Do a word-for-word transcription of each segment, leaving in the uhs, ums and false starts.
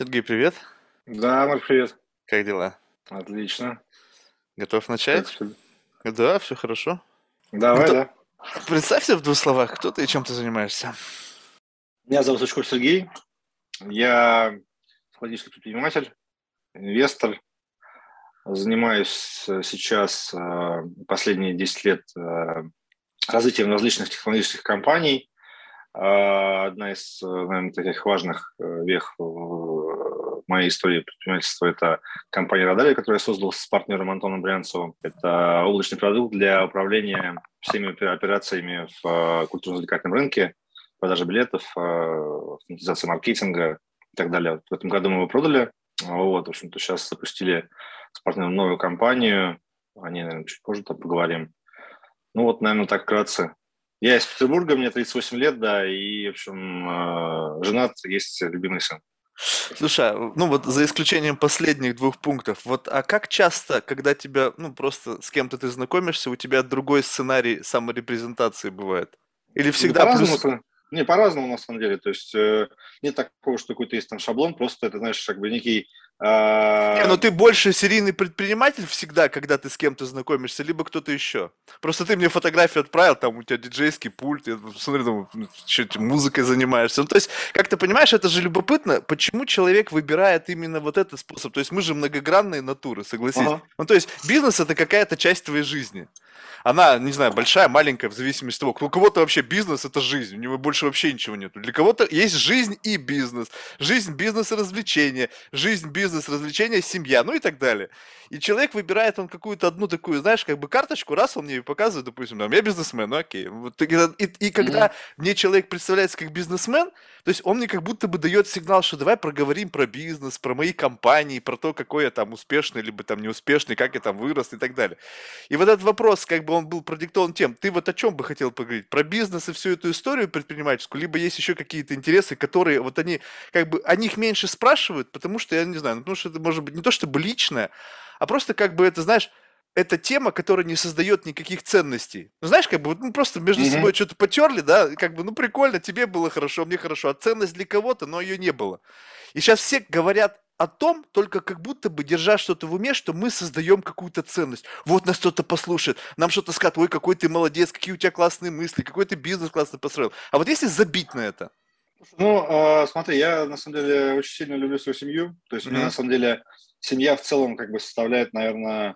Сергей, привет. Да, Марк, привет. Как дела? Отлично. Готов Как начать? всегда. Да, все хорошо. Ну, Давай, то да. представься в двух словах, кто ты и чем ты занимаешься. Меня зовут Сучков Сергей. Я технологический предприниматель, инвестор. Занимаюсь э, сейчас э, последние десять лет э, развитием различных технологических компаний. А, Одна из, э, наверное, таких важных э, вех в моей истории предпринимательства – это компания Радария, которую я создал с партнером Антоном Брянцевым. Это облачный продукт для управления всеми операциями в э, культурно-развлекательном рынке, продажа билетов, э, автоматизация маркетинга и так далее. В этом году мы его продали. Вот, в общем-то, сейчас запустили с партнером новую компанию. О ней, наверное, чуть позже там поговорим. Ну вот, наверное, так вкратце. Я из Петербурга, мне тридцать восемь лет, да, и, в общем, э, женат, есть любимый сын. Слушай, а, ну вот за исключением последних двух пунктов, вот а как часто, когда тебя, ну просто с кем-то ты знакомишься, у тебя другой сценарий саморепрезентации бывает? Или Да всегда по-разному, плюс? с- не, по-разному на самом деле. То есть э, нет такого, что какой-то есть там шаблон, просто это, знаешь, как бы некий... Не, э, ну ты больше серийный предприниматель всегда, когда ты с кем-то знакомишься, либо кто-то еще. Просто ты мне фотографию отправил, там у тебя диджейский пульт, я смотрю, там, ну, что ты музыкой занимаешься. Ну, то есть, как ты понимаешь, это же любопытно, почему человек выбирает именно вот этот способ. То есть мы же многогранные натуры, согласись. ага. Ну, то есть бизнес это какая-то часть твоей жизни. Она, не знаю, большая, маленькая, в зависимости от того. У кого-то вообще бизнес – это жизнь, у него больше вообще ничего нет. Для кого-то есть жизнь и бизнес. Жизнь, бизнес и развлечения. Жизнь, бизнес, развлечения, семья, ну и так далее. И человек выбирает он какую-то одну такую, знаешь, как бы карточку, раз он мне ее показывает, допустим, там, я бизнесмен, ну окей. Вот, и, и, и Мгм. когда мне человек представляется как бизнесмен, то есть он мне как будто бы дает сигнал, что давай проговорим про бизнес, про мои компании, про то, какой я там успешный, либо там неуспешный, как я там вырос и так далее. И вот этот вопрос, как бы он был продиктован тем, ты вот о чем бы хотел поговорить? Про бизнес и всю эту историю предпринимательскую, либо есть еще какие-то интересы, которые вот они, как бы, о них меньше спрашивают, потому что, я не знаю, ну, потому что это может быть не то чтобы личное, а просто как бы это, знаешь, это тема, которая не создает никаких ценностей. Ну, знаешь, как бы, вот, ну, просто между Мгм. собой что-то потерли, да, и как бы, ну, прикольно, тебе было хорошо, мне хорошо, а ценность для кого-то, но ее не было. И сейчас все говорят о том, только как будто бы держа что-то в уме, что мы создаем какую-то ценность. Вот нас кто-то послушает, нам что-то скажет, ой, какой ты молодец, какие у тебя классные мысли, какой ты бизнес классно построил. А вот если забить на это? Ну, а, смотри, я на самом деле очень сильно люблю свою семью. То есть у меня на Мгм. самом деле семья в целом как бы составляет, наверное,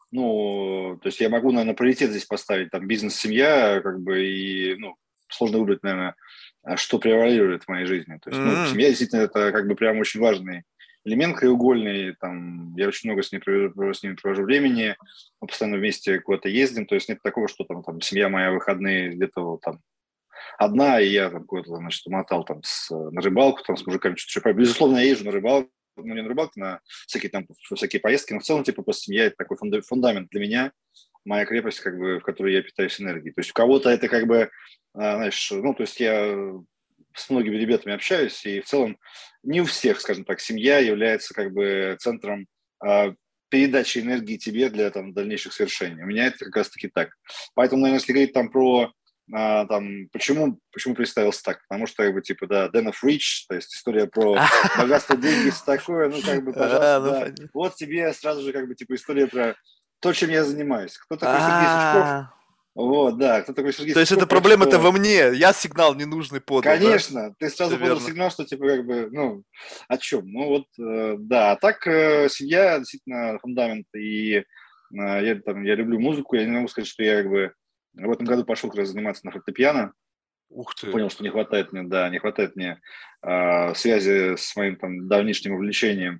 ну, то есть я могу, наверное, приоритет здесь поставить, там, бизнес-семья, как бы, и, ну, сложно выбрать, наверное, а, что превалирует в моей жизни. То есть, ну, М. семья действительно это как бы прям очень важный элемент краеугольный, там, я очень много с ними провожу, с ними провожу времени, мы постоянно вместе куда-то ездим, то есть нет такого, что там, там семья моя выходные где-то вот там одна, и я там какой-то, значит, умотал там с, на рыбалку, там с мужиками что-то. Безусловно, я езжу на рыбалку, ну, не на рыбалку, на всякие там, всякие поездки, но в целом, типа, просто семья – это такой фундамент для меня, моя крепость, как бы, в которой я питаюсь энергией. То есть у кого-то это как бы, а, знаешь, ну, то есть я с многими ребятами общаюсь, и в целом не у всех, скажем так, семья является как бы центром а, передачи энергии тебе для там, дальнейших свершений. У меня это как раз-таки так. Поэтому, наверное, если говорить там про а, там, почему, почему представился так? Потому что, как бы, типа, да, Den of Rich, то есть история про богатство, деньги, все такое, ну, как бы, А, пожалуйста, ну да. понятно. Вот тебе сразу же, как бы, типа, история про то, чем я занимаюсь. Кто такой Сергей Сучков? А, Вот, да, кто такой Сергей то есть эта Сучков, так проблема-то что, во мне. Я сигнал ненужный подал, да? конечно, ты Все сразу подал верно. сигнал, что, типа, как бы, ну, о чем? Ну, вот, э, да, а так э, семья действительно фундамент, и э, я, там, я люблю музыку, я не могу сказать, что я, как бы, в этом году пошел как раз заниматься на фортепиано, Ух ты. понял, что не хватает мне, да, не хватает мне э, связи с моим там давнишним увлечением.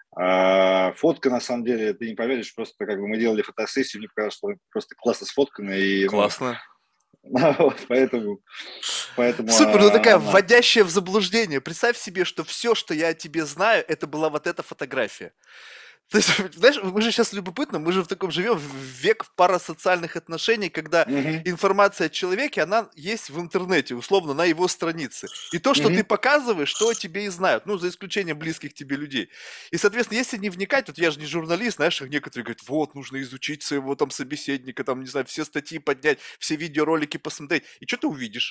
А, фотка, на самом деле, ты не поверишь, просто как бы мы делали фотосессию, мне показалось, что просто классно сфоткано, и, ну, Классно. вот, поэтому, поэтому Супер, ну а, такая она. вводящая в заблуждение. Представь себе, что все, что я о тебе знаю, это была вот эта фотография. То есть, знаешь, мы же сейчас любопытно, мы же в таком живем в век парасоциальных отношений, когда Мгм, информация о человеке, она есть в интернете, условно, на его странице. И то, что ты мгм. показываешь, то о тебе и знают, ну, за исключением близких тебе людей. И, соответственно, если не вникать, вот я же не журналист, знаешь, как некоторые говорят, вот, нужно изучить своего там собеседника, там, не знаю, все статьи поднять, все видеоролики посмотреть. И что ты увидишь?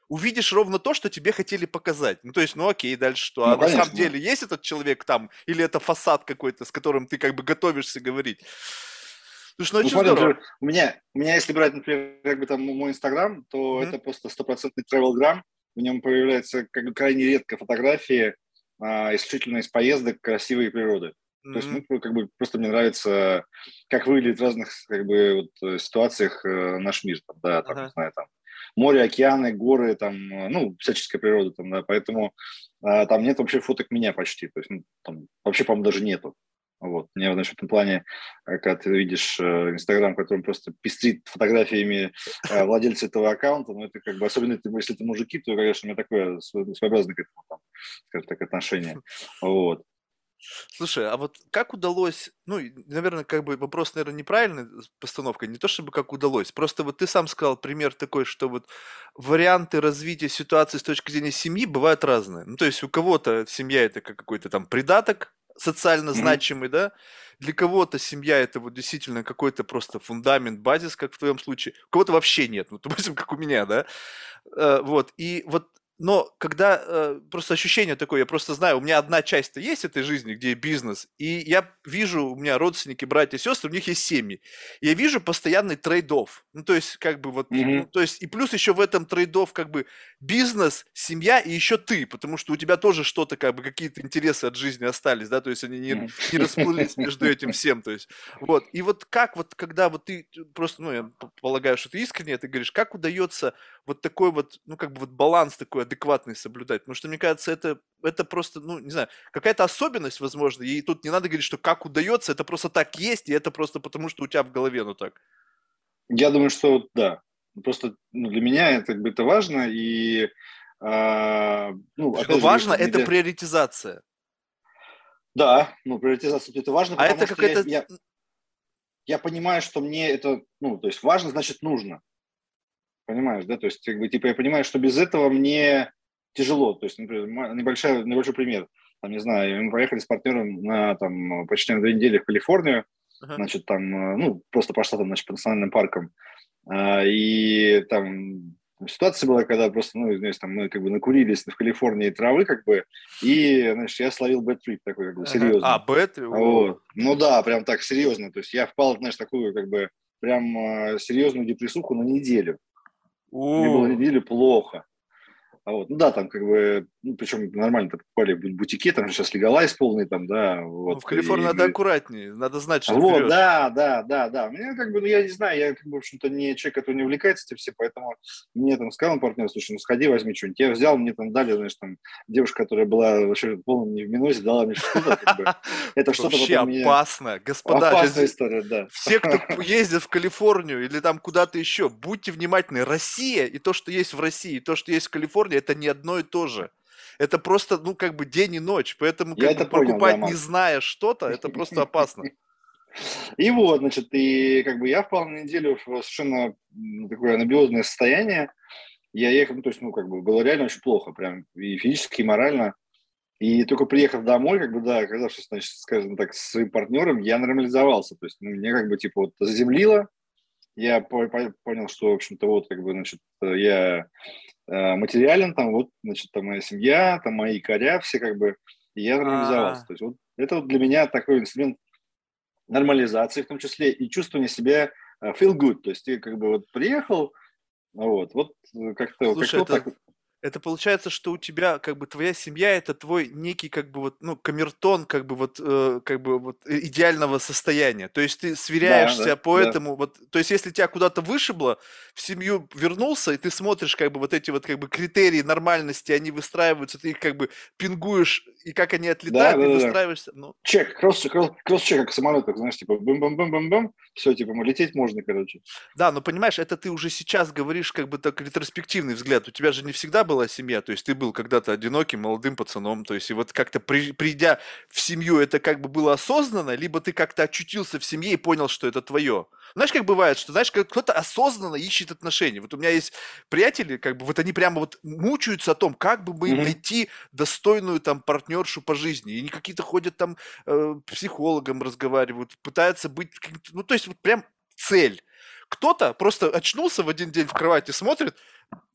увидишь ровно то, что тебе хотели показать. Ну, то есть, ну окей, дальше что? А Ну, на самом конечно. деле есть этот человек там, или это фасад какой-то, с которым ты как бы готовишься говорить? Слушай, ну Ну, очень смотри, здорово. например, у меня, у меня, если брать, например, как бы там мой Инстаграм, то Мгм. это просто стопроцентный travel-грам. В нем появляются как бы крайне редко фотографии, а, исключительно из поездок красивой природы. То есть, Мгм. ну, как бы просто мне нравится, как выглядит в разных как бы вот, э, ситуациях э, наш мир, там, да, там, не Ага. знаю, там море, океаны, горы, там, э, ну, всяческая природа, там, да, поэтому а, там нет вообще фоток меня почти, то есть, ну, там вообще, по-моему, даже нету. Вот. Мне, значит, в этом плане, э, когда ты видишь э, Инстаграм, которым просто пестрит фотографиями э, владельца этого аккаунта, ну, это как бы, особенно это- если это мужики, то, конечно, у меня такое сво- своеобразное к этому, там, скажем так, отношение. Вот. Слушай, а вот как удалось, ну, наверное, как бы вопрос, наверное, неправильной с- постановкой, не то чтобы как удалось, просто вот ты сам сказал пример такой, что вот варианты развития ситуации с точки зрения семьи бывают разные. Ну, то есть у кого-то семья это как какой-то там придаток социально Мгм. значимый, да, для кого-то семья это вот действительно какой-то просто фундамент, базис, как в твоем случае, у кого-то вообще нет, ну, допустим, как у меня, да. Э, вот, и вот, но когда э, просто ощущение такое, я просто знаю, у меня одна часть-то есть этой жизни, где бизнес, и я вижу, у меня родственники, братья, сестры, у них есть семьи. И я вижу постоянный трейд-офф. Ну, то есть, как бы вот, ну, Мгм. то есть, и плюс еще в этом трейд-офф, как бы, бизнес, семья и еще ты, потому что у тебя тоже что-то, как бы, какие-то интересы от жизни остались, да, то есть они не, Мгм. не расплылись между этим всем, то есть, вот. И вот как вот, когда вот ты просто, ну, я п- полагаю, что ты искренне это говоришь, как удается вот такой вот, ну, как бы вот баланс такой адекватный соблюдать. Потому что, мне кажется, это, это просто, ну, не знаю, какая-то особенность, возможно, и тут не надо говорить, что как удается, это просто так есть, и это просто потому, что у тебя в голове, ну, так. Я думаю, что вот да. Просто ну, для меня это, как бы, это важно. И, а, ну, Слушай, ну, опять же, говорю, важно, что не это для... приоритизация. Да, ну, приоритизация это важно, А потому это что я, какая-то, я, я понимаю, что мне это, ну, то есть важно, значит, нужно. Понимаешь, да? То есть, как бы, типа, я понимаю, что без этого мне тяжело. То есть, например, ма- небольшой, небольшой пример. Там, не знаю, мы поехали с партнером на там, почти на две недели в Калифорнию, ага. значит, там, э, ну, просто по штатам, значит, по национальным паркам. А, и там ситуация была, когда просто, ну, извиняюсь, там мы как бы накурились в Калифорнии травы, как бы, и, знаешь, я словил bad trip такой, как бы, Ага. А, серьезный. бет, о, Вот. Ну да, прям так, серьезно. То есть я впал, знаешь, такую, как бы, прям э, серьезную депрессуху на неделю. Мне было о. неделю плохо. А вот, ну да, там как бы, ну, причем нормально так покупали в бутике, там же сейчас легалайз полный, там, да, Ну, вот, в Калифорнии и надо мы, аккуратнее, надо знать, что вот, берешь. да, да, да, да. Мне как бы, ну, я не знаю, я, как бы, в общем-то, не человек, который не увлекается этим всем, поэтому мне там сказал партнер, слушай, ну, сходи, возьми что-нибудь. Я взял, мне там дали, знаешь, там, девушка, которая была вообще полном не в минусе, дала мне что-то, как бы, это Это что-то вообще потом меня... опасно. Господа, Опасная сейчас история, да. все, кто п- ездит в Калифорнию или там куда-то еще, будьте внимательны. Россия и то, что есть в России, и то, что есть в Калифорнии, это не одно и то же. Это просто, ну, как бы день и ночь. Поэтому, Я как бы, это понял, да, покупать, не Марк. зная что-то, это просто опасно. И вот, значит, и как бы я впал на неделю в совершенно м, такое анабиозное состояние. Я ехал, ну, то есть, ну, как бы было реально очень плохо, прям и физически, и морально. И только приехав домой, как бы, да, оказавшись, значит, скажем так, с своим партнером, я нормализовался. То есть, ну, мне как бы, типа, вот заземлило. Я по- по- понял, что, в общем-то, вот, как бы, значит, я э, материален, там, вот, значит, там моя семья, там мои коря, все, как бы, и я нормализовался. А, То есть, вот это вот для меня такой инструмент нормализации в том числе и чувствование себя э, feel good. То есть ты как бы вот приехал, вот, вот э, как-то как слушай, вот это так вот. Это получается, что у тебя, как бы, твоя семья — это твой некий, как бы, вот, ну, камертон, как бы, вот, э, как бы, вот, э, идеального состояния. То есть ты Да, да, сверяешься по да. этому, вот, то есть если тебя куда-то вышибло, в семью вернулся, и ты смотришь, как бы, вот эти вот, как бы, критерии нормальности, они выстраиваются, ты их, как бы, пингуешь, и как они Да, отлетают, да, и да, да. выстраиваешься, ну, Чек, кросс, кросс, кросс-чек, как в самолетах, знаешь, типа бым-бым-бым-бым-бым, все, типа, мы лететь можно, короче. да, но понимаешь, это ты уже сейчас говоришь как бы так ретроспективный взгляд. У тебя же не всегда была семья, то есть ты был когда-то одиноким молодым пацаном, то есть и вот как-то при- придя в семью, это как бы было осознанно, либо ты как-то очутился в семье и понял, что это твое. Знаешь, как бывает, что, знаешь, как кто-то осознанно ищет отношения. Вот у меня есть приятели, как бы вот они прямо вот мучаются о том, как бы бы им Мгм. найти достойную там партнершу по жизни. И они какие-то ходят там э, психологом разговаривают, пытаются быть, каким-то- ну то есть вот прям цель. Кто-то просто очнулся в один день в кровати, смотрит,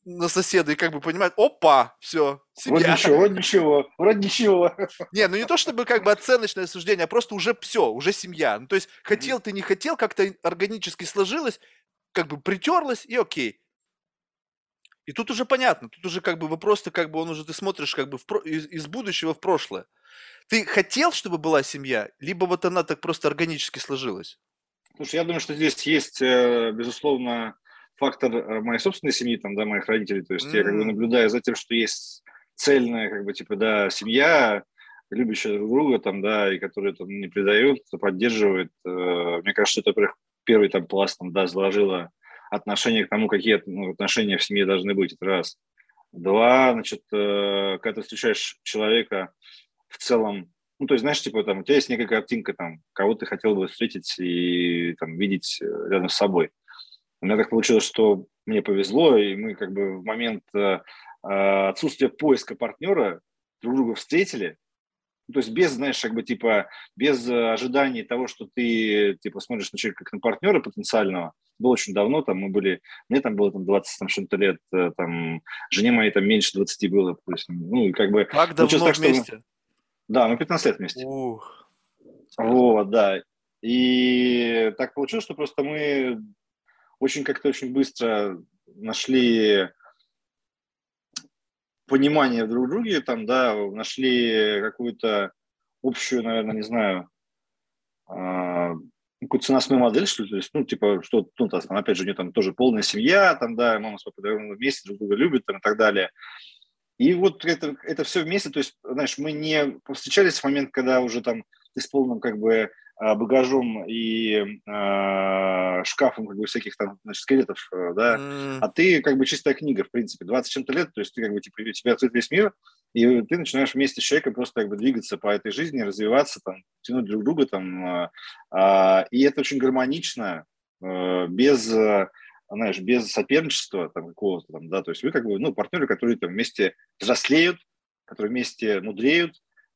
на соседа и как бы понимает, опа, все, Вроде семья. ничего, вроде ничего, вроде ничего. Не, ну не то чтобы как бы оценочное суждение, а просто уже все, уже семья. Ну то есть Мгм. хотел ты, не хотел, как-то органически сложилось, как бы притерлось и окей. И тут уже понятно, тут уже как бы вопрос-то как бы он уже ты смотришь как бы в про- из, из будущего в прошлое. Ты хотел, чтобы была семья, либо вот она так просто органически сложилась? Слушай, я думаю, что здесь есть, э, безусловно, фактор э, моей собственной семьи, там, да, моих родителей. То есть я как бы М, наблюдаю за тем, что есть цельная, как бы, типа, да, семья, любящая друг друга, там, да, и которые там не предают, поддерживают. Э, Мне кажется, это, во-первых, первый там пласт, там, да, заложило отношение к тому, какие ну, отношения в семье должны быть, это раз. Два, значит, э, когда ты встречаешь человека в целом, ну, то есть, знаешь, типа, там, у тебя есть некая картинка, там, кого ты хотел бы встретить и, там, видеть э, рядом с собой. У меня так получилось, что мне повезло, и мы, как бы, в момент э, э, отсутствия поиска партнера друг друга встретили, ну, то есть без, знаешь, как бы, типа, без э, ожиданий того, что ты, типа, смотришь на человека как на партнера потенциального. Было очень давно, там, мы были, мне там было там двадцать там, что-то лет, э, там, жене моей там меньше двадцати было, то есть, ну, и как бы как получилось давно так, что, вместе? да, мы пятнадцать лет вместе. Ух, серьезно. Вот, да. И так получилось, что просто мы очень как-то очень быстро нашли понимание друг в друге, там, да, нашли какую-то общую, наверное, не знаю, а, какую-то ценностную модель, что ли, то есть, ну, типа, что, ну, там, опять же, у нее там тоже полная семья, там, да, мама с папой давно вместе друг друга любят, там, и так далее. И вот это, это все вместе, то есть, знаешь, мы не встречались в момент, когда уже там ты с полным как бы а, багажом и а, шкафом как бы всяких там, значит, скелетов, э, да, М, а ты как бы чистая книга, в принципе, двадцать чем-то лет, то есть ты как бы, типа, у тебя открыт весь мир, и ты начинаешь вместе с человеком просто как бы двигаться по этой жизни, развиваться, там, тянуть друг друга, там, а, а, и это очень гармонично, э, без э, знаешь, без соперничества там какого-то там, да, то есть вы как бы, ну, партнеры, которые там вместе взрослеют, которые вместе мудреют,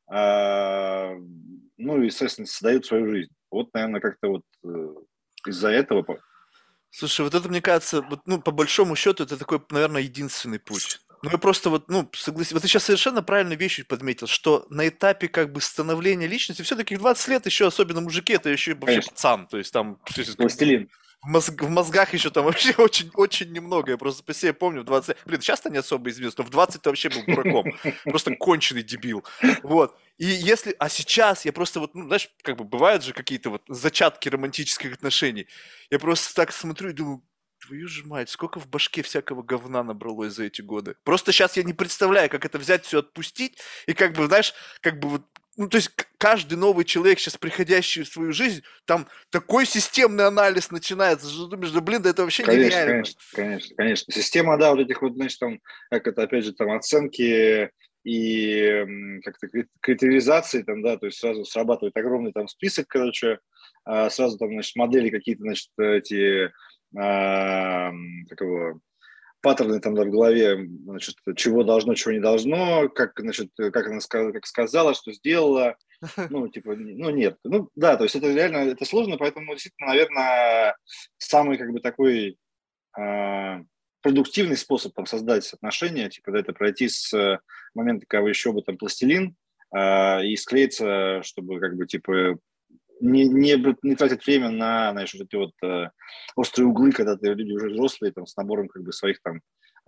а, ну и, соответственно, создают свою жизнь. Вот, наверное, как-то вот э, из-за этого. по- Слушай, вот это, мне кажется, вот, ну, по большому счету, это такой, наверное, единственный путь. Ну, я просто вот, ну, согласен. Вот ты сейчас совершенно правильную вещь подметил, что на этапе как бы становления личности, все-таки в двадцать лет еще, особенно мужики, это еще вообще Конечно, пацан. То есть там, то есть, как бы, пластилин. в, мозг- в мозгах еще там вообще очень, очень немного. Я просто по себе помню в двадцать. Блин, сейчас-то не особо известно, но в двадцать ты вообще был дураком. Просто конченый дебил. Вот. И если... А сейчас я просто вот, ну, знаешь, как бы бывают же какие-то вот зачатки романтических отношений. Я просто так смотрю и думаю, твою же мать, сколько в башке всякого говна набралось за эти годы. Просто сейчас я не представляю, как это взять, все отпустить, и как бы, знаешь, как бы вот ну, то есть к- каждый новый человек, сейчас приходящий в свою жизнь, там такой системный анализ начинается, что думаешь, да блин, да это вообще Конечно, нереально. конечно, конечно, конечно. Система, да, вот этих вот, значит, там, как это, опять же, там, оценки и м, как-то крит- критеризации, там, да, то есть сразу срабатывает огромный там список, короче, а, сразу там, значит, модели какие-то, значит, эти, а, м, как его, паттерны там да, в голове, значит, чего должно, чего не должно, как, значит, как она сказала, как сказала, что сделала, ну, типа, ну, нет. Ну, да, то есть это реально, это сложно, поэтому действительно, наверное, самый, как бы, такой а, продуктивный способ там создать отношения, типа, да, это пройти с э, момента, когда вы еще бы там пластилин, а, и склеиться, чтобы, как бы, типа, не, не, не тратить время на, знаешь, вот эти вот э, острые углы, когда ты, люди уже взрослые, там, с набором, как бы, своих там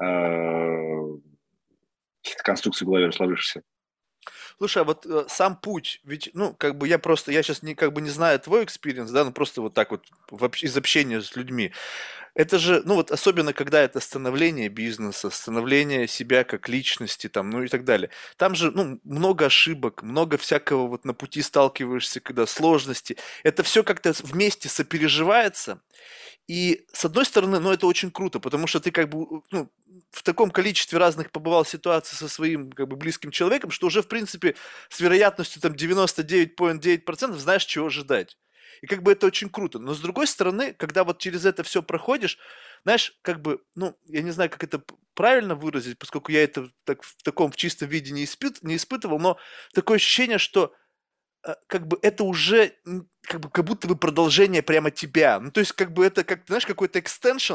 э, каких-то конструкций в голове сложившихся. Слушай, а вот э, сам путь, ведь, ну, как бы я просто, я сейчас не, как бы не знаю твой экспириенс, да, ну просто вот так вот в общ- из общения с людьми. Это же, ну вот особенно когда это становление бизнеса, становление себя как личности там, ну и так далее. Там же, ну, много ошибок, много всякого вот на пути сталкиваешься, когда сложности. Это все как-то вместе сопереживается. И с одной стороны, ну это очень круто, потому что ты как бы, ну, в таком количестве разных побывал ситуаций со своим как бы близким человеком, что уже в принципе с вероятностью там девяносто девять целых девять десятых процента знаешь, чего ожидать. И как бы это очень круто. Но с другой стороны, когда вот через это все проходишь, знаешь, как бы, ну, я не знаю, как это п- правильно выразить, поскольку я это так, в таком в чистом виде не, испыт, не испытывал, но такое ощущение, что э, как бы это уже м, как бы как будто бы продолжение прямо тебя. Ну, то есть как бы это, как, знаешь, какой-то экстеншн,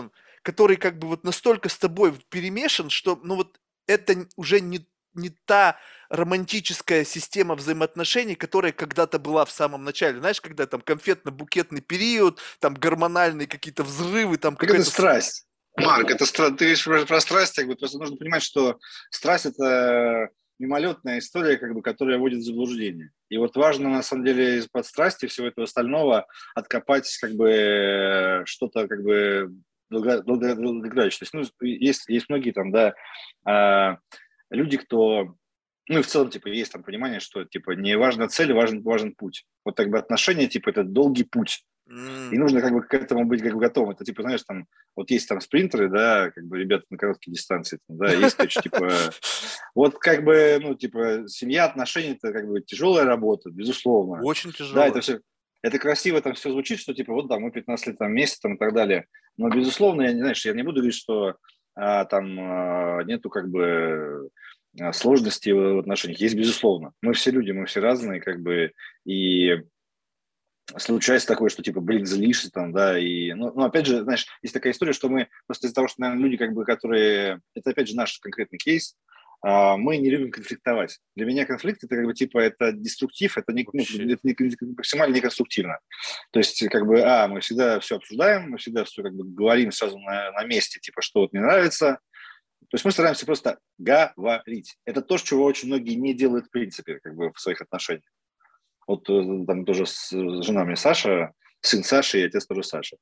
который как бы вот настолько с тобой вот перемешан, что, ну вот это н- уже не, не та романтическая система взаимоотношений, которая когда-то была в самом начале. Знаешь, когда там конфетно-букетный период, там гормональные какие-то взрывы, там Так это какая-то... с- страсть. Марк, это стра... ты говоришь про, про страсть, как бы, просто нужно понимать, что страсть – это мимолетная история, как бы, которая вводит в заблуждение. И вот важно, на самом деле, из-под страсти всего этого остального откопать как бы что-то как бы долго, долго, долгоиграющее. То есть, ну, есть, есть многие там, да, а, люди, кто… Ну и в целом, типа, есть там понимание, что, типа, не важна цель, важен, важен путь. Вот как бы отношения, типа, это долгий путь. И М, нужно как бы к этому быть как бы готовым. Это типа, знаешь, там, вот есть там спринтеры, да, как бы ребята на короткие дистанции, там, да, есть, короче, типа, вот как бы, ну, типа, семья, отношения, это как бы тяжелая работа, безусловно. Очень Да, это тяжело. все, это красиво там все звучит, что типа, вот да, мы пятнадцать лет там вместе там и так далее. Но, безусловно, я не, знаешь, я не буду говорить, что а, там а, нету как бы а, сложностей в отношениях. Есть, безусловно. Мы все люди, мы все разные, как бы, и случается такое, что типа, блин, злишься там, да, и, ну, ну, опять же, знаешь, есть такая история, что мы просто из-за того, что, наверное, люди, как бы, которые, это, опять же, наш конкретный кейс, а, мы не любим конфликтовать. Для меня конфликт это как бы типа это деструктив, это, не, ну, Вообще. это не, максимально неконструктивно. То есть как бы, а, мы всегда все обсуждаем, мы всегда все как бы говорим сразу на, на месте, типа, что вот мне нравится. То есть мы стараемся просто говорить. Это то, чего очень многие не делают в принципе, как бы в своих отношениях. Вот э, там тоже с, жена мне Саша, сын Саши, и отец тоже Саша.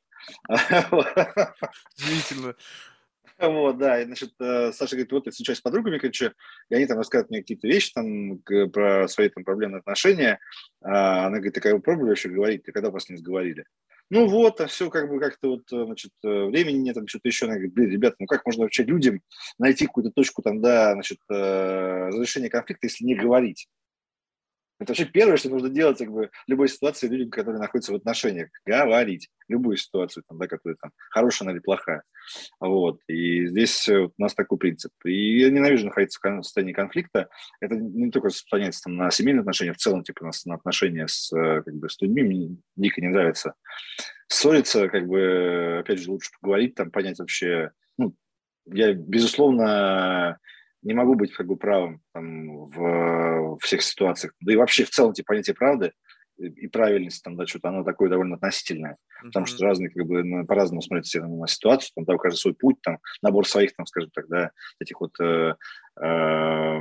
Удивительно. Вот, да, и, значит, э, Саша говорит, вот я встречаюсь с подругами, короче, и они там рассказывают мне какие-то вещи там к- про свои там проблемные отношения. А она говорит, такая, вы пробовали вообще говорить? Ты когда последний раз говорили? Ну вот, а все как бы как-то вот, э, значит, э, времени нет, там что-то еще. Она говорит, блин, ребята, ну как можно вообще людям найти какую-то точку там, да, значит, э, разрешения конфликта, если не говорить? Это вообще первое, что нужно делать как бы, в любой ситуации людям, которые находятся в отношениях. Говорить. Любую ситуацию, там, да, которая там хорошая она или плохая. Вот. И здесь э, вот у нас такой принцип. И я ненавижу находиться в кон- в состоянии конфликта. Это не только распространяется там, на семейные отношения, в целом типа на, с- на отношения с, э, как бы, с людьми. Мне дико не нравится. Ссориться, как бы, опять же, лучше поговорить, там, понять вообще. Ну, я, безусловно, не могу быть как бы правым там, в всех ситуациях. Да и вообще в целом типа, понятие правды и и правильность, там, да, что-то оно такое довольно относительное, потому Мгм. что разные как бы ну, по-разному смотрят все на ситуацию, там, да, у каждого свой путь, там, набор своих, там, скажем так, да, этих вот, э, э,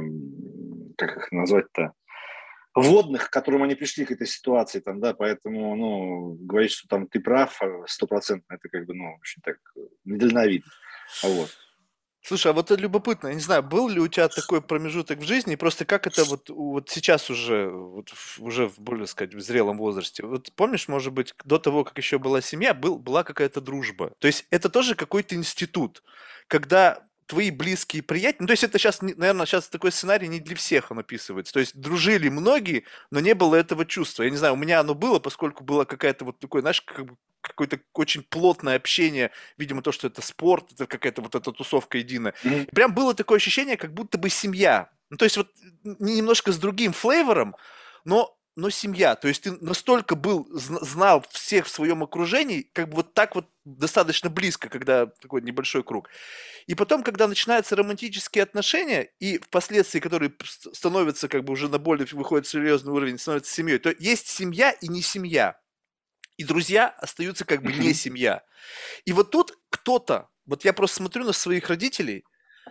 как их назвать-то, вводных, к которым они пришли к этой ситуации, там, да, поэтому, ну, говорить, что там ты прав стопроцентно, это как бы, ну, очень так э, недальновидно, вот. Слушай, а вот это любопытно, я не знаю, был ли у тебя такой промежуток в жизни, и просто как это вот, у- вот сейчас уже, вот в- уже в, более сказать, в зрелом возрасте. Вот помнишь, может быть, до того, как еще была семья, был, была какая-то дружба. То есть это тоже какой-то институт, когда твои близкие приятели, ну, то есть это сейчас, наверное, сейчас такой сценарий не для всех он описывается. То есть дружили многие, но не было этого чувства. Я не знаю, у меня оно было, поскольку было какая-то вот такое, знаешь, как бы какое-то очень плотное общение, видимо, то, что это спорт, это какая-то вот эта тусовка единая. Мгм. И прям было такое ощущение, как будто бы семья. Ну, то есть вот немножко с другим флейвором, но, но семья. То есть ты настолько был, зн- знал всех в своем окружении, как бы вот так вот достаточно близко, когда такой небольшой круг. И потом, когда начинаются романтические отношения, и впоследствии, которые п- ст- становятся как бы уже на более выходит серьезный уровень, становятся семьей, то есть семья и не семья. И друзья остаются как бы не Мгм. семья. И вот тут кто-то, вот я просто смотрю на своих родителей,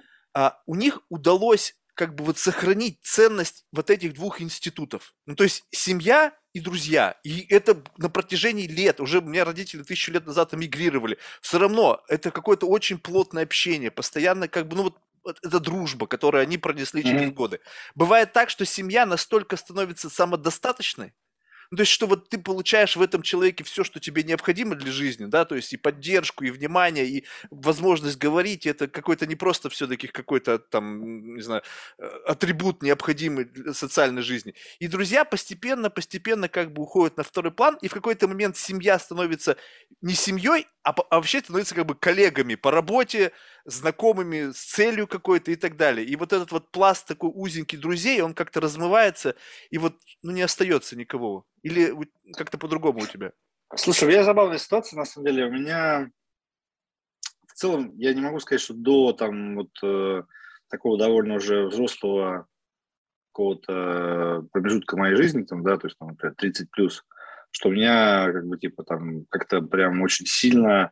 а, у них удалось как бы вот сохранить ценность вот этих двух институтов. Ну, то есть семья и друзья. И это на протяжении лет, уже у меня родители тысячу лет назад эмигрировали, все равно это какое-то очень плотное общение, постоянно как бы, ну вот вот это дружба, которую они пронесли через Мгм. годы. Бывает так, что семья настолько становится самодостаточной, ну, то есть, что вот ты получаешь в этом человеке все, что тебе необходимо для жизни, да, то есть и поддержку, и внимание, и возможность говорить, это какой-то не просто все-таки какой-то там, не знаю, э, атрибут необходимый для социальной жизни. И друзья постепенно, постепенно как бы уходят на второй план, и в какой-то момент семья становится не семьей, а, по- а вообще становится как бы коллегами по работе, знакомыми с целью какой-то и так далее. И вот этот вот пласт такой узенький друзей, он как-то размывается, и вот, ну, не остается никого. Или у- как-то по-другому у тебя? Слушай, у меня забавная ситуация, на самом деле. У меня в целом я не могу сказать, что до там вот э, такого довольно уже взрослого какого-то промежутка моей жизни, там, да, то есть, там, например, тридцать плюс, что меня, как бы, типа, там, как-то прям очень сильно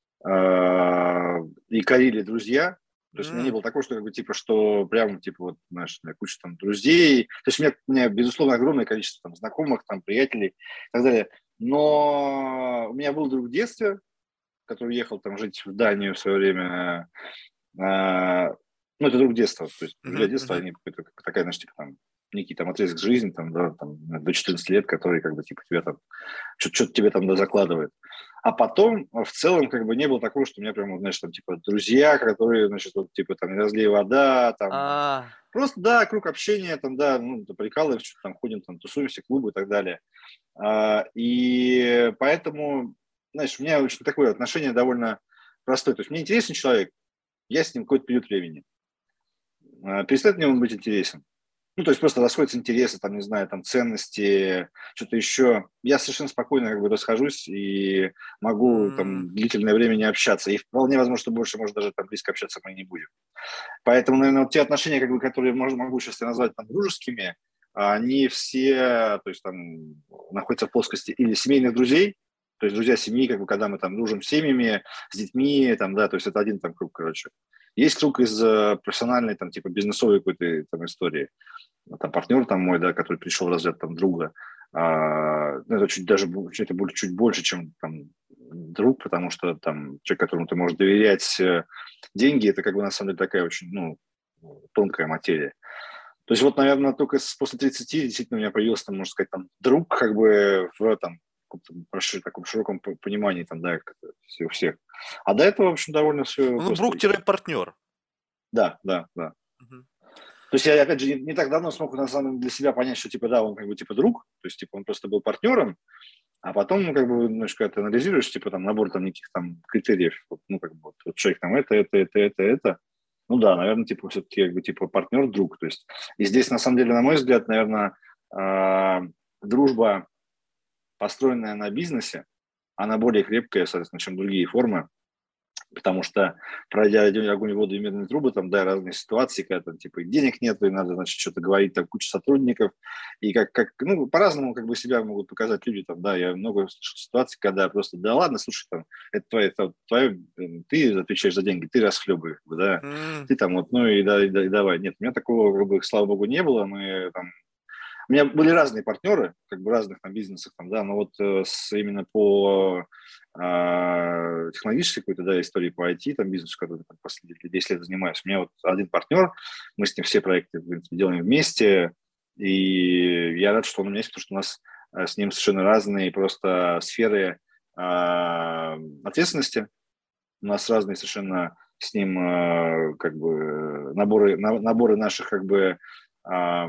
э, и корили друзья. То есть у меня не М, было такого, что, как бы, типа, что прям, типа, вот, знаешь, у меня куча там друзей. То есть у меня, у меня, безусловно, огромное количество там знакомых, там, приятелей и так далее. Но у меня был друг в детстве, который уехал там жить в Данию в свое время. А, ну, это друг детства. То есть друзья мгм, детства, мгм. они это как такая, знаешь, типа там некий там отрезок жизни, там, да, там, до четырнадцати лет, который как бы типа тебя там, что-то тебе там да, закладывает. А потом, в целом, как бы не было такого, что у меня прям, вот, знаешь, там, типа, друзья, которые, значит, вот, типа, там, не разлей вода, там, А, просто, да, круг общения, там, да, ну, да, прикалываемся, что-то там ходим, там, тусуемся, клубы и так далее. А, и поэтому, знаешь, у меня очень такое отношение довольно простое. То есть мне интересен человек, я с ним какой-то период времени. А, перестает мне он быть интересен. Ну, то есть просто расходятся интересы, там, не знаю, там, ценности, что-то еще. Я совершенно спокойно как бы расхожусь и могу м, там длительное время не общаться. И вполне возможно, что больше, может, даже там близко общаться мы не будем. Поэтому, наверное, вот те отношения, как бы, которые можно, могу сейчас назвать там дружескими, они все, то есть там находятся в плоскости или семейных друзей, то есть друзья семьи, как бы, когда мы там дружим с семьями, с детьми, там, да, то есть это один там круг, короче. Есть круг из э, профессиональной, там, типа, бизнесовой какой-то там истории. Ну, там партнер там мой, да, который пришел в разряд там друга, а, ну, это чуть даже бу- это будет чуть больше, чем там друг, потому что там человек, которому ты можешь доверять э, деньги, это как бы на самом деле такая очень, ну, тонкая материя. То есть вот, наверное, только с, после тридцати действительно у меня появился, там, можно сказать, там, друг как бы в там, таком широком понимании, там, да, как у всех. А до этого, в общем, довольно все ну, просто. друг-партнер. Да, да, да. Мгм. То есть я, опять же, не, не так давно смог на самом деле для себя понять, что, типа, да, он как бы, типа, друг, то есть, типа, он просто был партнером, а потом, ну, как бы, немножко это анализируешь, типа, там, набор там неких там критериев, вот, ну, как бы, вот, вот человек там это, это, это, это, это, ну, да, наверное, типа, все-таки, как бы, типа, партнер, друг, то есть, и здесь, на самом деле, на мой взгляд, наверное, э, дружба, построенная на бизнесе, она более крепкая, соответственно, чем другие формы, потому что, пройдя огонь, и воду и медные трубы, там, да, разные ситуации, когда там, типа, денег нет, и надо, значит, что-то говорить, там, куча сотрудников, и как, как, ну, по-разному, как бы, себя могут показать люди, там, да, я много слышал ситуаций, когда просто, да ладно, слушай, там, это твое, это твое, ты отвечаешь за деньги, ты расхлебываешь, как бы, да, М, ты там, вот, ну, и, да, и, да, и давай. Нет, у меня такого, как бы, слава богу, не было, мы, там, у меня были разные партнеры, как бы разных там бизнесах, там, да, но вот э, с, именно по э, технологической какой-то, да, истории по ай ти, там, бизнесу, который там, последние десять лет занимаюсь. У меня вот один партнер, мы с ним все проекты, в принципе, делаем вместе, и я рад, что он у меня есть, потому что у нас э, с ним совершенно разные просто сферы э, ответственности, у нас разные совершенно с ним э, как бы наборы, на, наборы наших как бы э,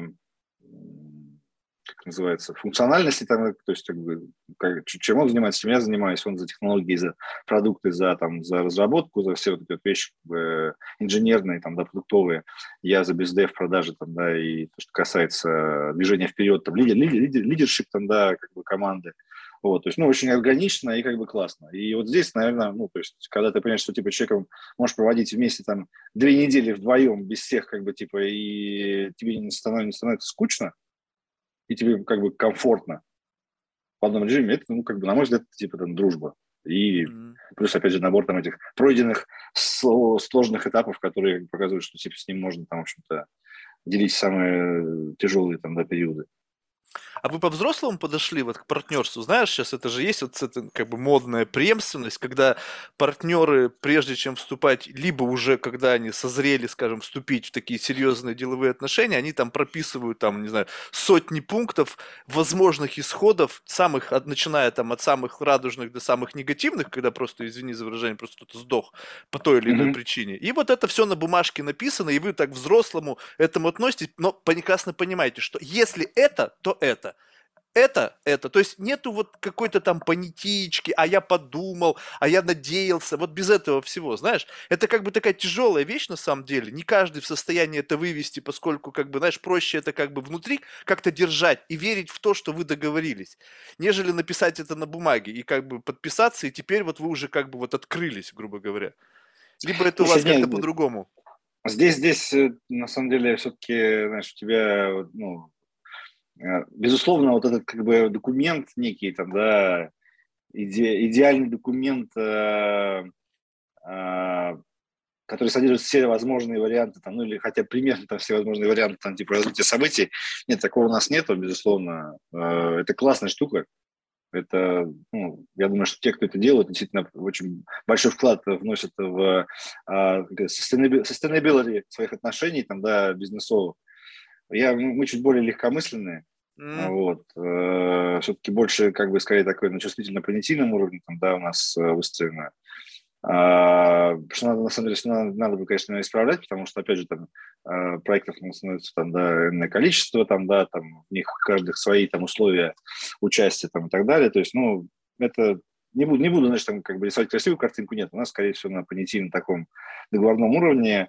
как называется, функциональности, там, то есть как бы, как, чем он занимается, чем я занимаюсь, он за технологии, за продукты, за, там, за разработку, за все вот эти вот вещи как бы, инженерные, там, да, продуктовые, я за бездев, продажи, там, да, и то, что касается движения вперед, там, лидер, лидер, лидер, лидершип, там, да, как бы команды, вот, то есть, ну, очень органично и как бы классно. И вот здесь, наверное, ну, то есть, когда ты понимаешь, что, типа, человеком можешь проводить вместе, там, две недели вдвоем, без всех, как бы, типа, и тебе не становится, не становится скучно, и тебе как бы комфортно в одном режиме, это, ну, как бы, на мой взгляд, это, типа, там, дружба. И м. плюс, опять же, набор там этих пройденных сложных этапов, которые показывают, что, типа, с ним можно, там, в общем-то, делить самые тяжелые, там, да, периоды. А вы по-взрослому подошли вот к партнерству? Знаешь, сейчас это же есть вот эта как бы модная преемственность, когда партнеры, прежде чем вступать, либо уже когда они созрели, скажем, вступить в такие серьезные деловые отношения, они там прописывают там, не знаю, сотни пунктов возможных исходов, самых, от- начиная там от самых радужных до самых негативных, когда просто, извини за выражение, просто кто-то сдох по той или иной Мгм. причине. И вот это все на бумажке написано, и вы так взрослому этому относитесь, но прекрасно понимаете, что если это, то это. Это, это. То есть нету вот какой-то там понятички, а я подумал, а я надеялся. Вот без этого всего, знаешь. Это как бы такая тяжелая вещь на самом деле. Не каждый в состоянии это вывести, поскольку, как бы, знаешь, проще это как бы внутри как-то держать и верить в то, что вы договорились, нежели написать это на бумаге и как бы подписаться, и теперь вот вы уже как бы вот открылись, грубо говоря. Либо это у Слушай, вас как-то нет, по-другому? здесь, здесь, э, на самом деле, все-таки, знаешь, у тебя, вот, ну, э, безусловно, вот этот, как бы, документ некий, там, да, иде, идеальный документ, э, э, который содержит все возможные варианты, там, ну, или хотя бы примерно там все возможные варианты, там, типа, развития событий. Нет, такого у нас нету, безусловно. Э, это классная штука. Это, ну, я думаю, что те, кто это делает, действительно очень большой вклад вносят в а, sustainability своих отношений, там, да, бизнесовых. Я, ну, мы чуть более легкомысленные, М, вот. Э, все-таки больше, как бы, скорее, такой на чувствительно-понятийном уровне, там, да, у нас э, выстроено. А, что надо, на самом деле, что надо, надо бы, конечно, исправлять, потому что, опять же, там, а, проектов ну, становится там, да, энное количество, там, да, там, в них у каждых свои там условия участия там, и так далее. То есть, ну, это не буду, не буду, значит, там, как бы рисовать красивую картинку, нет, у нас, скорее всего, на понятийном таком договорном уровне,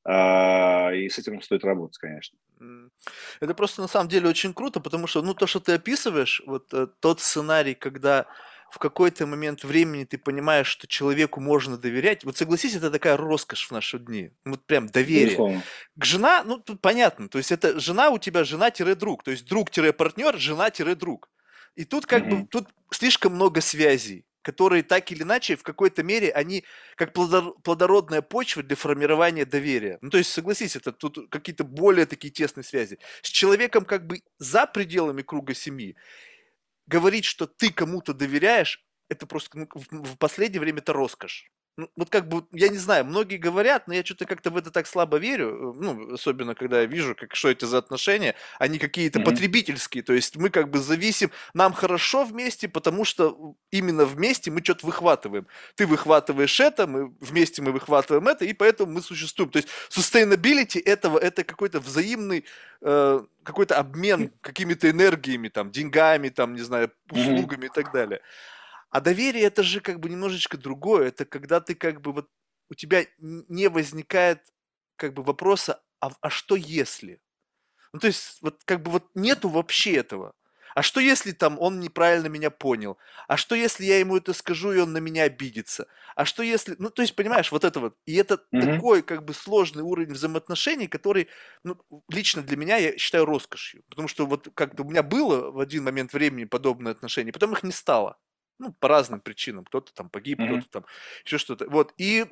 а, и с этим стоит работать, конечно. м. Это просто на самом деле очень круто, потому что, ну, то, что ты описываешь, вот э, тот сценарий, когда в какой-то момент времени ты понимаешь, что человеку можно доверять, вот согласись, это такая роскошь в наши дни, вот прям доверие. Безусловно. К жена, ну, тут понятно, то есть это жена у тебя жена-друг, то есть друг-партнер, жена-друг. И тут как бы, Мгм. тут слишком много связей, которые так или иначе в какой-то мере, они как плодор- плодородная почва для формирования доверия. Ну, то есть, согласись, это тут какие-то более такие тесные связи. С человеком как бы за пределами круга семьи говорить, что ты кому-то доверяешь, это просто ну, в, в последнее время это роскошь. Ну, вот как бы, я не знаю, многие говорят, но я что-то как-то в это так слабо верю, э, ну, особенно когда я вижу, как, что это за отношения, они какие-то Мгм. потребительские, то есть мы как бы зависим, нам хорошо вместе, потому что именно вместе мы что-то выхватываем. Ты выхватываешь это, мы вместе мы выхватываем это, и поэтому мы существуем. То есть sustainability этого, это какой-то взаимный э, какой-то обмен какими-то энергиями, там, деньгами, там, не знаю, Мгм. услугами и так далее. А доверие это же как бы немножечко другое. Это когда ты как бы вот у тебя н- не возникает как бы вопроса, а, а что если? Ну, то есть, вот как бы вот нету вообще этого. А что если там он неправильно меня понял? А что если я ему это скажу, и он на меня обидится? А что если... Ну, то есть, понимаешь, вот это вот. И это Мгм. такой как бы сложный уровень взаимоотношений, который, ну, лично для меня, я считаю роскошью. Потому что вот как-то у меня было в один момент времени подобные отношения, потом их не стало. Ну, по разным причинам. Кто-то там погиб, Мгм. кто-то там еще что-то. Вот. И,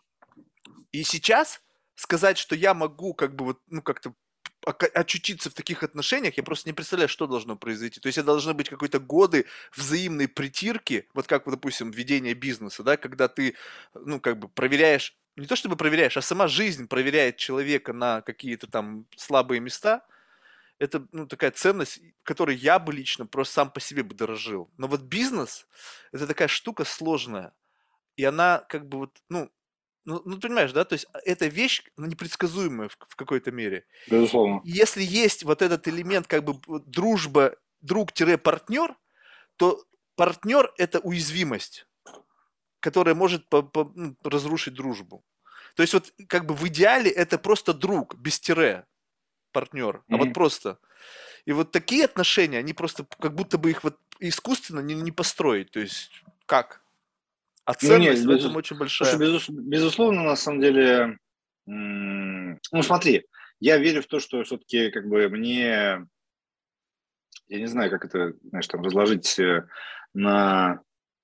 и сейчас сказать, что я могу как бы вот, ну, как-то ока- очутиться в таких отношениях, я просто не представляю, что должно произойти. То есть это должны быть какие-то годы взаимной притирки, вот как, вот, допустим, ведение бизнеса, да, когда ты, ну, как бы проверяешь, не то чтобы проверяешь, а сама жизнь проверяет человека на какие-то там слабые места. Это, ну, такая ценность, которой я бы лично просто сам по себе бы дорожил. Но вот бизнес– это такая штука сложная, и она как бы вот, ну, ну, ну, понимаешь, да, то есть а, эта вещь, она непредсказуемая в, в какой-то мере. Безусловно. И если есть вот этот элемент как бы вот дружба, друг-партнер, то партнер– это уязвимость, которая может по- по- ну, разрушить дружбу. То есть вот как бы в идеале это просто друг, без тире, партнер, а вот Мгм. просто. И вот такие отношения, они просто как будто бы их вот искусственно не, не построить. То есть как? А Ну, нет, ценность в этом безус очень слушай, большая. безус безусловно, на самом деле, м, ну, смотри, я верю в то, что все таки как бы мне, я не знаю, как это, знаешь, там разложить, э, на,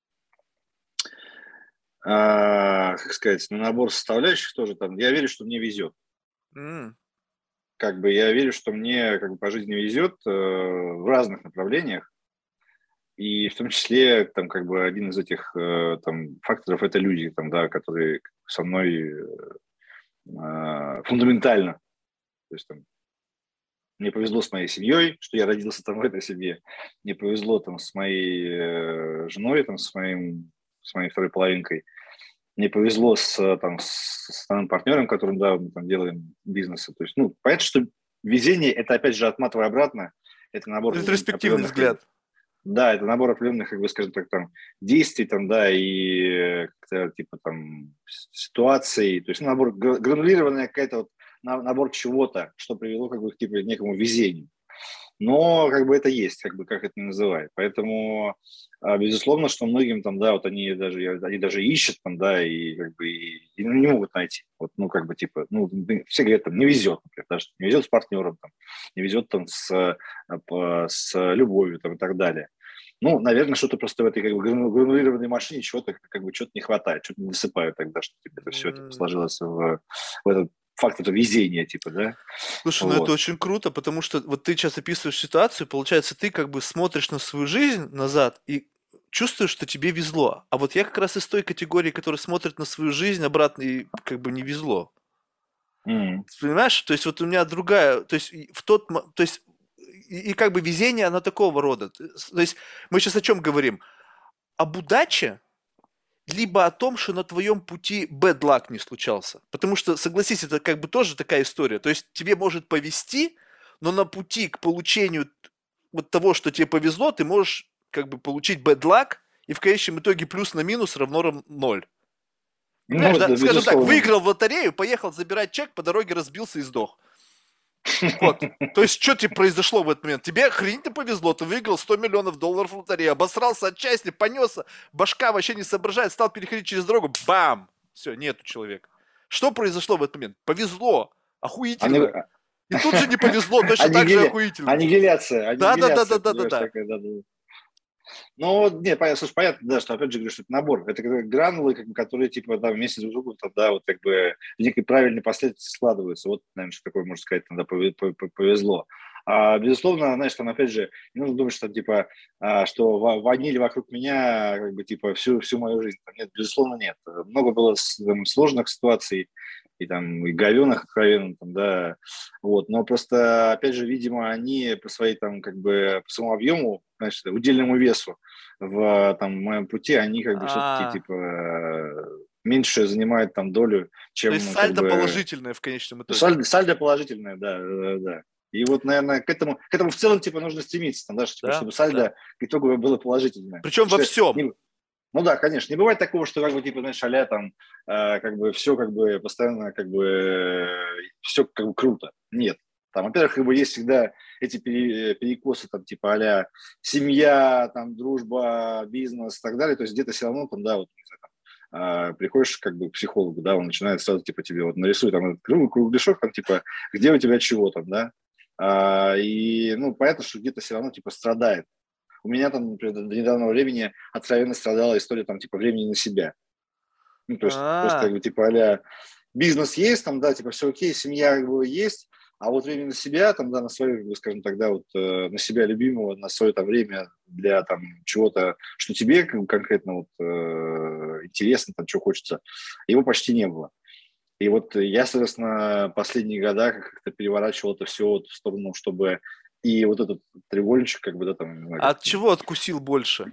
а, как сказать, на набор составляющих тоже там. Я верю, что мне везет. М, Как бы я верю, что мне как бы по жизни везет, э, в разных направлениях. И в том числе, там, как бы один из этих, э, там, факторов- это люди, там, да, которые со мной, э, фундаментально. То есть там мне повезло с моей семьей, что я родился там в этой семье. Мне повезло там с моей э, женой, там, с, моим, с моей второй половинкой. Мне повезло с, э, там, с основным партнером, которым, да, мы там делаем бизнесы. То есть, ну, понятно, что везение – это, опять же, отматывая обратно, это набор Ретроспективный определенных, как бы, взгляд. да, это набор определенных, как бы, скажем так, там, действий, там, да, и э, как-то, типа, там, с- ситуаций, то есть, ну, набор, гра- гранулированная какая-то вот на- набор чего-то, что привело, как бы, к, типа, некому везению. но как бы это есть, как бы как это ни называй. Поэтому, а, безусловно, что многим там, да, вот они даже, они даже ищут там, да, и как бы и, и не могут найти. Вот, ну, как бы типа, ну, все говорят, там, не везет, например, да, что не везет с партнером, там, не везет там с, а, по- с любовью там, и так далее. Ну, наверное, что-то просто в этой как бы грану- гранулированной машине чего-то как бы что-то не хватает, что-то не досыпают тогда, что типа, это все типа, М. сложилось в, в этот факт этого везения, типа, да, Слушай, ну это вот. очень круто, потому что вот ты сейчас описываешь ситуацию, получается, ты как бы смотришь на свою жизнь назад и чувствуешь, что тебе везло. А вот я как раз из той категории, которая смотрит на свою жизнь обратно и как бы не везло. М. Понимаешь? То есть вот у меня другая, то есть и в тот, мо- то есть и, и как бы везение, оно такого рода. То есть то есть мы сейчас о чем говорим? Об удаче, либо о том, что на твоем пути bad luck не случался. Потому что, согласись, это как бы тоже такая история. То есть тебе может повезти, но на пути к получению вот того, что тебе повезло, ты можешь как бы получить bad luck, и в конечном итоге плюс на минус равно рав- ноль. Понимаешь, Ну, да? да, Скажем так, безусловно. выиграл в лотерею, поехал забирать чек, по дороге разбился и сдох. Вот. То есть, что тебе произошло в этот момент? Тебе хрень-то повезло, ты выиграл сто миллионов долларов в лотерее, обосрался от счастья, понесся, башка вообще не соображает, стал переходить через дорогу, бам! Все, нету человека. Что произошло в этот момент? Повезло, Анни- охуительно. И тут же не повезло, точно так же Аннигиля- охуительно. Аннигиляция, аннигиляция, понимаешь, Да-да-да-да-да-да-да. такая, да, да. Ну, вот, не, понятно, слушай, понятно, да, что, опять же, говорю, что это набор. Это как гранулы, как бы, которые, типа, да, вместе друг с другом, там, да, вот, как бы, в некой правильной последовательности складываются. Вот, наверное, что такое, можно сказать, тогда повезло. А, безусловно, знаешь, там, опять же, не нужно думать, что, типа, а, что ванили вокруг меня, как бы, типа, всю, всю мою жизнь. Там, нет, безусловно, нет. Много было там, сложных ситуаций, и там, и говёных откровенно, там, да, вот, но просто, опять же, видимо, они по своей, там, как бы, по своему объему, значит, удельному весу, в там, моем пути, они как бы все-таки А, типа э, меньше занимают там долю, то есть чем как сальдо бы положительное в конечном итоге. сальдо, сальдо положительное, да, да, да. И вот, наверное, к этому, к этому в целом типа нужно стремиться, там, да, что, типа, Да, чтобы да. сальдо итоговое было положительное. Причем Потому во что всем. не- ну да, конечно, не бывает такого, что как бы типа, знаешь, а там э, как бы все как бы постоянно как бы э, все как бы круто. Нет. Там, во-первых, как бы есть всегда эти пере- перекосы, там, типа а семья, там, дружба, бизнес и так далее. То есть где-то все равно там, да, вот, не знаю, там, а, приходишь как бы к психологу, да, он начинает сразу, типа, тебе вот нарисуй там этот круг, кругляшок, там, типа, где у тебя чего там, да. А, и, ну, понятно, что где-то все равно, типа, страдает. У меня там, например, до недавнего времени откровенно страдала история там типа времени на себя. Ну, то есть просто как А, бы типа а бизнес есть, там, да, типа все окей, семья как бы есть, а вот время на себя, там, да, на свое, как бы, скажем так, да, вот э, на себя любимого, на свое там время для там чего-то, что тебе как бы, конкретно вот э, интересно, там, что хочется, его почти не было. И вот я, соответственно, последние года как-то переворачивал это все вот в сторону, чтобы и вот этот треугольничек, как бы, да, там, не знаю, а как от чего откусил больше?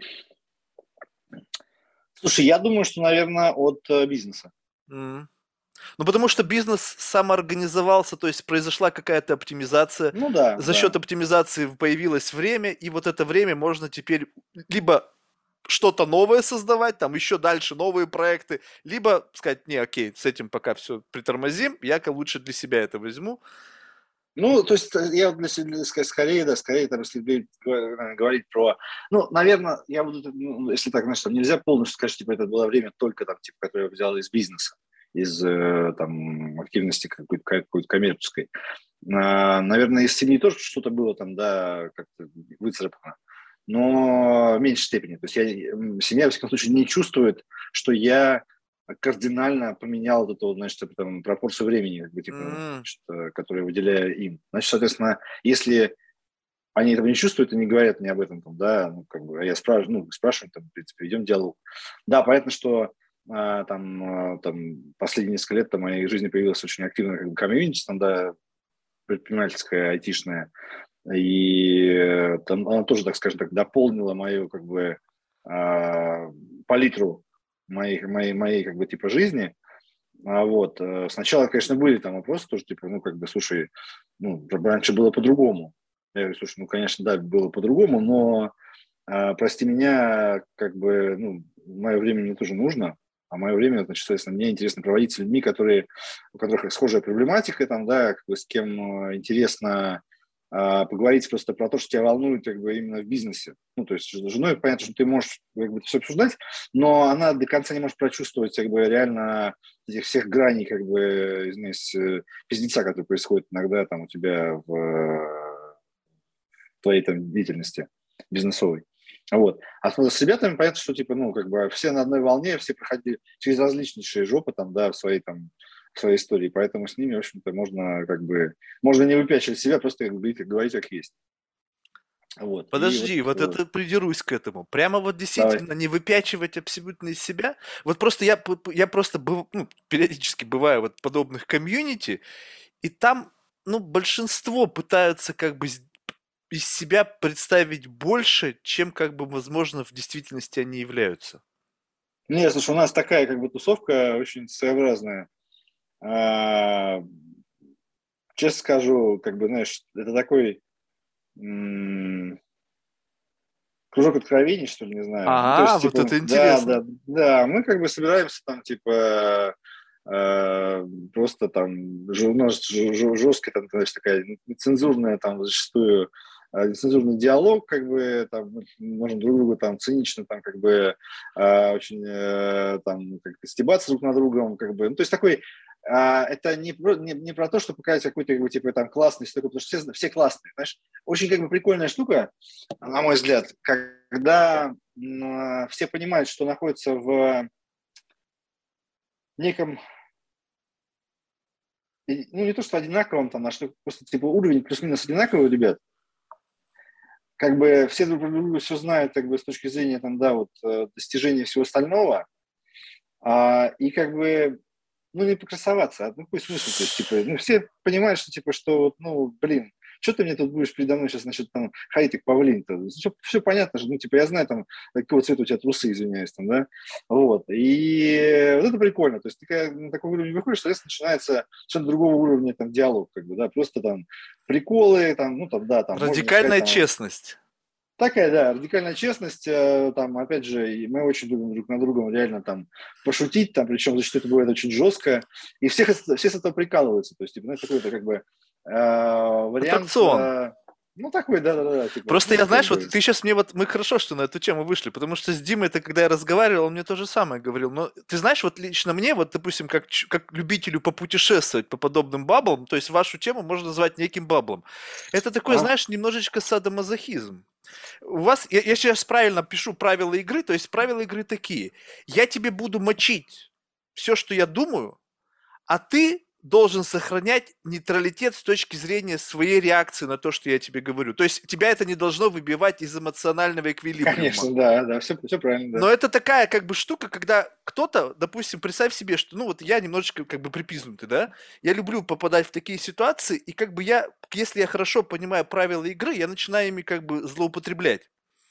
слушай, я думаю, что, наверное, от э, бизнеса. М. Ну, потому что бизнес самоорганизовался, то есть произошла какая-то оптимизация. Ну да, За счет да. оптимизации появилось время, и вот это время можно теперь либо что-то новое создавать, там еще дальше новые проекты, либо сказать, не, окей, с этим пока все притормозим, я-ка лучше для себя это возьму. Ну, то есть э, я вот для себя ска- скорее, да, скорее, там, если говорить э, говорить про... Ну, наверное, я буду, ну, если так, знаешь, там нельзя полностью сказать, что типа, это было время только, там, типа, которое я взял из бизнеса, из э, там, активности какой-то, какой-то коммерческой. А, наверное, из семьи тоже что-то было там, да, как-то выцарапано, но в меньшей степени. То есть я, м, семья, во всяком случае, не чувствует, что я кардинально поменял вот эту, значит, типа, там, пропорцию времени, как бы, типа, М. значит, э, которую выделяю им. Значит, соответственно, если они этого не чувствуют и не говорят мне об этом, там, да, ну, как бы, а я спрашиваю, ну, спрашиваю, там, в принципе, идем в диалог. Да, понятно, что а, там, а, там, последние несколько лет там, в моей жизни появилась очень активная как бы, комьюнити, там, да, предпринимательская, айтишная, и э, там она тоже, так скажем так, дополнила мою, как бы, а, палитру моей, моей, моей, как бы, типа, жизни. А вот, э, сначала, конечно, были там вопросы тоже, типа, ну, как бы, слушай, ну, раньше было по-другому. Я говорю, слушай, ну, конечно, да, было по-другому, но, а, прости меня, как бы, ну, мое время мне тоже нужно, а мое время, значит, соответственно, мне интересно проводить с людьми, которые, у которых схожая проблематика, там, да, как бы, с кем э, интересно а, поговорить просто про то, что тебя волнует как бы именно в бизнесе. Ну, то есть с женой понятно, что ты можешь как бы все обсуждать, но она до конца не может прочувствовать как бы реально этих всех граней как бы, извиняюсь, э, пиздеца, который происходит иногда там у тебя в э, твоей там деятельности бизнесовой. Вот. А с с ребятами понятно, что типа, ну, как бы все на одной волне, все проходили через различнейшие жопы там, да, в своей там в своей истории, поэтому с ними, в общем-то, можно как бы, можно не выпячивать себя, просто говорить, говорить как есть. Вот. И вот Подожди, вот э, это придерусь к этому. Прямо вот давай. действительно не выпячивать абсолютно из себя. Вот просто я, п- п- я просто быв- ну, периодически бываю вот в подобных комьюнити, и там, ну, большинство пытаются как бы с- из себя представить больше, чем как бы, возможно, в действительности они являются. Не, слушай, у нас такая как бы тусовка очень своеобразная. А, честно скажу, как бы, знаешь, это такой м, кружок откровений, что ли, не знаю. Ну, то Ага, есть, вот типа, это да, интересно. да, да, мы как бы собираемся там, типа, э, просто там жё- у нас жё- жё- жесткая там, знаешь, такая нецензурная там зачастую э, нецензурный диалог, как бы там мы можем друг другу там цинично там как бы э, очень э, там как-то стебаться друг над другом, как бы, ну то есть такой а, это не про, не, не про то, что показать какой-то как бы, типа там классный, такой, потому что все, все классные, знаешь, очень как бы прикольная штука, на мой взгляд, когда м, все понимают, что находятся в неком и, ну, не то, что одинаковым, там, а что просто, типа, уровень плюс-минус одинаковый у ребят, как бы все друг про друга все знают, как бы, с точки зрения, там, да, вот, э, достижения всего остального, а, и, как бы, ну, не покрасоваться, а ну, какой смысл, то есть, типа, ну, все понимают, что, типа, что, вот, ну, блин, что ты мне тут будешь передо мной сейчас, значит, там, ходить как павлин-то? Все, все понятно же, ну, типа, я знаю, там, какого цвета у тебя трусы, извиняюсь, там, да, вот, и вот это прикольно, то есть, ты когда на такой уровень выходишь, соответственно, начинается совершенно другого уровня, там, диалог, как бы, да, просто, там, приколы, там, ну, там, да, там, можно сказать, Радикальная там, честность. такая, да, радикальная честность, э, там, опять же, и мы очень любим друг на другом реально там пошутить, там, причем зачастую это бывает очень жестко, и всех, это- все с этого прикалываются, то есть, типа, ну, это такой-то как бы э, вариант, Аттракцион. э, ну, такой, да-да-да, типа, Просто я, ну, как знаешь, вот бы, ты сейчас мне вот, мы хорошо, что на эту тему вышли, потому что с Димой, это когда я разговаривал, он мне то же самое говорил. Но ты знаешь, вот лично мне, вот, допустим, как, ч- как любителю попутешествовать по подобным баблам, то есть вашу тему можно назвать неким баблом. Это такой, а, знаешь, немножечко садомазохизм. У вас, я, я сейчас правильно пишу правила игры, то есть правила игры такие. Я тебе буду мочить все, что я думаю, а ты должен сохранять нейтралитет с точки зрения своей реакции на то, что я тебе говорю. То есть тебя это не должно выбивать из эмоционального эквилибриума. конечно, да, да, все, все правильно, да. Но это такая как бы штука, когда кто-то, допустим, представь себе, что, ну вот я немножечко как бы припизнутый, да, я люблю попадать в такие ситуации, и как бы я, если я хорошо понимаю правила игры, я начинаю ими как бы злоупотреблять.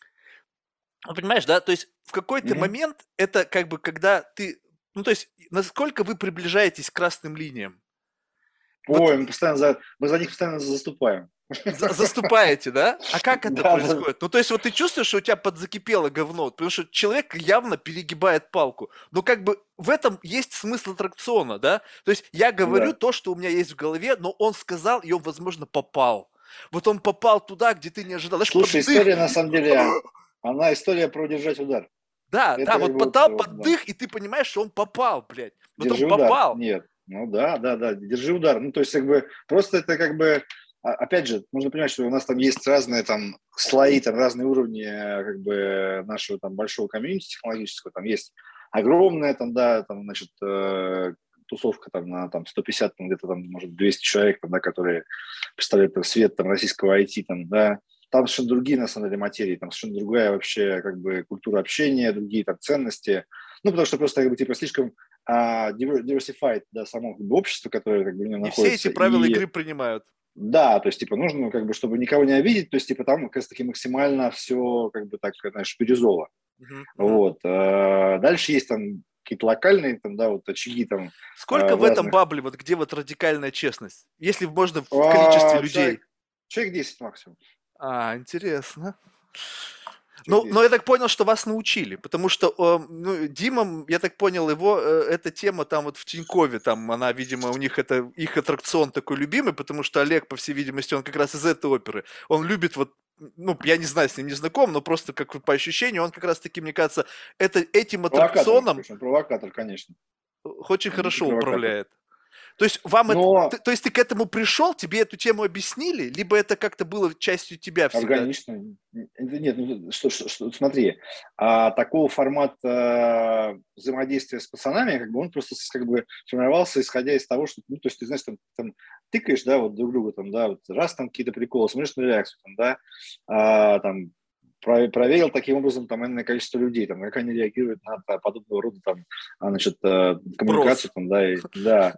Ну, понимаешь, да? То есть в какой-то Мгм. момент это как бы когда ты, ну то есть насколько вы приближаетесь к красным линиям? Вот Ой, мы постоянно за, мы за них постоянно заступаем. За- заступаете, да? А как это Да, да, происходит? Ну, то есть вот ты чувствуешь, что у тебя подзакипело говно, потому что человек явно перегибает палку. Но как бы в этом есть смысл аттракциона, да? То есть я ну говорю да. то, что у меня есть в голове, но он сказал, и он, возможно, попал. Вот он попал туда, где ты не ожидал. Знаешь, Слушай, поддых. история на самом деле, она история про удержать удар. Да, да, Это как вот бы вот, подал вот, да. поддых, и ты понимаешь, что он попал, блядь. Вот он Держи удар. попал. Нет. Ну да, да, да, держи удар. Ну, то есть, как бы, просто это как бы, а, опять же, нужно понимать, что у нас там есть разные там слои, там разные уровни, э, как бы, нашего там большого комьюнити технологического. Там есть огромная, там, да, там, значит, э, тусовка там на там сто пятьдесят, там, где-то там, может, двести человек, там, да, которые представляют там, свет там российского ай ти, там, да. Там совершенно другие, на самом деле, материи, там совершенно другая вообще, как бы, культура общения, другие там ценности. Ну, потому что просто, как бы, типа, слишком а, diversified, да, само как бы, общество, которое как бы в нем И все эти находится. правила И игры принимают. да, то есть, типа, нужно, как бы, чтобы никого не обидеть, то есть, типа, там как раз-таки максимально все, как бы, так, знаешь, бирюзово. Мгм, мгм. Вот. А дальше есть там какие-то локальные, там, да, вот очаги там а, Сколько в в этом разных. бабле, вот где вот радикальная честность? Если можно в количестве А, людей. человек, человек десять максимум. А, интересно. Что Ну, но здесь? я так понял, что вас научили, потому что, э, ну, Дима, я так понял, его э, эта тема там вот в Тинькове, там она, видимо, у них это их аттракцион такой любимый, потому что Олег, по всей видимости, он как раз из этой оперы. Он любит вот, ну, я не знаю, с ним не знаком, но просто как по ощущению, он как раз таки, мне кажется, это этим Провокатор, аттракционом слушай, он провокатор, конечно. э, очень Он дикий хорошо провокатор. управляет. То есть вам это, Но ты- то есть ты к этому пришел, тебе эту тему объяснили, либо это как-то было частью тебя всегда? органично. Н- Нет, ну, что, что- что- смотри, а, такого формата взаимодействия с пацанами, как бы он просто с- как бы формировался, исходя из того, что, ну, то есть ты знаешь, там, там тыкаешь, да, вот друг другу, там, да, вот раз там какие-то приколы, смотришь на реакцию, там, да, а, там, про- проверил таким образом там энное количество людей, там, как они реагируют на та- подобного рода там, а, значит, э, коммуникацию, Спрос. там, да, и, да,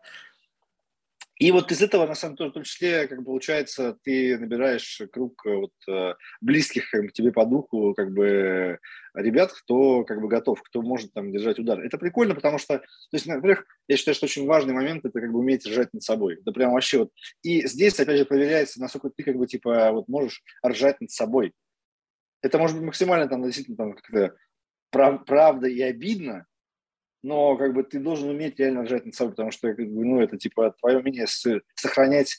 и вот из этого, на самом деле, в том числе, как бы получается, ты набираешь круг э, вот, э, близких как бы, тебе по духу как бы ребят, кто как бы готов, кто может там держать удар. Это прикольно, потому что, то есть, во-первых, я считаю, что очень важный момент это как бы уметь ржать над собой. Это прям вообще вот. И здесь, опять же, проверяется, насколько ты как бы типа вот можешь ржать над собой. Это может быть максимально там действительно там как-то прав- правда и обидно, но как бы ты должен уметь реально ржать над собой, потому что как бы, ну, это типа твое умение с- сохранять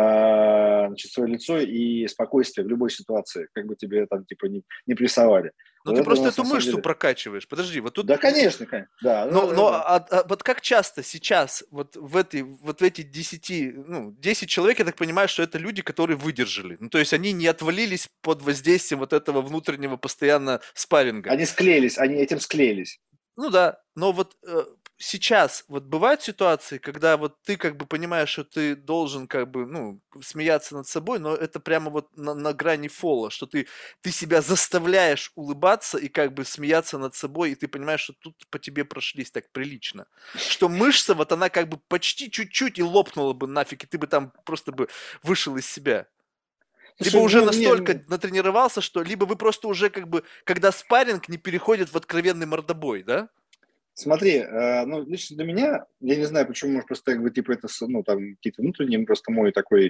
а, значит, свое лицо и спокойствие в любой ситуации, как бы тебе там типа не, не прессовали. Ну, Вот ты это у просто нас эту на самом мышцу деле. прокачиваешь. Подожди, вот тут, Да, конечно, конечно. Да, да, но, да, но да. а- а вот как часто сейчас вот в этой, вот в эти десяти, ну, десять человек, я так понимаю, что это люди, которые выдержали. Ну, то есть они не отвалились под воздействием вот этого внутреннего постоянно спарринга. Они склеились, они этим склеились. Ну да, но вот э, сейчас вот бывают ситуации, когда вот ты как бы понимаешь, что ты должен как бы, ну, смеяться над собой, но это прямо вот на, на грани фола, что ты, ты себя заставляешь улыбаться и как бы смеяться над собой, и ты понимаешь, что тут по тебе прошлись так прилично. Что мышца вот она как бы почти чуть-чуть и лопнула бы нафиг, и ты бы там просто бы вышел из себя. Либо Слушай, уже ну, настолько не, натренировался, что либо вы просто уже как бы, когда спарринг не переходит в откровенный мордобой, да? смотри, э, ну, лично для меня, я не знаю, почему, может, просто как бы, типа, это, с- ну, там, какие-то внутренние, просто мой такой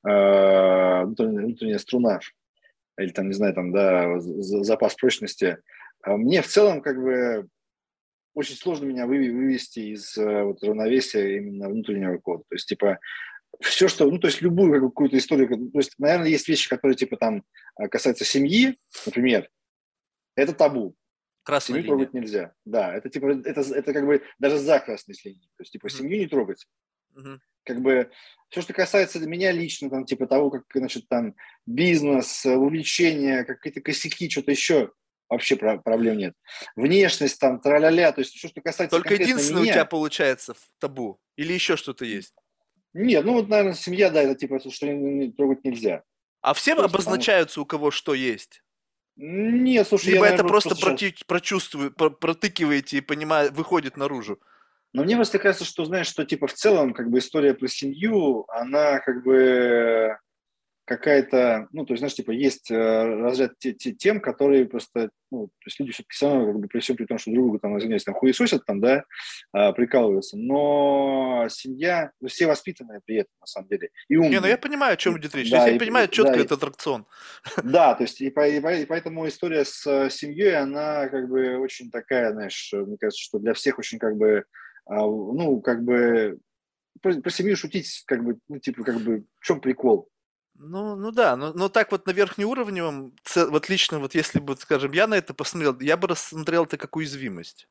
э, внутренняя, внутренняя струна, или там, не знаю, там, да, за- запас прочности. А мне в целом, как бы, очень сложно меня выви- вывести из э, вот, равновесия именно внутреннего кода. То есть, типа, все, что, ну, то есть, любую как бы, какую-то историю, как- то есть, наверное, есть вещи, которые, типа, там, э, касаются семьи, например, это табу. Красная Семью линия. трогать нельзя. Да, это, типа, это, это как бы даже за красной линией. То есть, типа, Мгм, семью не трогать. мгм. Как бы все, что касается меня лично, там, типа того, как, значит, там, бизнес, э, увлечения, какие-то косяки, что-то еще, вообще про- проблем нет. Внешность, там, тра-ля-ля, то есть все, что касается Только конкретно единственное у тебя меня, получается в табу. Или еще что-то есть. нет, ну вот, наверное, семья, да, это типа, что не- не- трогать нельзя. А все То есть, потому что... обозначаются, у кого что есть. Нет, слушай, я, Либо это наверное, просто просто сейчас... проти- прочувствую, про- протыкиваете и понимаю, выходит наружу. Но мне просто кажется, что, знаешь, что, типа, в целом, как бы, история про семью, она, как бы, какая-то, ну, то есть, знаешь, типа, есть э, разряд те, те, тем, которые просто, ну, то есть люди все-таки все равно, как бы, при всем при том, что друг друга, там, извиняюсь, там, хуесосят, там, да, а, прикалываются, но семья, ну, все воспитанные при этом, на самом деле, и Не, ну я умные. понимаю, о чем И, идет речь. То есть да, я и, понимаю и- да, четко, и- это аттракцион. да, то есть, и, по- и по- и поэтому история с э, семьей, она, как бы, очень такая, знаешь, э, мне кажется, что для всех очень, как бы, а, ну, как бы, про, про семью шутить, как бы, ну, типа, как бы, в чем прикол? Ну, ну да, но, но так вот на верхнеуровневом, це- вот лично, вот если бы, скажем, я на это посмотрел, я бы рассмотрел это как уязвимость.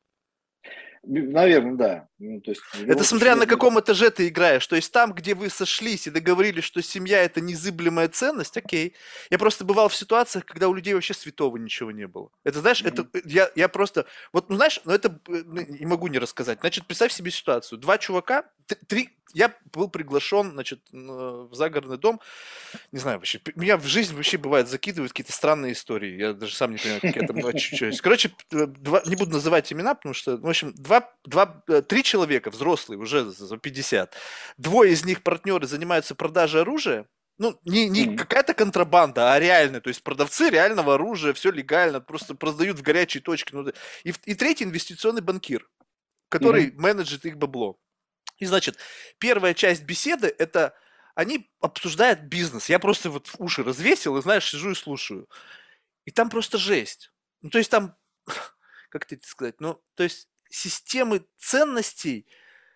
Наверное, да. Ну, то есть в Это любом случае смотря на нет, нет. каком этаже ты играешь. То есть там, где вы сошлись и договорились, что семья это незыблемая ценность, окей. Я просто бывал в ситуациях, когда у людей вообще святого ничего не было. Это, знаешь, это Мгм. э, я, я просто, вот, ну, знаешь, ну это э, ну, не могу не рассказать. Значит, представь себе ситуацию. Два чувака, т- три, я был приглашен, значит, н- э, в загородный дом. Не знаю, вообще, п- меня в жизнь вообще бывает закидывают какие-то странные истории. Я даже сам не понимаю, как я там очутилась. Короче, п- два- не буду называть имена, потому что, в общем, два, два, э, три человека, взрослые, уже за за пятьдесят. Двое из них партнеры занимаются продажей оружия. Ну, не, не Мгм. какая-то контрабанда, а реальная. То есть продавцы реального оружия, все легально, просто продают в горячей точке. Ну, да. и, в- и третий инвестиционный банкир, Мгм. который менеджит их бабло. И, значит, первая часть беседы – это они обсуждают бизнес. Я просто вот уши развесил и, знаешь, сижу и слушаю. И там просто жесть. Ну, то есть там, как это сказать, ну, то есть системы ценностей,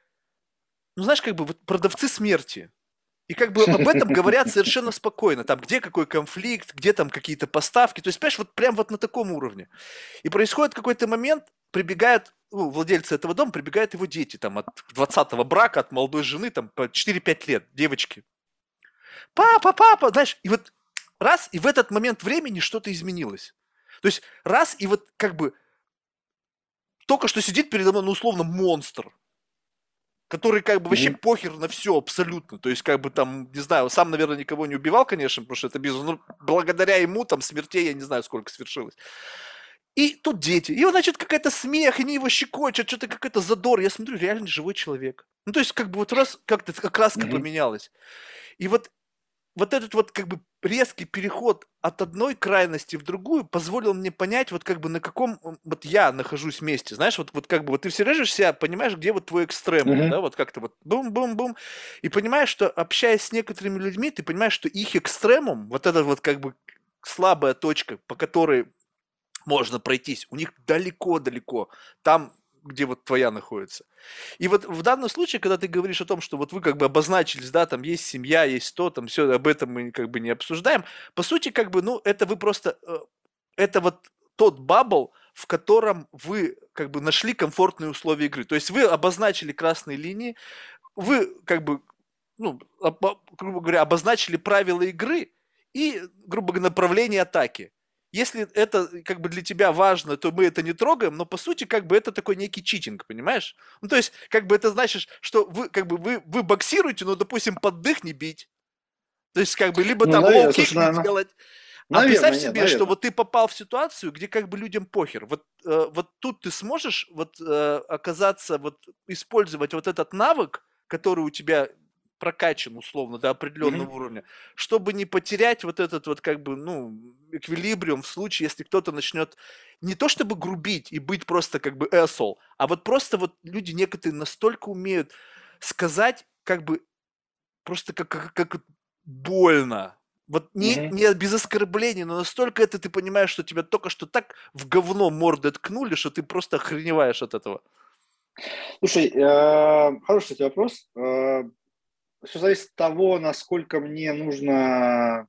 ну, знаешь, как бы вот продавцы смерти. И как бы об этом говорят совершенно спокойно. Там, где какой конфликт, где там какие-то поставки. То есть, понимаешь, вот прям вот на таком уровне. И происходит какой-то момент, прибегают, ну, владельцы этого дома, прибегают его дети, там, от двадцатого брака, от молодой жены, там, по четыре-пять лет, девочки. Папа, папа, знаешь, и вот раз, и в этот момент времени что-то изменилось. То есть раз, и вот как бы только что сидит передо мной, ну, условно, монстр, который как бы вообще Мгм. похер на все абсолютно. То есть как бы там, не знаю, сам, наверное, никого не убивал, конечно, потому что это бизнес, но благодаря ему там смертей я не знаю, сколько свершилось. И тут дети. И, вот, значит, какая-то смех, они его щекочут, что-то какой-то задор. Я смотрю, реально живой человек. Ну, то есть, как бы вот раз как-то краска Мгм. поменялась. И вот вот этот вот как бы резкий переход от одной крайности в другую позволил мне понять, вот как бы на каком м, вот я нахожусь месте, знаешь, вот, вот как бы вот ты все режешь себя, понимаешь, где вот твой экстремум, Мгм. да, вот как-то вот бум-бум-бум, и понимаешь, что общаясь с некоторыми людьми, ты понимаешь, что их экстремум, вот эта вот как бы слабая точка, по которой можно пройтись, у них далеко-далеко, там, где вот твоя находится. И вот в данном случае, когда ты говоришь о том, что вот вы как бы обозначились, да, там есть семья, есть то, там все, об этом мы как бы не обсуждаем, по сути, как бы, ну, это вы просто, э, это вот тот бабл, в котором вы как бы нашли комфортные условия игры. То есть вы обозначили красные линии, вы как бы, ну, обо- грубо говоря, обозначили правила игры и, грубо говоря, направление атаки. Если это как бы для тебя важно, то мы это не трогаем, но по сути как бы это такой некий читинг, понимаешь? Ну то есть как бы это значит, что вы как бы вы, вы боксируете, но допустим под дых не бить. То есть как бы либо Ну, там наверное, слушай, лоу-кик не наверное, делать. А представь наверное, нет, себе, что наверное. вот ты попал в ситуацию, где как бы людям похер. Вот, э, вот тут ты сможешь вот э, оказаться, вот использовать вот этот навык, который у тебя прокачан условно до определенного Мгм. уровня, чтобы не потерять вот этот вот как бы, ну, эквилибриум в случае, если кто-то начнет не то чтобы грубить и быть просто как бы asshole, а вот просто вот люди некоторые настолько умеют сказать как бы просто как, как, как больно. Вот не, Мгм. не без оскорблений, но настолько это ты понимаешь, что тебя только что так в говно мордой ткнули, что ты просто охреневаешь от этого. Слушай, э, хороший, кстати, вопрос. Все зависит от того, насколько мне нужно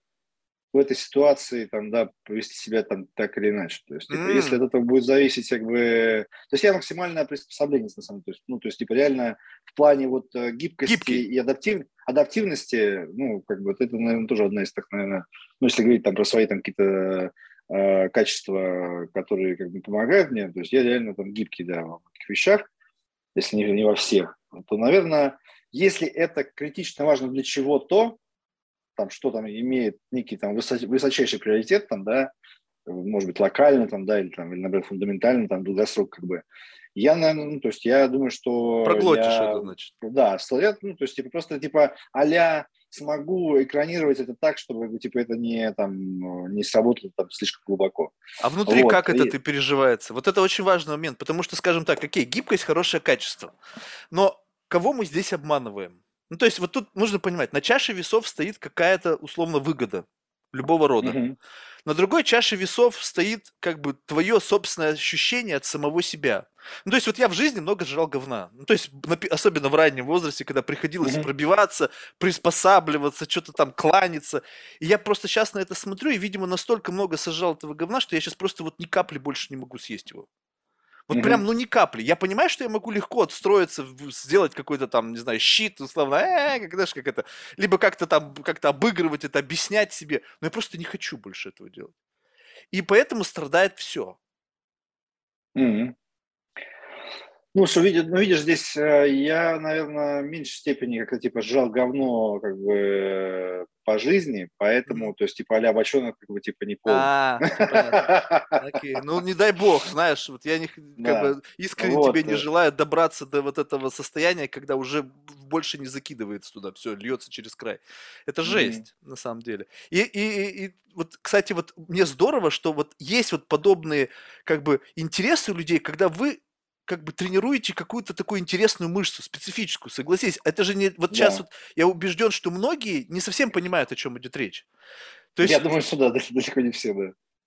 в этой ситуации там, да, повести себя там так или иначе. То есть, типа, если М, от этого будет зависеть, как бы... То есть я максимальная приспособленность, на самом деле. То есть, ну, то есть, типа, реально в плане вот э, гибкости Гибкий. и адаптив... адаптивности, ну, как бы, вот это, наверное, тоже одна из, так, наверное, ну, если говорить там про свои там какие-то э, качества, которые как бы помогают мне, то есть я реально там гибкий, да, во многих вещах, если не, не во всех, то, наверное, если это критично важно для чего-то, там, что там имеет некий там высоч, высочайший приоритет, там, да, может быть, локально, там, да, или, там, или, например, фундаментально, там, долгосрок, как бы. Я, наверное, ну, то есть я думаю, что Проглотишь я, это, значит. да, славят, ну, то есть, типа, просто, типа, а смогу экранировать это так, чтобы, типа, это не, там, не сработало там слишком глубоко. А внутри Вот. как это И, ты переживается? Вот это очень важный момент, потому что, скажем так, окей, гибкость хорошее качество, но кого мы здесь обманываем? Ну, то есть вот тут нужно понимать, на чаше весов стоит какая-то условно выгода любого рода. мгм, На другой чаше весов стоит как бы твое собственное ощущение от самого себя. Ну, то есть вот я в жизни много жрал говна. Ну, то есть напи- особенно в раннем возрасте, когда приходилось мгм. пробиваться, приспосабливаться, что-то там кланяться. И я просто сейчас на это смотрю и, видимо, настолько много сожрал этого говна, что я сейчас просто вот ни капли больше не могу съесть его. Вот прям, Мгм. ну, ни капли. Я понимаю, что я могу легко отстроиться, в- сделать какой-то там, не знаю, щит, условно, э, как, знаешь, как это, либо как-то там, как-то обыгрывать это, объяснять себе, но я просто не хочу больше этого делать. И поэтому страдает все. Мгм. Ну, что видишь, ну, видишь, здесь э, я, наверное, в меньшей степени как-то, типа, сжал говно, как бы, э, по жизни, поэтому, то есть, типа, а-ля бочонок, как бы, типа, не полный. А, все понятно. Окей. Ну, не дай бог, знаешь, вот я не, х- как Да, бы искренне тебе вот. не э, желаю добраться до вот этого состояния, когда уже б- больше не закидывается туда, все, льется через край. Это мгм, жесть, на самом деле. И, и, и- и вот, кстати, вот мне здорово, что вот есть вот подобные, как бы, интересы у людей, когда вы как бы тренируете какую-то такую интересную мышцу, специфическую, согласись. Это же не... Вот сейчас Да. вот я убежден, что многие не совсем понимают, о чем идет речь. То Я есть думаю, что да, далеко не все, да.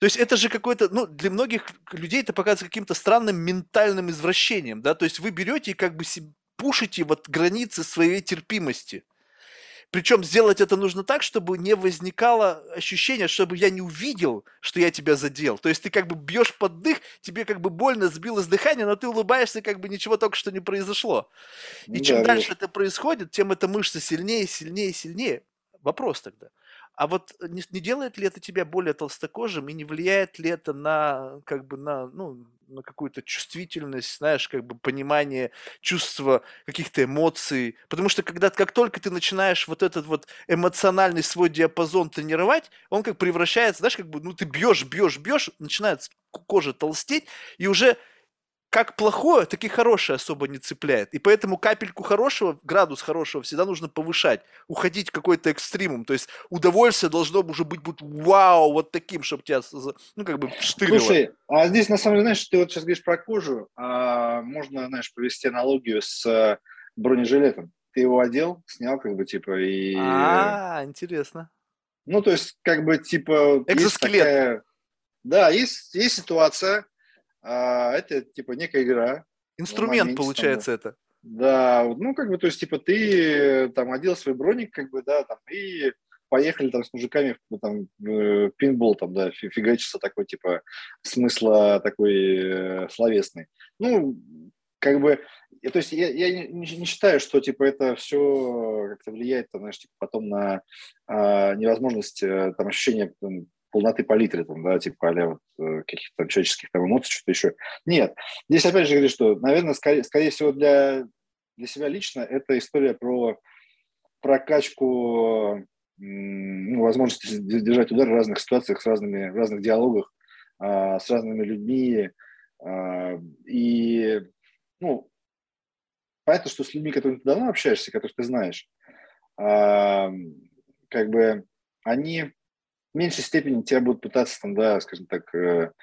То есть это же какой-то, ну, для многих людей это показывается каким-то странным ментальным извращением, да, то есть вы берете и как бы себе пушите вот границы своей терпимости. Причем сделать это нужно так, чтобы не возникало ощущения, чтобы я не увидел, что я тебя задел. То есть ты как бы бьешь под дых, тебе как бы больно, сбилось дыхание, но ты улыбаешься, как бы ничего только что не произошло. И Ну чем да, дальше видишь. это происходит, тем эта мышца сильнее, сильнее, сильнее. Вопрос тогда. А вот не, не делает ли это тебя более толстокожим и не влияет ли это на, как бы, на, ну, на какую-то чувствительность, знаешь, как бы понимание, чувство каких-то эмоций? Потому что когда, как только ты начинаешь вот этот вот эмоциональный свой диапазон тренировать, он как превращается, знаешь, как бы, ну, ты бьешь, бьешь, бьешь, начинает кожа толстеть, и уже как плохое, так и хорошее особо не цепляет. И поэтому капельку хорошего, градус хорошего всегда нужно повышать, уходить в какой-то экстремум. То есть удовольствие должно уже быть, быть вау, вот таким, чтобы тебя, ну, как бы штырило. Слушай, а здесь на самом деле, знаешь, ты вот сейчас говоришь про кожу, а можно, знаешь, повести аналогию с э, бронежилетом. Ты его одел, снял, как бы, типа, и... А, интересно. Ну, то есть, как бы, типа, есть Экзоскелет. такая... Да, есть, есть ситуация, а, это, типа, некая игра в Инструмент моменте, там, да. получается это. Да, вот, ну, как бы, то есть, типа, ты там одел свой броник, как бы, да, там, и поехали там с мужиками в там, в пинбол, там, да, фи- фигачиться такой, типа, смысла такой э, словесный. Ну, как бы, и, то есть, я, я не, не- не считаю, что, типа, это все как-то влияет, там, знаешь, типа, потом на а, невозможность, э, там, ощущения там, полноты палитры, там, да, типа, а вот э, каких-то там человеческих там эмоций, что-то еще. Нет, здесь опять же говорю, что, наверное, скорее, скорее всего, для для себя лично это история про прокачку, ну, возможности держать удар в разных ситуациях, с разными, в разных диалогах, а, с разными людьми. А, и, ну, понятно, что с людьми, которыми ты давно общаешься, которых ты знаешь, а, как бы они в меньшей степени тебя будут пытаться, там, да, скажем так, э,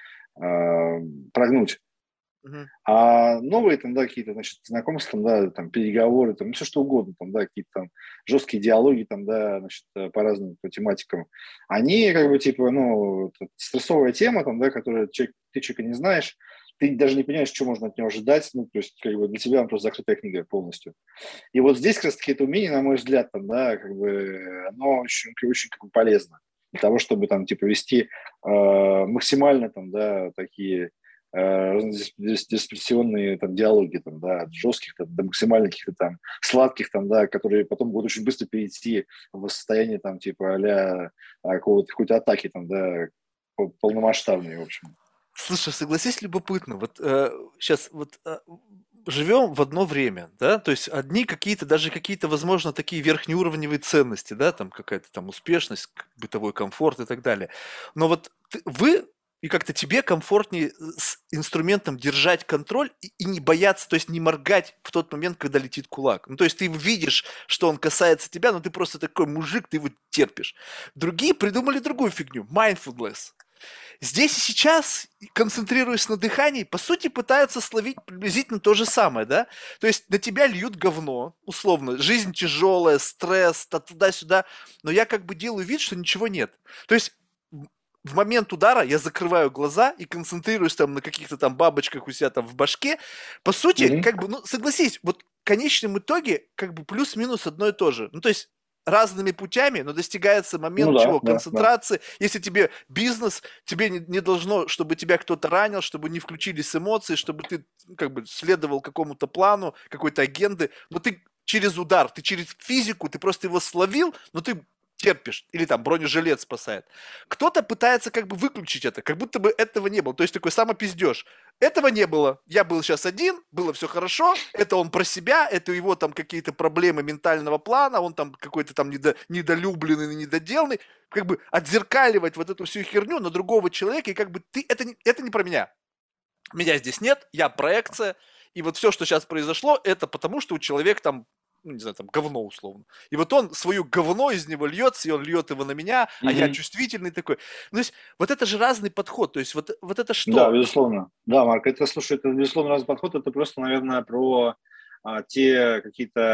а, прогнуть. Мгм. А новые там, да, какие-то, значит, знакомства, там, да, там, переговоры, там, ну, все что угодно, там, да, какие-то там жесткие диалоги, там, да, значит, э, по разным по тематикам, они, как бы, типа, ну, это стрессовая тема, там, да, которую человек, ты человека не знаешь, ты даже не понимаешь, что можно от него ожидать, ну, то есть, как бы, для тебя он просто закрытая книга полностью. И вот здесь, как раз таки, это умение, на мой взгляд, там, да, как бы, оно очень, очень как бы, полезно для того, чтобы, там, типа, вести э, максимально, там, да, такие э, диспрессионные там диалоги, там, да, от жестких там, до максимально каких-то там сладких, там, да, которые потом будут очень быстро перейти в состояние там типа а-ля а, какого-то какой-то атаки там, да, полномасштабной, в общем. Слушай, согласись, любопытно. Вот сейчас вот э, живем в одно время, да, то есть одни какие-то, даже какие-то, возможно, такие верхнеуровневые ценности, да, там какая-то там успешность, к- бытовой комфорт и так далее. Но вот ты- вы и как-то тебе комфортнее э, с инструментом держать контроль и, и не бояться, то есть не моргать в тот момент, когда летит кулак. Ну, то есть ты видишь, что он касается тебя, но ты просто такой мужик, ты его терпишь. Другие придумали другую фигню, mindfulness. Здесь и сейчас, концентрируясь на дыхании, по сути пытаются словить приблизительно то же самое, да? То есть на тебя льют говно, условно, жизнь тяжелая, стресс, та- туда-сюда, но я как бы делаю вид, что ничего нет. То есть в в момент удара я закрываю глаза и концентрируюсь там на каких-то там бабочках у себя там в башке. По сути, Мгм. как бы, ну, согласись, вот в конечном итоге как бы плюс-минус одно и то же. Ну, то есть разными путями, но достигается Ну момент да, чего? да, да. Концентрации. Если тебе бизнес, тебе не, не должно, чтобы тебя кто-то ранил, чтобы не включились эмоции, чтобы ты ну, как бы следовал какому-то плану, какой-то агенды, но ты через удар, ты через физику, ты просто его словил, но ты терпишь, или там бронежилет спасает. Кто-то пытается как бы выключить это, как будто бы этого не было. То есть такой самопиздеж. Этого не было. Я был сейчас один, было все хорошо, это он про себя, это его там какие-то проблемы ментального плана, он там какой-то там недо, недолюбленный, недоделанный. Как бы отзеркаливать вот эту всю херню на другого человека, и как бы ты, это не, это не про меня. Меня здесь нет, я проекция, и вот все, что сейчас произошло, это потому, что у человека там ну, не знаю, там, говно условно. И вот он свою говно из него льется, и он льет его на меня, а я Мгм. чувствительный такой. Ну, то есть вот это же разный подход. То есть вот, вот это Да, что? безусловно. Да, Марк, это, слушай, это, безусловно, разный подход. Это просто, наверное, про а, те какие-то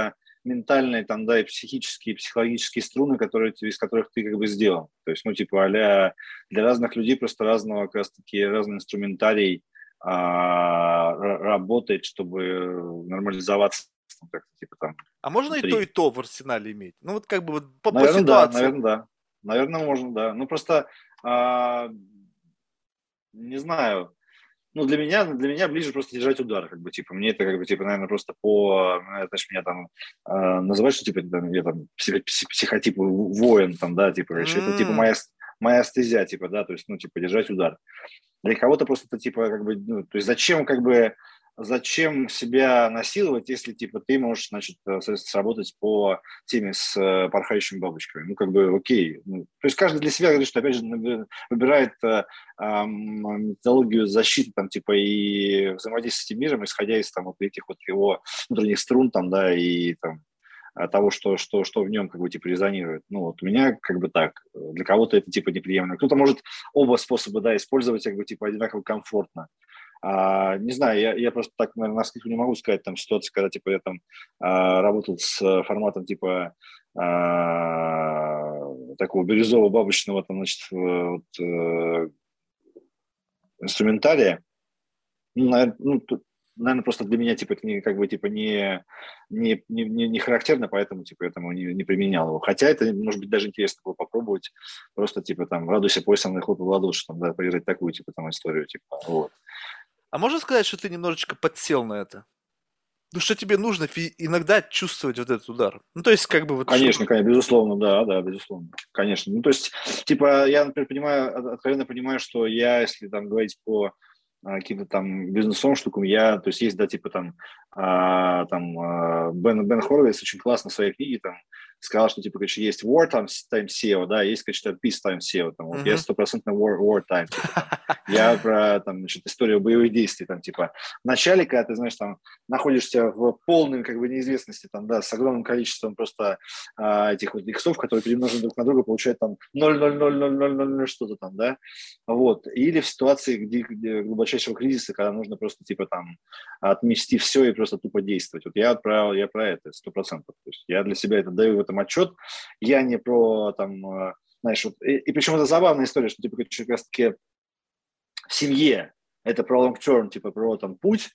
ментальные, там, да, и психические, и психологические струны, которые, из которых ты как бы сделан. То есть, ну, типа, а для разных людей просто разного, как раз-таки, разный инструментарий а, работает, чтобы нормализоваться, как-то, типа, там, А можно и то, и внутри. то в арсенале иметь? Ну, вот как бы вот по, по Наверное, да, ситуации. наверное, да. Наверное, можно, да. Ну, просто, а, не знаю, ну, для меня, для меня ближе просто держать удар, как бы, типа, мне это, как бы, типа, наверное, просто по, э, знаешь, меня там э, называют, что, типа, там, я там псих, псих- психотип воин, там, да, типа, короче, это, типа, М. моя, с- моя стезя, типа, да, то есть, ну, типа, держать удар. Для кого-то просто это, типа, как бы, ну, то есть, зачем, как бы, зачем себя насиловать, если, типа, ты можешь, значит, э, с- сработать по теме с э, порхающими бабочками, ну, как бы, окей. Ну, то есть, каждый для себя, говорит, что, опять же, наби- выбирает э, ам, методологию защиты, там, типа, и взаимодействия с этим миром, исходя из, там, вот этих вот его внутренних струн, там, да, и, там, а, того, что, что, что в нем, как бы, типа, резонирует. Ну, вот у меня, как бы, так. Для кого-то это, типа, неприемлемо. Кто-то может оба способа, да, использовать, как бы, типа, одинаково комфортно. А, не знаю, я, я просто так, наверное, на скидку не могу сказать, там, ситуация, когда, типа, я там а, работал с форматом, типа, а, такого бирюзово-бабочного, там, значит, э, вот, э, инструментария. Ну, наверное, ну, тут, наверное, просто для меня, типа, это не, как бы, типа, не, не, не, не не характерно, поэтому, типа, я там не, не применял его. Хотя это, может быть, даже интересно было попробовать. Просто, типа, там, радуйся поясом и хлопай в ладоши, там, да, поиграть такую, типа, там, историю, типа, вот. А можно сказать, что ты немножечко подсел на это? Ну, что тебе нужно фи- иногда чувствовать вот этот удар. Ну, то есть, как бы вот Конечно, чтобы... конечно, безусловно, да, да, безусловно, конечно. Ну, то есть, типа, я, например, понимаю, от- откровенно понимаю, что я, если там говорить по а, каким-то там бизнесовым штукам, я, то есть, есть, да, типа, там, а, там, а, Бен, Бен Хоровиц очень классно в своей книге там сказал, что, типа, короче, есть wartime time S E O, да, есть, конечно, peacetime S E O, там, вот, я Мгм. стопроцентно war, wartime, типа, там, я про, там, значит, историю боевых действий, там, типа, в начале, когда ты, знаешь, там, находишься в полной, как бы, неизвестности, там, да, с огромным количеством просто а, этих вот иксов, которые перемножены друг на друга, получают там ноль ноль ноль ноль ноль ноль ноль что-то там, да, вот, или в ситуации, где, где глубочайшего кризиса, когда нужно просто, типа, там, отмести все и просто тупо действовать. Вот я отправил, я про это, сто процентов. То есть я для себя это даю в этом отчет. Я не про, там, э, знаешь, вот, и, и причем это забавная история, что, типа, как раз-таки в семье это про long term, типа, про, там, путь,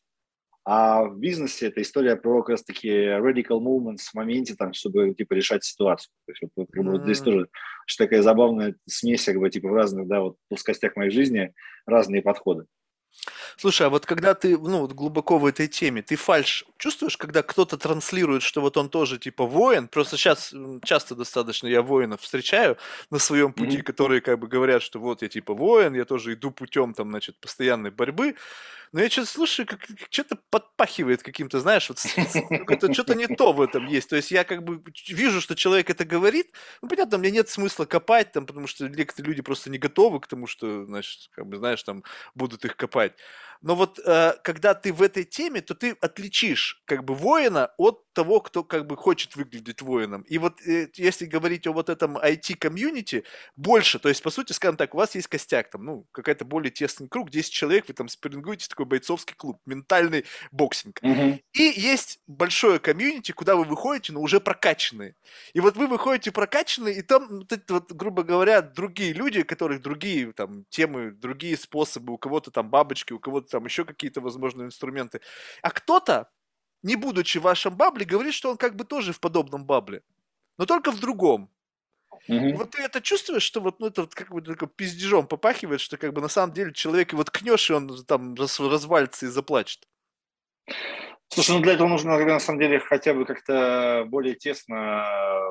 а в бизнесе это история про как раз-таки radical movements в моменте, там, чтобы типа решать ситуацию. То есть вот, вот, как бы, вот здесь М. тоже что такая забавная смесь, как бы, типа в разных, да, вот плоскостях моей жизни разные подходы. Слушай, а вот когда ты, ну, вот глубоко в этой теме, ты фальшь чувствуешь, когда кто-то транслирует, что вот он тоже типа воин? Просто сейчас часто достаточно я воинов встречаю на своем пути, Мгм. которые как бы говорят, что вот я типа воин, я тоже иду путем там, значит, постоянной борьбы. Но я что-то слушаю, как, что-то подпахивает каким-то, знаешь, вот с- с- какое-то что-то не то в этом есть. То есть я как бы ч- вижу, что человек это говорит, ну, понятно, мне нет смысла копать там, потому что некоторые люди просто не готовы к тому, что, значит, как бы, знаешь, там будут их копать. Но вот э, когда ты в этой теме, то ты отличишь как бы воина от того, кто как бы хочет выглядеть воином. И вот э, если говорить о вот этом ай ти-комьюнити, больше, то есть, по сути, скажем так, у вас есть костяк, там, ну, какая-то более тесный круг, десять человек, вы там спаррингуете, такой бойцовский клуб, ментальный боксинг. Мгм. И есть большое комьюнити, куда вы выходите, но уже прокачанные. И вот вы выходите прокачанные, и там, вот, это вот, грубо говоря, другие люди, у которых другие там темы, другие способы, у кого-то там бабочки, у кого-то там еще какие-то, возможно, инструменты. А кто-то, не будучи в вашем бабле, говорит, что он как бы тоже в подобном бабле, но только в другом. И Мгм. вот ты это чувствуешь, что вот, ну, это вот как бы такой пиздежом попахивает, что как бы на самом деле человек, и вот кнешь, и он там раз- развалится и заплачет. Слушай, ну для этого нужно, наверное, на самом деле хотя бы как-то более тесно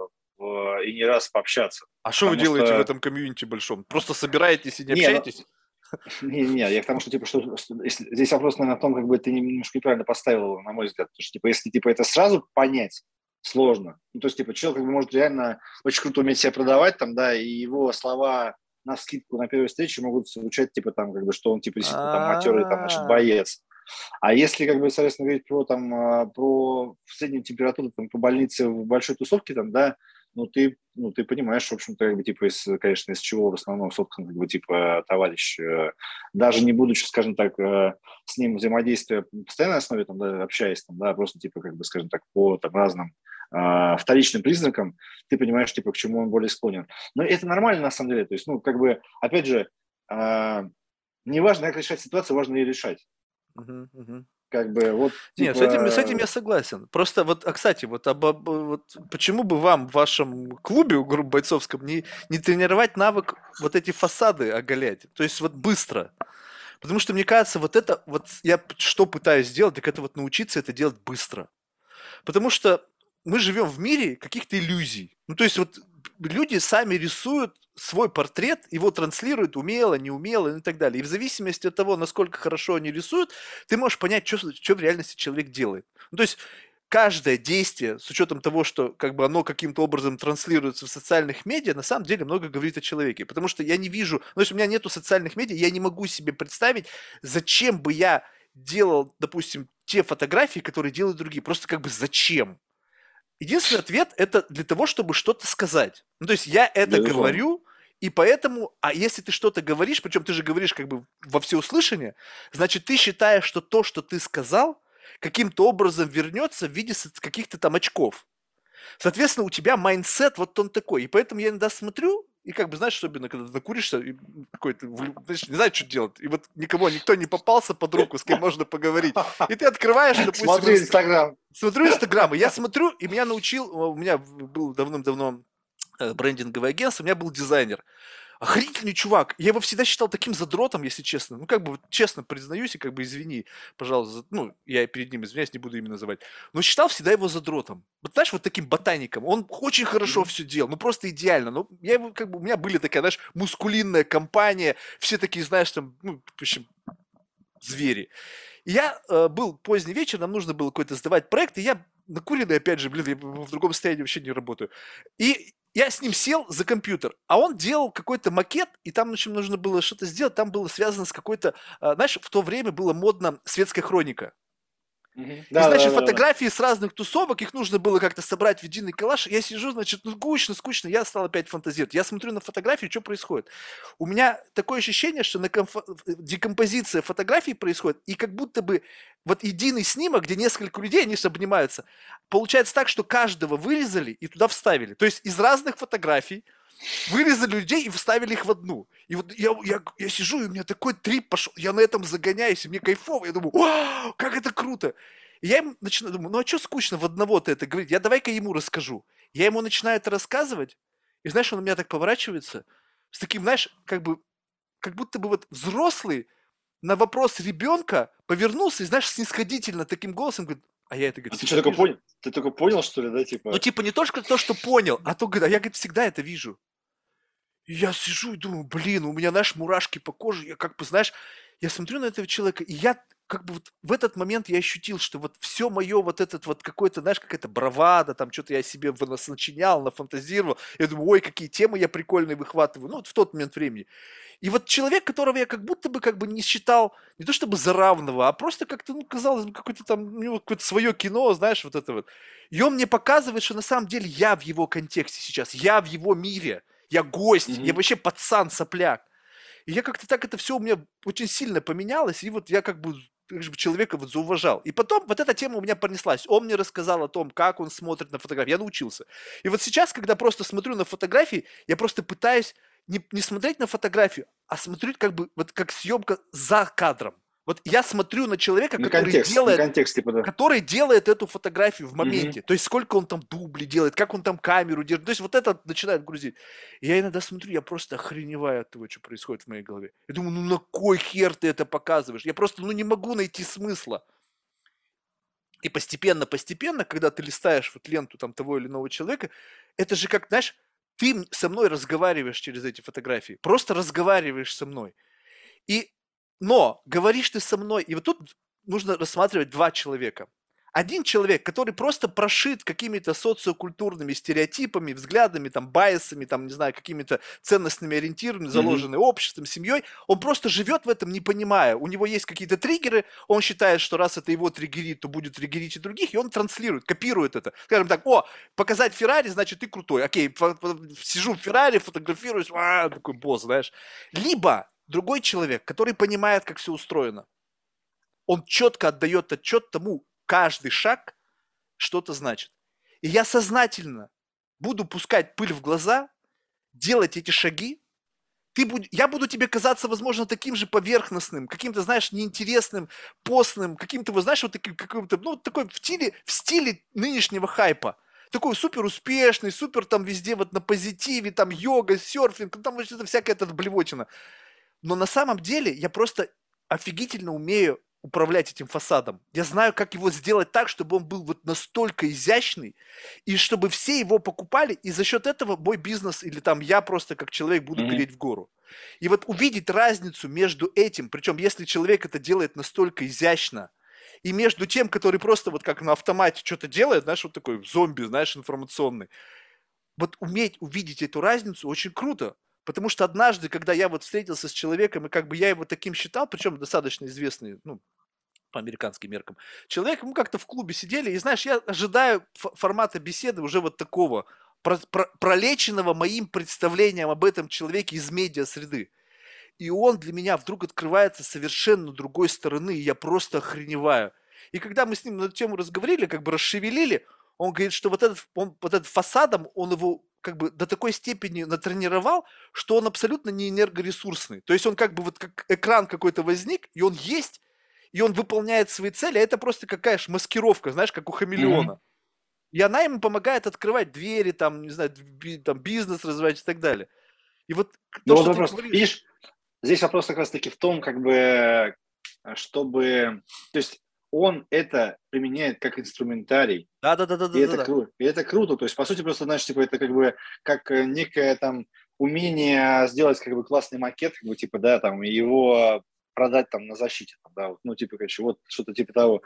в- и не раз пообщаться. А что вы Потому делаете в что, этом комьюнити большом? Просто собираетесь и не не, ну, общаетесь? не, не, я к тому, что, типа, что, что если, здесь вопрос, наверное, в том, как бы ты немножко неправильно поставил его, на мой взгляд. Потому что, типа, если, типа, это сразу понять, сложно. Ну, то есть, типа, человек, как бы, может реально очень круто уметь себя продавать, там, да, и его слова на скидку на первой встрече могут звучать, типа, там, как бы, что он, типа, действительно, там, матерый, там, значит, А, боец. А если, как бы, соответственно, говорить про, там, а, про в среднем температуру, там, по больнице в большой тусовке, там, да, ну, ты, ну, ты понимаешь, в общем-то, как бы, типа, из, конечно, из чего в основном соткан, как бы, типа, товарищ, э, даже не будучи, скажем так, э, с ним взаимодействия на постоянной основе, там, да, общаясь, там, да, просто, типа, как бы, скажем так, по там, разным э, вторичным признакам, ты понимаешь, типа, к чему он более склонен. Но это нормально, на самом деле, то есть, ну, как бы, опять же, э, не важно, как решать ситуацию, важно ее решать. Мгм, мгм. Как бы, вот, Не, с этим, с этим типа, я согласен. Просто вот, а кстати, вот, об, об- вот почему бы вам в вашем клубе, грубо бойцовском, не, не тренировать навык вот эти фасады оголять? То есть вот быстро. Потому что мне кажется, вот это, вот я п- что пытаюсь сделать, так это вот научиться это делать быстро. Потому что мы живем в мире каких-то иллюзий. Ну, то есть вот люди сами рисуют свой портрет, его транслируют умело, неумело и так далее. И в зависимости от того, насколько хорошо они рисуют, ты можешь понять, что, что в реальности человек делает. Ну, то есть каждое действие, с учетом того, что как бы оно каким-то образом транслируется в социальных медиа, на самом деле много говорит о человеке. Потому что я не вижу, ну, то есть у меня нету социальных медиа, я не могу себе представить, зачем бы я делал, допустим, те фотографии, которые делают другие. Просто как бы зачем? Единственный ответ – это для того, чтобы что-то сказать. Ну, то есть я это безусловно. говорю, и поэтому, а если ты что-то говоришь, причем ты же говоришь как бы во всеуслышание, значит, ты считаешь, что то, что ты сказал, каким-то образом вернется в виде соц- каких-то там очков. Соответственно, у тебя майндсет вот он такой. И поэтому я иногда смотрю, и как бы, знаешь, особенно, когда ты накуришься, и какой-то, влю- знаешь, не знаю, что делать. И вот никого, никто не попался под руку, с кем можно поговорить. И ты открываешь, допустим, Смотри инст- Инстаграм. смотрю Инстаграм, и я смотрю, и меня научил, у меня был давным-давно э, брендинговое агентство, у меня был дизайнер. Охренительный чувак. Я его всегда считал таким задротом, если честно. Ну, как бы, вот честно признаюсь, и как бы извини, пожалуйста, за- ну, я перед ним извиняюсь, не буду имя называть. Но считал всегда его задротом. Вот знаешь, вот таким ботаником. Он очень хорошо Мгм. все делал, ну, просто идеально. Ну, я его, как бы, у меня были такая, знаешь, мускулинная компания, все такие, знаешь, там, ну, в общем, звери. И я э, был поздний вечер, нам нужно было какой-то сдавать проект, и я накуренный, опять же, блин, я в другом состоянии вообще не работаю. И я с ним сел за компьютер, а он делал какой-то макет, и там, в общем, нужно было что-то сделать, там было связано с какой-то, а, знаешь, в то время было модно светская хроника. Мгм. И, Да, да, значит, да, да, да. фотографии с разных тусовок, их нужно было как-то собрать в единый коллаж. Я сижу, значит, ну, скучно, скучно, я стал опять фантазировать. Я смотрю на фотографии, что происходит. У меня такое ощущение, что на комфо- декомпозиция фотографий происходит, и как будто бы вот единый снимок, где несколько людей, они же обнимаются, получается так, что каждого вырезали и туда вставили. То есть из разных фотографий вырезали людей и вставили их в одну. И вот я, я, я сижу, и у меня такой трип пошел, я на этом загоняюсь, и мне кайфово, я думаю, вау, как это круто. И я ему начинаю, думаю, ну а что скучно в одного-то это говорить, я давай-ка ему расскажу. Я ему начинаю это рассказывать, и знаешь, он на меня так поворачивается, с таким, знаешь, как бы, как будто бы вот взрослый на вопрос ребенка повернулся и, знаешь, снисходительно таким голосом говорит, а я это, говорит, А ты что, всегда только вижу. понял? Ты только понял, что ли, да, Ну, типа? типа, не то, что то, что понял, а то, говорит, а я, говорит, всегда это вижу. И я сижу и думаю, блин, у меня, знаешь, мурашки по коже. Я как бы, знаешь, я смотрю на этого человека, и я как бы вот в этот момент я ощутил, что вот все мое вот этот вот какой-то, знаешь, какая-то бравада, там что-то я себе в- нас начинял, нафантазировал. Я думаю, ой, какие темы я прикольные выхватываю. Ну, вот в тот момент времени. И вот человек, которого я как будто бы как бы не считал, не то чтобы за равного, а просто как-то, ну, казалось бы, какое-то там, у него какое-то свое кино, знаешь, вот это вот. И он мне показывает, что на самом деле я в его контексте сейчас, я в его мире, я гость, я Мгм. вообще пацан, сопляк. И я как-то так это все у меня очень сильно поменялось, и вот я как бы как же человека вот зауважал. И потом вот эта тема у меня пронеслась. Он мне рассказал о том, как он смотрит на фотографии. Я научился. И вот сейчас, когда просто смотрю на фотографии, я просто пытаюсь не, не смотреть на фотографию, а смотреть как бы вот как съемка за кадром. Вот я смотрю на человека, На который контекст, на делает контекст, типа, да. который делает эту фотографию в Мгм. моменте. То есть сколько он там дублей делает, как он там камеру держит. То есть вот это начинает грузить. И я иногда смотрю, я просто охреневаю от того, что происходит в моей голове. Я думаю, ну на кой хер ты это показываешь? Я просто ну, не могу найти смысла. И постепенно-постепенно, когда ты листаешь вот ленту там того или иного человека, это же как, знаешь, ты со мной разговариваешь через эти фотографии. Просто разговариваешь со мной. И, но говоришь ты со мной, и вот тут нужно рассматривать два человека. Один человек, который просто прошит какими-то социокультурными стереотипами, взглядами, там, байесами, там, не знаю, какими-то ценностными ориентирами, Мгм. заложенными обществом, семьей, он просто живет в этом, не понимая. У него есть какие-то триггеры, он считает, что раз это его триггерит, то будет триггерить и других, и он транслирует, копирует это. Скажем так, о, показать Феррари, значит, ты крутой. Окей, фо- фо- сижу в Феррари, фотографируюсь, а, такой босс, знаешь. Либо другой человек, который понимает, как все устроено, он четко отдает отчет тому, каждый шаг что-то значит. И я сознательно буду пускать пыль в глаза, делать эти шаги. Ты будь, я буду тебе казаться, возможно, таким же поверхностным, каким-то, знаешь, неинтересным, постным, каким-то, вот, знаешь, вот таким, каким-то, ну, вот такой в стиле, в стиле нынешнего хайпа. Такой супер успешный, супер там везде вот на позитиве, там йога, серфинг, ну, там вот это всякая эта блевотина. Но на самом деле я просто офигительно умею управлять этим фасадом. Я знаю, как его сделать так, чтобы он был вот настолько изящный, и чтобы все его покупали, и за счет этого мой бизнес или там я просто как человек буду Мгм. переть в гору. И вот увидеть разницу между этим, причем если человек это делает настолько изящно, и между тем, который просто вот как на автомате что-то делает, знаешь, вот такой зомби, знаешь, информационный, вот уметь увидеть эту разницу очень круто. Потому что однажды, когда я вот встретился с человеком, и как бы я его таким считал, причем достаточно известный, ну, по американским меркам, человек, мы как-то в клубе сидели, и знаешь, я ожидаю ф- формата беседы уже вот такого, про- про- пролеченного моим представлением об этом человеке из медиа среды. И он для меня вдруг открывается совершенно другой стороны, и я просто охреневаю. И когда мы с ним на эту тему разговорили, как бы расшевелили, он говорит, что вот этот, он, вот этот фасадом, он его как бы до такой степени натренировал, что он абсолютно не энергоресурсный. То есть он как бы вот как экран какой-то возник, и он есть, и он выполняет свои цели, а это просто какая же маскировка, знаешь, как у Мгм. хамелеона. И она ему помогает открывать двери, там, не знаю, би- там, бизнес развивать и так далее. И вот Ну то, вот что ты вопрос. говоришь, Видишь, здесь вопрос как раз-таки в том, как бы, э, чтобы... То есть он это применяет как инструментарий, и это да-да-да-да-да-да. круто. И это круто. То есть, по сути, просто, знаешь, типа, это как бы как э, некое там умение сделать как бы классный макет, как бы, типа, да, там, и его продать там на защите, там, да, вот, ну, типа, короче, вот что-то типа того.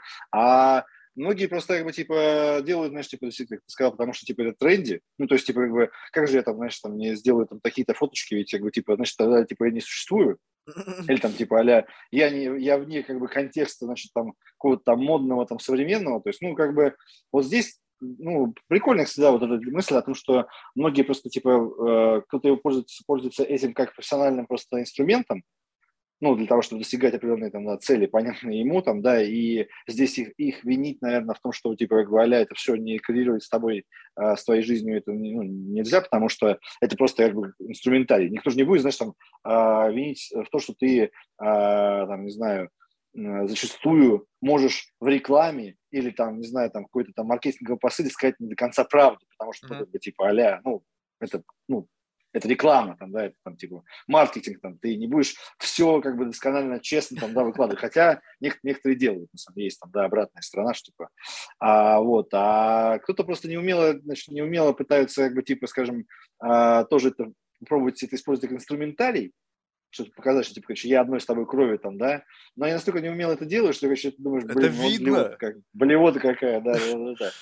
А многие просто, как бы, типа, делают, знаешь, типа, действительно, как ты сказал, потому что, типа, это тренди, ну, то есть, типа, как бы, как же я там, знаешь, там, не сделаю там такие-то фоточки, ведь, как бы, типа, значит, тогда, типа, я не существую, или там, типа, а я, не, я вне, как бы, контекста, значит, там, какого-то там модного, там, современного, то есть, ну, как бы, вот здесь ну, прикольно всегда вот эта мысль о том, что многие просто, типа, э, кто-то пользуется, пользуется этим как профессиональным просто инструментом, ну, для того, чтобы достигать определенной там, да, цели, понятные ему, там, да, и здесь их, их винить, наверное, в том, что, типа, как бы, а это все не коррелирует с тобой, э, с твоей жизнью, это ну, нельзя, потому что это просто, как бы, инструментарий. Никто же не будет, знаешь, там, э, винить в то, что ты, э, там, не знаю, э, зачастую можешь в рекламе или там, не знаю, там какой-то там маркетинговый посыл сказать не до конца правду, потому что, ну, Мгм. как бы, типа, а ну, это, ну, это реклама, там, да, это там, типа, маркетинг, там, ты не будешь все, как бы, досконально, честно, там, да, выкладывать, хотя нек- некоторые делают, на самом деле, есть там, да, обратная сторона, что, типа, а, вот, а кто-то просто неумело, значит, неумело пытаются, как бы, типа, скажем, а, тоже это пробовать это использовать как инструментарий, что-то показать, что, типа, короче, я одной с тобой крови, там, да, но я настолько неумело это делаю, что, короче, ты думаешь, Это блин, вот блевота, видно. как, блевота какая, да, да, да, да.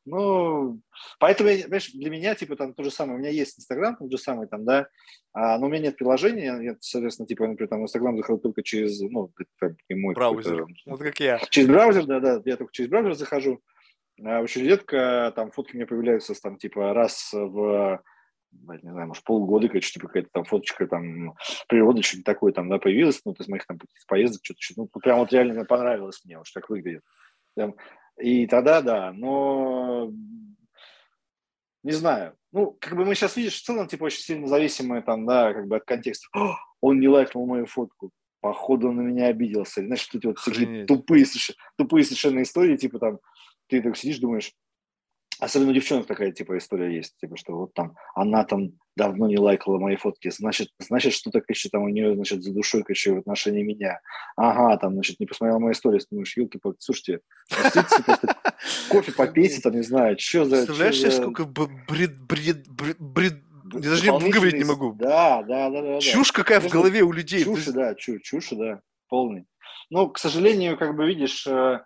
Ну, поэтому, понимаешь, для меня, типа, там то же самое, у меня есть Инстаграм, тот же самый, там, да, а, но у меня нет приложения, я, соответственно, типа, например, там, в Инстаграм захожу только через, ну, это мой Браузер. какой-то, Вот как я. через браузер, да, да, я только через браузер захожу, а, очень редко там фотки у меня появляются, там, типа, раз в, блядь, не знаю, может, полгода, короче, типа, какая-то там фоточка, там, природы, что-нибудь такое, там, да, появилось, ну, из моих там поездок, что-то, что-то, ну, прям вот реально понравилось мне, вот, что так выглядит. Прям. И тогда, да, но не знаю. Ну, как бы мы сейчас, видишь, в целом, типа, очень сильно зависимые там, да, как бы от контекста. «О, он не лайкнул мою фотку. Походу, он на меня обиделся. Или, знаешь, эти вот всякие Охренеть. тупые, соверш- тупые совершенно истории, типа там, ты так сидишь, думаешь, особенно у девчонок такая, типа, история есть, типа, что вот там, она там давно не лайкала мои фотки, значит, значит, что-то, короче, там у нее, значит, за душой, короче, в отношении меня. Ага, там, значит, не посмотрела мои истории, думаешь, елки-палки, слушайте, встретиться, просто кофе попейте, там, не знаю, что за, что Представляешь себе, за сколько б- бред, бред, бред, бред- д- я даже не выговорить дополнительные... не с- могу. Да, да, да, да, да. Чушь какая в Знаешь, ну, голове у людей. То чушь, есть, да, чушь, чушь, да, полный. Ну, к сожалению, как бы видишь, э,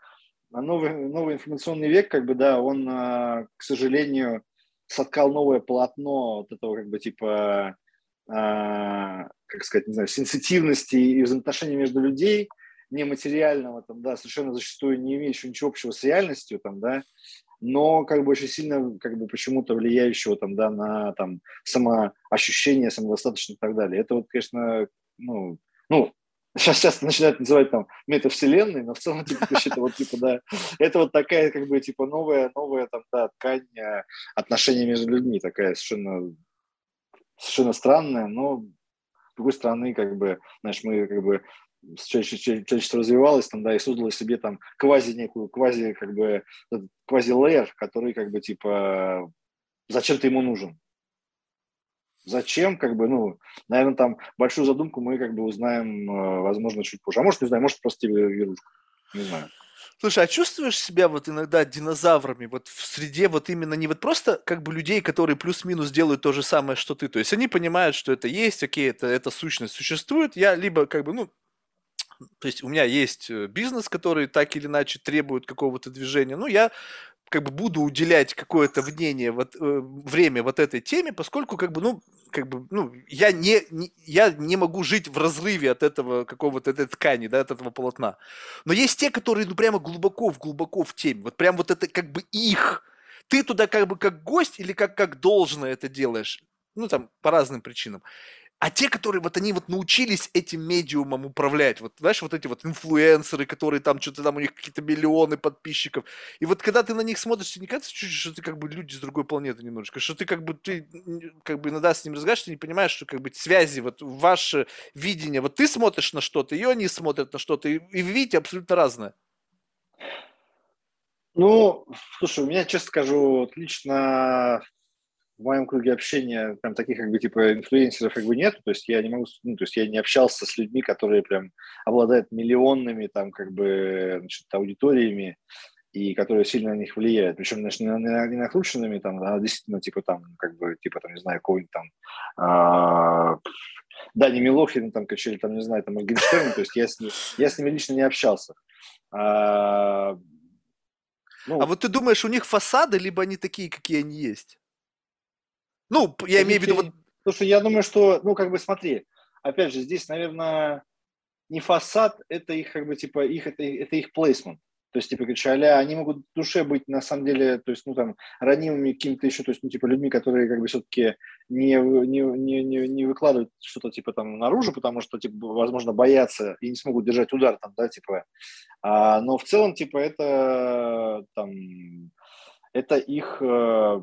а новый, новый информационный век, как бы, да, он, а, к сожалению, соткал новое полотно вот этого, как бы, типа, а, как сказать, не знаю, сенситивности и взаимоотношений между людей, нематериального, там, да, совершенно зачастую не имеющего ничего общего с реальностью, там, да, но как бы очень сильно как бы почему-то влияющего там, да, на там самоощущение, самодостаточность и так далее. Это вот, конечно, ну, ну, сейчас часто начинают называть там метавселенной, но в целом, типа, короче, это вот, типа, да, это вот такая, как бы, типа, новая, новая, там, да, ткань э, отношений между людьми, такая совершенно, совершенно странная, но с другой стороны, как бы, знаешь, мы как бы человечество, человечество развивалось там, да, и создало себе там квази некую, квази, как бы, квази-лейер, который, как бы, типа, зачем ты ему нужен? Зачем, как бы, ну, наверное, там большую задумку мы, как бы, узнаем, э, возможно, чуть позже. А может, не знаю, может, просто тебе вирушка. Не знаю. Слушай, а чувствуешь себя вот иногда динозаврами, вот в среде вот именно не вот просто как бы людей, которые плюс-минус делают то же самое, что ты, то есть они понимают, что это есть, окей, это, эта сущность существует, я либо как бы, ну, то есть у меня есть э, бизнес, который так или иначе требует какого-то движения, ну, я как бы буду уделять какое-то мнение, вот, э, время вот этой теме, поскольку как бы, ну, как бы, ну, я не, не- я не могу жить в разрыве от этого какого-то этой ткани, да, от этого полотна. Но есть те, которые, ну, прямо глубоко, в глубоко в теме. Вот прям вот это как бы их. Ты туда как бы как гость или как, как должно это делаешь? Ну, там, по разным причинам. А те, которые вот они вот научились этим медиумом управлять, вот знаешь, вот эти вот инфлюенсеры, которые там что-то там у них какие-то миллионы подписчиков, и вот когда ты на них смотришь, тебе не кажется чуть-чуть, что ты как бы люди с другой планеты немножечко, что ты как бы ты м, как бы иногда с ним разговариваешь, ты не понимаешь, что как бы связи, вот ваше видение, вот ты смотришь на что-то, и они смотрят на что-то, и, и вы видите абсолютно разное. Ну, слушай, у меня, честно скажу, вот лично в моем круге общения там таких как бы типа инфлюенсеров как бы нет, то есть я не могу, с- ну, то есть я не общался с людьми, которые прям обладают миллионными там как бы значит, аудиториями и которые сильно на них влияют, причем значит, не, на- не накрученными там, а действительно типа там как бы типа там не знаю какого-нибудь там а, Дани Милохина там короче, или там не знаю там Моргенштерна, то есть я с, ни- я с ними лично не общался. А, А ну, вот ты думаешь, у них фасады, либо они такие, какие они есть? Ну, п- я у имею в них, виду я- вот. слушай, я думаю, что, ну, как бы смотри, опять же, здесь, наверное, не фасад, это их, как бы, типа, их, это, это их плейсмент. То есть, типа, короче, а они могут в душе быть, на самом деле, то есть, ну, там, ранимыми какими-то еще, то есть, ну, типа, людьми, которые, как бы, все-таки не, вы- не, не, не, не выкладывают что-то, типа, там, наружу, потому что, типа, возможно, боятся и не смогут держать удар, там, да, типа. А, но в целом, типа, это, там, это их, э,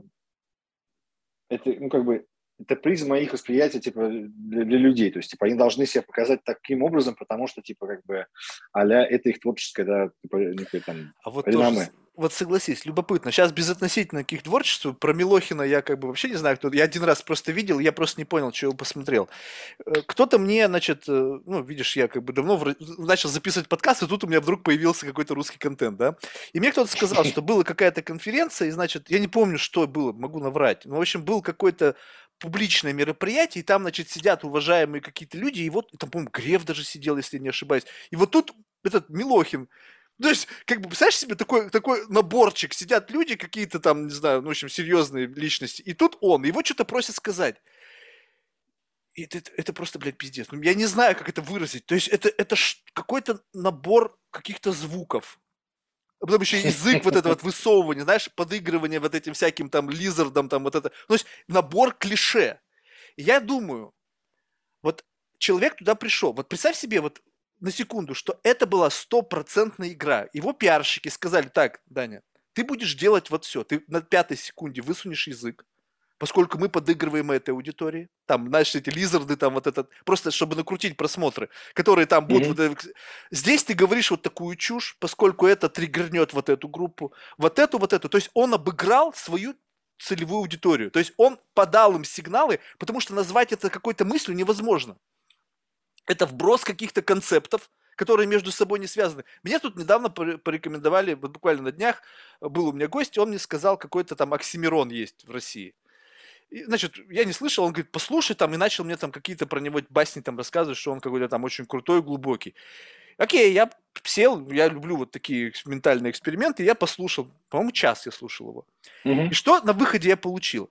это, ну, как бы, это призма их восприятия, типа, для, для людей. То есть, типа, они должны себя показать таким образом, потому что, типа, как бы, а-ля это их творческое, да, типа, некое там А вот тоже, с- реноме. вот согласись, любопытно. Сейчас безотносительно к их творчеству, про Милохина я как бы вообще не знаю, кто. Я один раз просто видел, я просто не понял, что его посмотрел. Э, Кто-то мне, значит, э, ну, видишь, я как бы давно вро- начал записывать подкаст, и тут у меня вдруг появился какой-то русский контент, да. И мне кто-то сказал, что была какая-то конференция, и, значит, я не помню, что было, могу наврать. Ну, в общем, был какой-то публичное мероприятие, и там, значит, сидят уважаемые какие-то люди, и вот, там, по-моему, Греф даже сидел, если не ошибаюсь. И вот тут этот Милохин, то есть, как бы, представляешь себе такой, такой наборчик, сидят люди какие-то там, не знаю, ну, в общем, серьезные личности, и тут он, его что-то просят сказать. И это, это просто, блядь, пиздец. Ну, я не знаю, как это выразить. То есть это, это ж какой-то набор каких-то звуков. А потом еще язык вот это вот высовывание, знаешь, подыгрывание вот этим всяким там лизардом, там вот это. То есть набор клише. И я думаю, вот человек туда пришел. Вот представь себе вот на секунду, что это была стопроцентная игра. Его пиарщики сказали, так, Даня, ты будешь делать вот все. Ты на пятой секунде высунешь язык, поскольку мы подыгрываем этой аудитории. Там, знаешь, эти лизарды, там вот этот, просто чтобы накрутить просмотры, которые там будут вот Мгм. это- Здесь ты говоришь вот такую чушь, поскольку это триггернет вот эту группу, вот эту, вот эту. То есть он обыграл свою целевую аудиторию. То есть он подал им сигналы, потому что назвать это какой-то мыслью невозможно. Это вброс каких-то концептов, которые между собой не связаны. Меня тут недавно порекомендовали, вот буквально на днях был у меня гость, он мне сказал, какой-то там оксимирон есть в России. И, значит, я не слышал, он говорит, послушай там, и начал мне там какие-то про него басни там рассказывать, что он какой-то там очень крутой, глубокий. Окей, я сел, я люблю вот такие ментальные эксперименты, я послушал, по-моему, час я слушал его. Угу. И что на выходе я получил?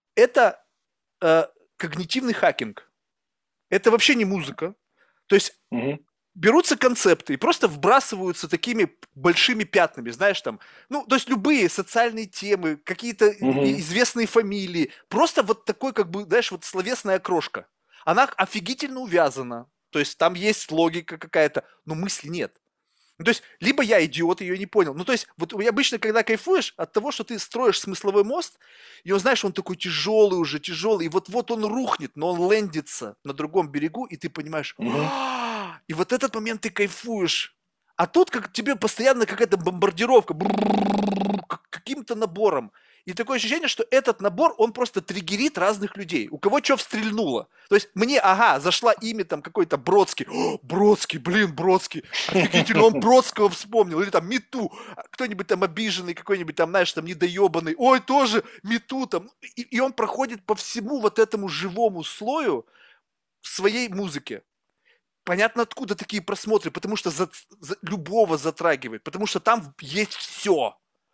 Это э, когнитивный хакинг. Это вообще не музыка. То есть Угу. берутся концепты и просто вбрасываются такими большими пятнами, знаешь, там, ну, то есть любые социальные темы, какие-то Угу. известные фамилии, просто вот такой, как бы, знаешь, вот словесная крошка. Она офигительно увязана, то есть там есть логика какая-то, но мысли нет. Ну, то есть, либо я идиот, ее не понял. Ну, то есть, вот обычно, когда кайфуешь от того, что ты строишь смысловой мост, и он, знаешь, он такой тяжелый уже, тяжелый, и вот-вот он рухнет, но он лендится на другом берегу, и ты понимаешь, Угу. «А-а-а!» и вот этот момент ты кайфуешь. А тут как тебе постоянно какая-то бомбардировка, бррррррр, как- каким-то набором. И такое ощущение, что этот набор, он просто триггерит разных людей. У кого что встрельнуло. То есть мне, ага, зашла имя там какой-то Бродский. О, Бродский, блин, Бродский. Офигительно, он Бродского вспомнил. Или там Мету. Кто-нибудь там обиженный, какой-нибудь там, знаешь, там недоебанный. Ой, тоже Мету там. И, и он проходит по всему вот этому живому слою в своей музыке. Понятно, откуда такие просмотры, потому что за, за- любого затрагивает, потому что там есть все.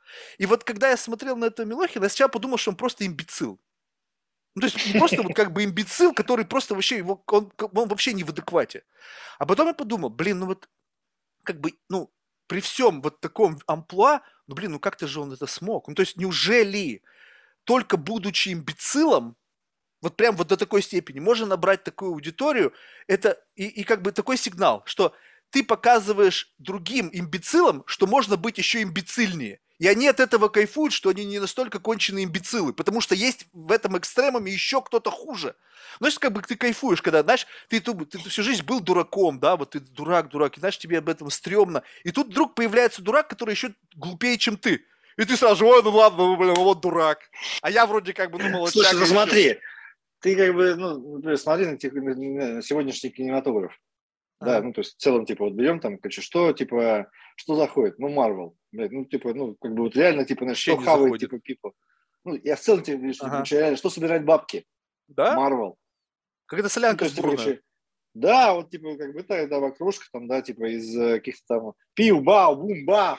И вот когда я смотрел на этого Милохина, я сначала подумал, что он просто имбецил. Ну, то есть не просто вот как бы имбецил, который просто вообще, его, он, он вообще не в адеквате. А потом я подумал, блин, ну вот как бы, ну, при всем вот таком амплуа, ну, блин, ну как-то же он это смог? Ну, то есть неужели только будучи имбецилом, вот прям вот до такой степени можно набрать такую аудиторию, это и, и как бы такой сигнал, что ты показываешь другим имбецилам, что можно быть еще имбецильнее. И они от этого кайфуют, что они не настолько конченые имбецилы, потому что есть в этом экстремуме еще кто-то хуже. Знаешь, как бы ты кайфуешь, когда, знаешь, ты, ты, ты всю жизнь был дураком, да, вот ты дурак, дурак, и знаешь, тебе об этом стрёмно. И тут вдруг появляется дурак, который еще глупее, чем ты. И ты сразу же, ой, ну ладно, ну, блин, вот дурак. А я вроде как бы, ну, Слушай, молодчага ну еще. смотри, ты как бы, ну, например, смотри на, тех- на- на сегодняшний кинематограф. Да, Ага. ну, то есть в целом, типа, вот берем там, короче, что, типа, что заходит? Ну, Марвел. Блядь, ну, типа, ну, как бы вот реально, типа, знаешь, Вообще что не хавает, заходит. типа, people. Ну, я в целом тебе говорю, что, типа, Ага. короче, реально, что собирает бабки? Да? Марвел. Как это Ну, то солянка есть, типа, сборная. короче, да, вот, типа, как бы, та, да, вокружка, там, да, типа, из э, каких-то там пиу, бау, бум, бах,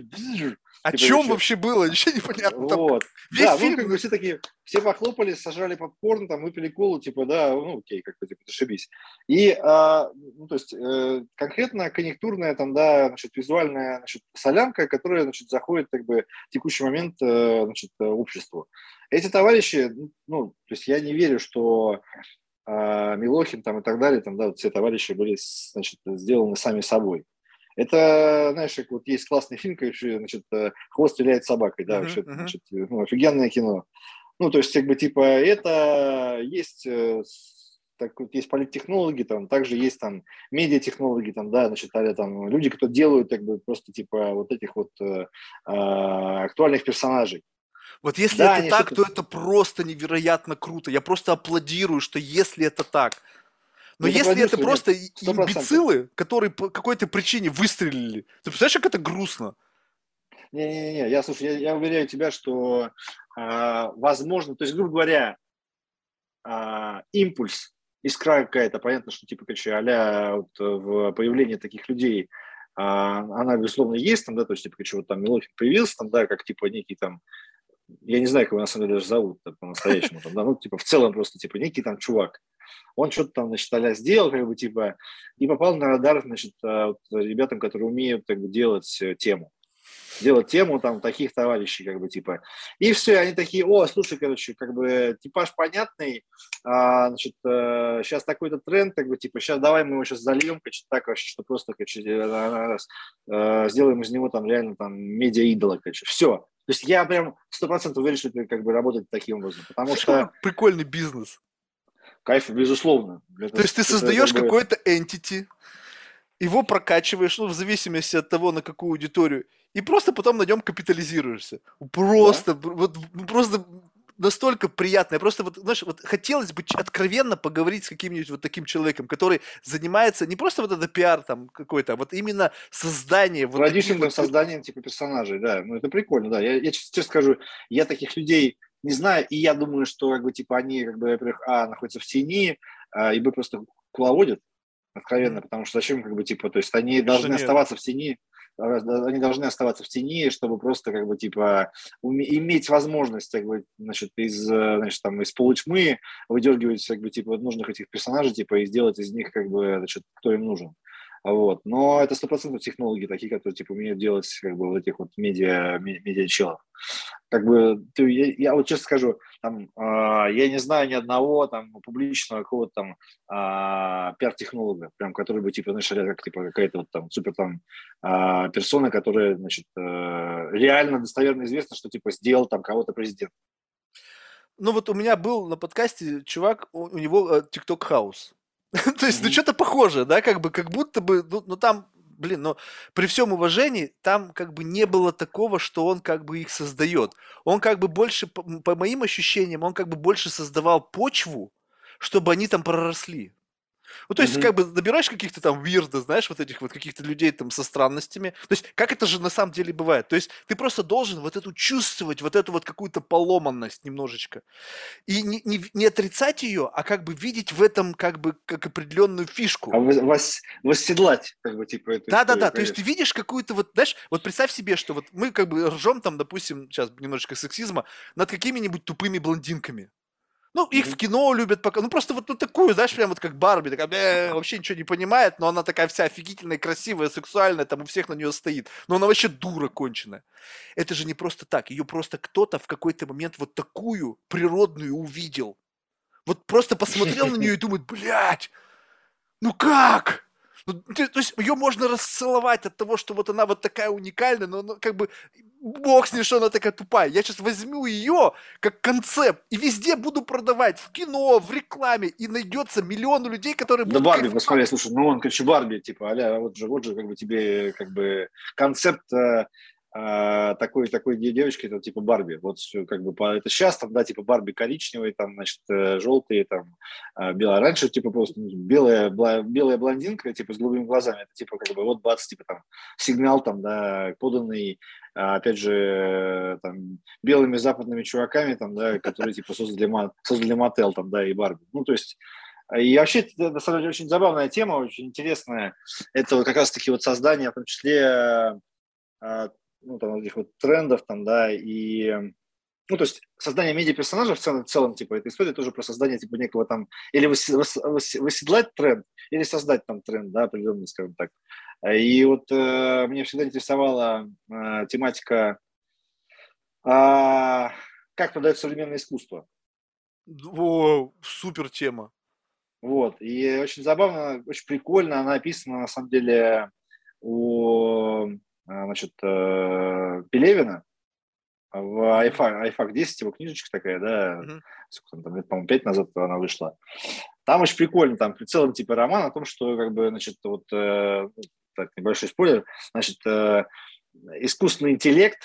О типа, чем короче, вообще было? Ничего не понятно. Там вот. весь Да, ну, как бы фильм... все такие, все похлопали, сожрали попкорн, там, выпили колу, типа, да, ну, окей, как бы, типа, зашибись. И, а, ну, то есть, э, конкретно конъюнктурная, там, да, значит, визуальная, значит, солянка, которая, значит, заходит, как бы, в текущий момент, э, значит, э, обществу. Эти товарищи, ну, то есть, я не верю, что а, Милохин, там, и так далее, там, да, вот все товарищи были, значит, сделаны сами собой. Это, знаешь, как вот есть классный фильм, короче, значит, э, «Хвост стреляет собакой», да, Мгм, вообще, мгм. значит, э, ну, офигенное кино. Ну, то есть, как бы, типа, это есть, э, с- так вот, есть политтехнологи, там, также есть там медиатехнологи, там, да, значит, а, там, люди, кто делают, как бы, просто, типа, вот этих вот э, а, актуальных персонажей. Вот если Да, это они так, что-то, то это просто невероятно круто. Я просто аплодирую, что если это так. Но это если это продюсеры, нет, просто и- сто процентов. имбецилы, которые по какой-то причине выстрелили, ты представляешь, как это грустно? Не-не-не, я, слушай, я, я уверяю тебя, что а, возможно, то есть, грубо говоря, а, импульс, искра какая-то, понятно, что типа, короче, а вот в появлении таких людей, а, она, безусловно, есть там, да, то есть, типа, короче, вот там Милохин появился там, да, как, типа, некий там, я не знаю, как его на самом деле даже зовут там, по-настоящему, там, да, ну, типа, в целом просто, типа, некий там чувак. Он что-то там, значит, а сделал, как бы, типа, и попал на радар, значит, а, вот, ребятам, которые умеют, как бы, делать э, тему делать тему там таких товарищей, как бы, типа. И все, они такие, о, слушай, короче, как бы, типаж понятный, а, значит, а, сейчас такой-то тренд, как бы, типа, сейчас давай мы его сейчас зальем, короче, так вообще, что просто, короче, а, а, сделаем из него там реально там медиа-идола, короче, все. То есть я прям сто процентов уверен, что это как бы работает таким образом, потому Знаешь, что какой прикольный бизнес? кайф, безусловно, это, То есть ты это как создаешь бы, какой-то entity, его прокачиваешь, ну, в зависимости от того, на какую аудиторию, и просто потом на нем капитализируешься. да, Просто, вот, ну, просто настолько приятно. Я просто, вот, знаешь, вот хотелось бы ч- откровенно поговорить с каким-нибудь вот таким человеком, который занимается не просто вот это пиар там какой-то, а вот именно создание вот таких продюсингом, вот... лю- созданием типа персонажей, да, ну это прикольно, да. Я, я честно скажу, я таких людей не знаю, и я думаю, что как бы типа они как бы, во-первых, а находятся в тени, а, и б просто кукловодят, откровенно, Мгм. потому что зачем, как бы, типа, то есть они Конечно, должны нет. оставаться в тени, а, да, они должны оставаться в тени, чтобы просто, как бы, типа, уме- иметь возможность, как бы, значит, из, э, значит, там, из полутьмы выдергивать, как бы, типа, нужных этих персонажей, типа, и сделать из них, как бы, значит, кто им нужен. Вот. Но это сто процентов технологии такие, которые, типа, умеют делать, как бы, вот этих вот медиа, ме- медиа-челов. Как бы, ты, я, я вот честно скажу, там, а, я не знаю ни одного там публичного какого-то там а, пиар-технолога, прям, который бы, типа, знаешь, реально как, типа, какая-то вот там супер там а, персона, которая, значит, э, реально достоверно известно, что, типа, сделал там кого-то президент. Ну вот у меня был на подкасте чувак, у, у него э, TikTok House. То есть, ну Мгм. что-то похожее, да, как бы, как будто бы, ну, ну там, блин, но при всем уважении, там как бы не было такого, что он как бы их создает. Он как бы больше, по, м, по моим ощущениям, он как бы больше создавал почву, чтобы они там проросли. Ну, то есть, Мгм. как бы набираешь каких-то там вирда, знаешь, вот этих вот каких-то людей там со странностями. То есть, как это же на самом деле бывает? То есть, ты просто должен вот эту чувствовать, вот эту вот какую-то поломанность немножечко. И не, не, не отрицать ее, а как бы видеть в этом как бы как определенную А фишку. вос- вос- восседлать, как бы, типа, эту историю, Да-да-да, то есть ты конечно. видишь какую-то вот, знаешь, вот представь себе, что вот мы как бы ржем там, допустим, сейчас немножечко сексизма, над какими-нибудь тупыми блондинками. Ну, их в Мгм. кино любят пока. Ну, просто вот ну, такую, знаешь, прям вот как Барби, такая, бля, вообще ничего не понимает, но она такая вся офигительная, красивая, сексуальная, там у всех на нее стоит. Но она вообще дура конченая. Это же не просто так. Ее просто кто-то в какой-то момент вот такую природную увидел. Вот просто посмотрел на нее и думает, блядь, ну как? Ну, ты- то есть ее можно расцеловать от того, что вот она вот такая уникальная, но ну, как бы бог с ней, что она такая тупая. Я сейчас возьму ее как концепт и везде буду продавать в кино, в рекламе, и найдется миллион людей, которые Да будут Барби, кайфовать. посмотри, слушай, ну он, короче, Барби, типа, аля, вот же, вот же, как бы тебе, как бы, концепт э, э, такой, такой де- девочки, это типа Барби, вот всё, как бы, по, это сейчас там, да, типа Барби коричневый, там, значит, э, желтый, там, э, белый, а раньше, типа, просто ну, белая, бла- белая блондинка, типа, с голубыми глазами, это, типа, как бы, вот, бац, типа, там, сигнал, там, да, поданный, а, опять же, э, там, белыми западными чуваками, там, да, которые, типа, создали, ма- создали мотел, там, да, и Барби, ну, то есть, и вообще, это на самом деле очень забавная тема, очень интересная. Это вот как раз-таки вот создание, в том числе, а, ну, там, этих вот трендов, там, да, и, ну, то есть создание медиа-персонажа в целом, в целом, типа, эта история тоже про создание, типа, некого там, или вос- вос- вос- восседлать тренд, или создать там тренд, да, определенный, скажем так. И вот э, мне всегда интересовала э, тематика, а, как продать современное искусство. О, супер тема. Вот. И очень забавно, очень прикольно она описана, на самом деле, у, а, значит, э, Пелевина в Мгм. айфак, айфак десять, его книжечка такая, да, Мгм. сколько там, лет, по-моему, пять назад она вышла. Там очень прикольно, там в целом типа роман о том, что, как бы, значит, вот, э, ну, так, небольшой спойлер, значит, э, искусственный интеллект,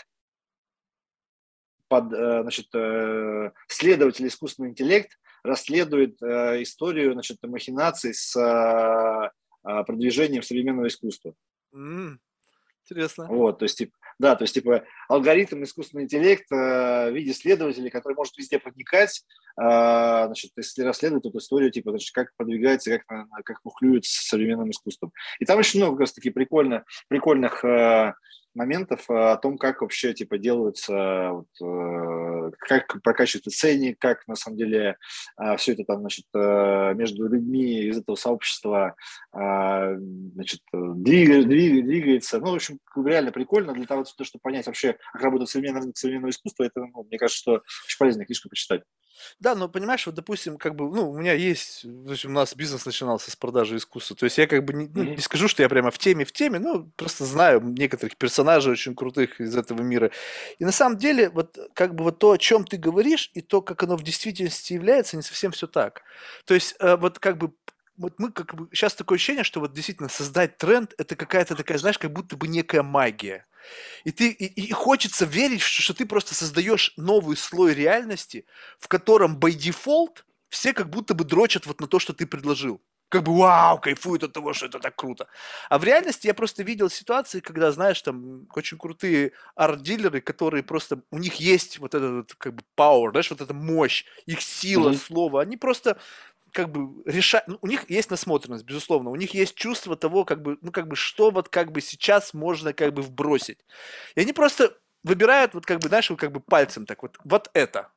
под, э, значит, э, следователь искусственный интеллект расследует э, историю, значит, махинаций с э, э, продвижением современного искусства. М, интересно. Вот, то есть, типа, да, то есть, типа, алгоритм, искусственный интеллект э, в виде следователя, который может везде проникать, э, значит, если расследует эту историю, типа, значит, как продвигается, как, на- как мухлюет с современным искусством. И там очень много, как раз таки, прикольно, прикольных э, моментов э, о том, как вообще, типа, делаются, вот, э, как прокачивается ценник, как, на самом деле, э, все это там, значит, э, между людьми из этого сообщества а, значит, двигается, двигается. Ну, в общем, реально прикольно для того, чтобы понять вообще, как работает современный рынок современного искусства. Это, ну, мне кажется, что очень полезная книжка почитать. Да, но понимаешь, вот, допустим, как бы, ну, у меня есть, в общем, у нас бизнес начинался с продажи искусства. То есть я как бы не, ну, Мгм. не скажу, что я прямо в теме, в теме, ну, просто знаю некоторых персонажей очень крутых из этого мира. И на самом деле, вот как бы вот то, о чем ты говоришь, и то, как оно в действительности является, не совсем все так. То есть э, вот как бы вот мы как бы сейчас такое ощущение, что вот действительно создать тренд это какая-то такая, знаешь, как будто бы некая магия. И, ты, и, и хочется верить, что, что ты просто создаешь новый слой реальности, в котором by default все как будто бы дрочат вот на то, что ты предложил. Как бы вау, кайфуют от того, что это так круто. А в реальности я просто видел ситуации, когда, знаешь, там очень крутые арт-дилеры, которые просто, у них есть вот этот вот, как бы power, знаешь, вот эта мощь, их сила, Мгм. слово, они просто как бы решать, ну, у них есть насмотренность, безусловно, у них есть чувство того, как бы, ну, как бы, что вот как бы сейчас можно как бы вбросить. И они просто выбирают вот как бы, знаешь, вот как бы пальцем так вот, вот это.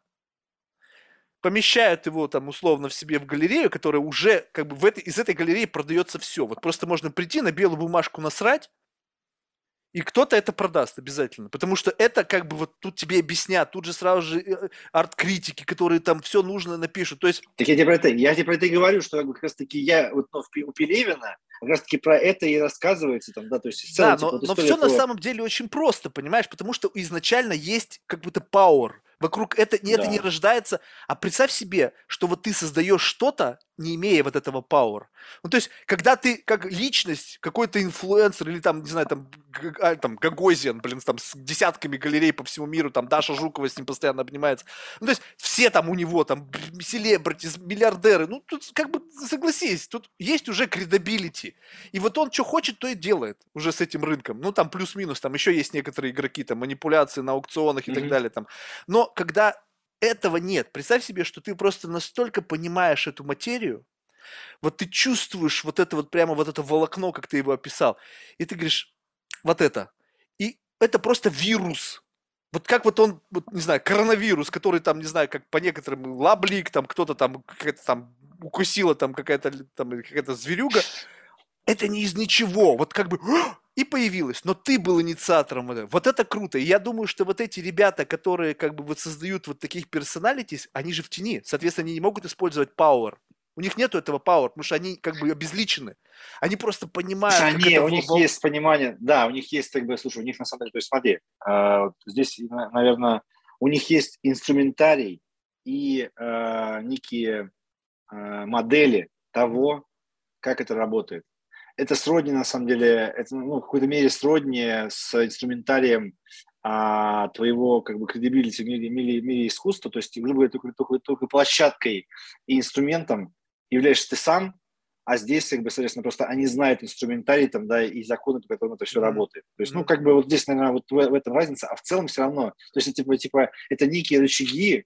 Помещают его там условно в себе в галерею, которая уже как бы в этой, из этой галереи продается все. Вот просто можно прийти на белую бумажку насрать, и кто-то это продаст обязательно, потому что это как бы вот тут тебе объяснят, тут же сразу же э, арт-критики, которые там все нужно напишут. То есть Так я тебе про это, я тебе про это и говорю, что как раз таки я вот, ну, в Пи- у Пелевина как раз таки про это и рассказывается там, да, то есть целая да, типа но, вот но история все на про, самом деле очень просто, понимаешь, потому что изначально есть как будто power. Вокруг это, не- это не да, рождается, а представь себе, что вот ты создаешь что-то, не имея вот этого power. Ну, то есть, когда ты как личность, какой-то инфлюенсер или там, не знаю, там, Г- а, там Гагозиан, блин, там с десятками галерей по всему миру, там Даша Жукова с ним постоянно обнимается. Ну, то есть, все там у него, там, селебрити, миллиардеры, ну, тут как бы, согласись, тут есть уже кредабилити. И вот он что хочет, то и делает уже с этим рынком. Ну, там плюс-минус, там еще есть некоторые игроки, там манипуляции на аукционах и так мгм. далее. Там. Но когда этого нет, представь себе, что ты просто настолько понимаешь эту материю, вот ты чувствуешь вот это вот прямо вот это волокно, как ты его описал, и ты говоришь, вот это. И это просто вирус. Вот как вот он, вот, не знаю, коронавирус, который там, не знаю, как по некоторым лаблик, там кто-то там, какая-то там укусила там какая-то там какая-то зверюга, это не из ничего, вот как бы и появилось, но ты был инициатором вот этого. Вот это круто. И я думаю, что вот эти ребята, которые как бы вот создают вот таких персоналитис, они же в тени. Соответственно, они не могут использовать power. У них нету этого power, потому что они как бы обезличены. Они просто понимают, Слушай, как они, это у вол- них вол- есть понимание, да, у них есть, как бы, слушай, у них на самом деле, то есть смотри, а, вот здесь, наверное, у них есть инструментарий и а, некие а, модели того, как это работает. Это сродни, на самом деле, это ну, в какой-то мере сродни с инструментарием а, твоего как бы кредибилити в мире, мире, мире искусства, то есть грубо говоря, только, только, только площадкой и инструментом являешься ты сам, а здесь, как бы, соответственно, просто они знают инструментарий там, да, и законы, по которым это все Мгм. работает. То есть, ну, Мгм. как бы вот здесь, наверное, вот в, в этом разница, а в целом все равно, то есть, типа, типа, это некие рычаги,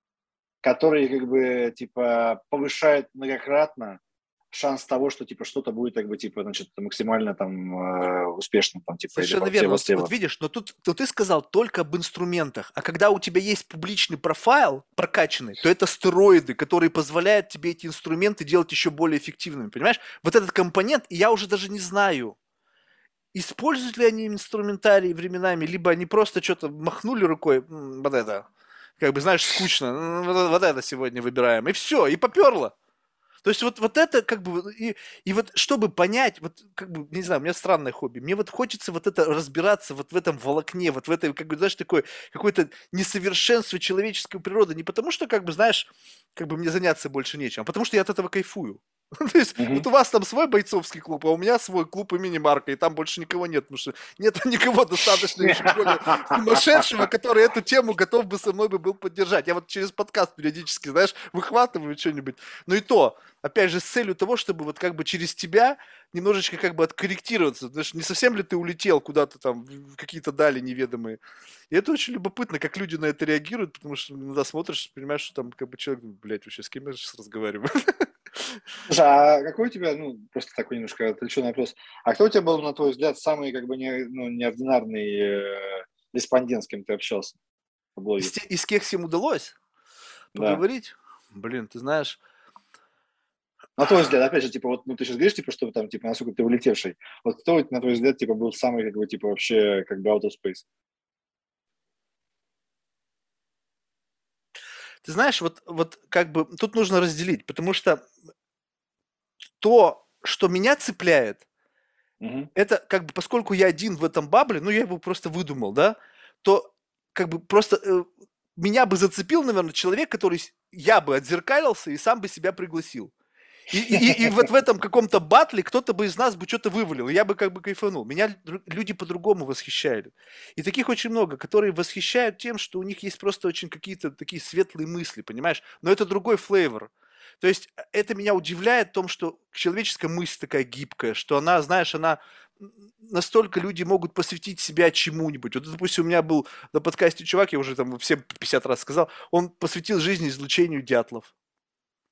которые, как бы, типа, повышают многократно шанс того, что типа что-то будет как бы типа значит максимально там э, успешно там типа или Совершенно вот те верно. вот Вот, те вот вот. видишь, но тут, то ты сказал только об инструментах. А когда у тебя есть публичный профайл прокачанный, то это стероиды, которые позволяют тебе эти инструменты делать еще более эффективными. Понимаешь? Вот этот компонент, и я уже даже не знаю, используют ли они инструментарий временами, либо они просто что-то махнули рукой, «М, вот это, как бы, знаешь, скучно, м, вот, это вот это сегодня выбираем, и все, и поперло. То есть вот, вот это как бы, и, и вот чтобы понять, вот как бы, не знаю, у меня странное хобби, мне вот хочется вот это разбираться вот в этом волокне, вот в этой, как бы, знаешь, такой, какое-то несовершенство человеческой природы, не потому что, как бы, знаешь, как бы мне заняться больше нечем, а потому что я от этого кайфую. То есть вот Мгм. у вас там свой бойцовский клуб, а у меня свой клуб имени Марка, и там больше никого нет, потому что нет никого достаточно еще более сумасшедшего, который эту тему готов бы со мной бы был поддержать. Я вот через подкаст периодически, знаешь, выхватываю что-нибудь. Но и то, опять же, с целью того, чтобы вот как бы через тебя немножечко как бы откорректироваться. Знаешь, не совсем ли ты улетел куда-то там в какие-то дали неведомые. И это очень любопытно, как люди на это реагируют, потому что иногда смотришь, понимаешь, что там как бы человек, блядь, вообще с кем я сейчас разговариваю? Слушай, а какой у тебя, ну, просто такой немножко отвлеченный вопрос, а кто у тебя был, на твой взгляд, самый, как бы, не, ну, неординарный э, респондент, с кем ты общался в Из, блоге? те- из кех всем удалось Да. поговорить? Блин, ты знаешь, На твой взгляд, опять же, типа, вот, ну, ты сейчас говоришь, типа, что там, типа, насколько ты улетевший. Вот кто, на твой взгляд, типа, был самый, как бы, типа, вообще, как бы, out of space? ты знаешь, вот, вот как бы тут нужно разделить, потому что то, что меня цепляет, Мгм. это как бы, поскольку я один в этом бабле, ну, я его просто выдумал, да, то как бы просто э, меня бы зацепил, наверное, человек, который с- я бы отзеркалился и сам бы себя пригласил. И, и, и и вот в этом каком-то батле кто-то бы из нас бы что-то вывалил, и я бы как бы кайфанул. Меня дру- люди по-другому восхищают. И таких очень много, которые восхищают тем, что у них есть просто очень какие-то такие светлые мысли, понимаешь? Но это другой флейвор. То есть э, это меня удивляет в том, что человеческая мысль такая гибкая, что она, знаешь, она м, настолько люди могут посвятить себя чему-нибудь. Вот, допустим, у меня был на подкасте чувак, я уже там всем пятьдесят раз сказал, он посвятил жизни излучению дятлов.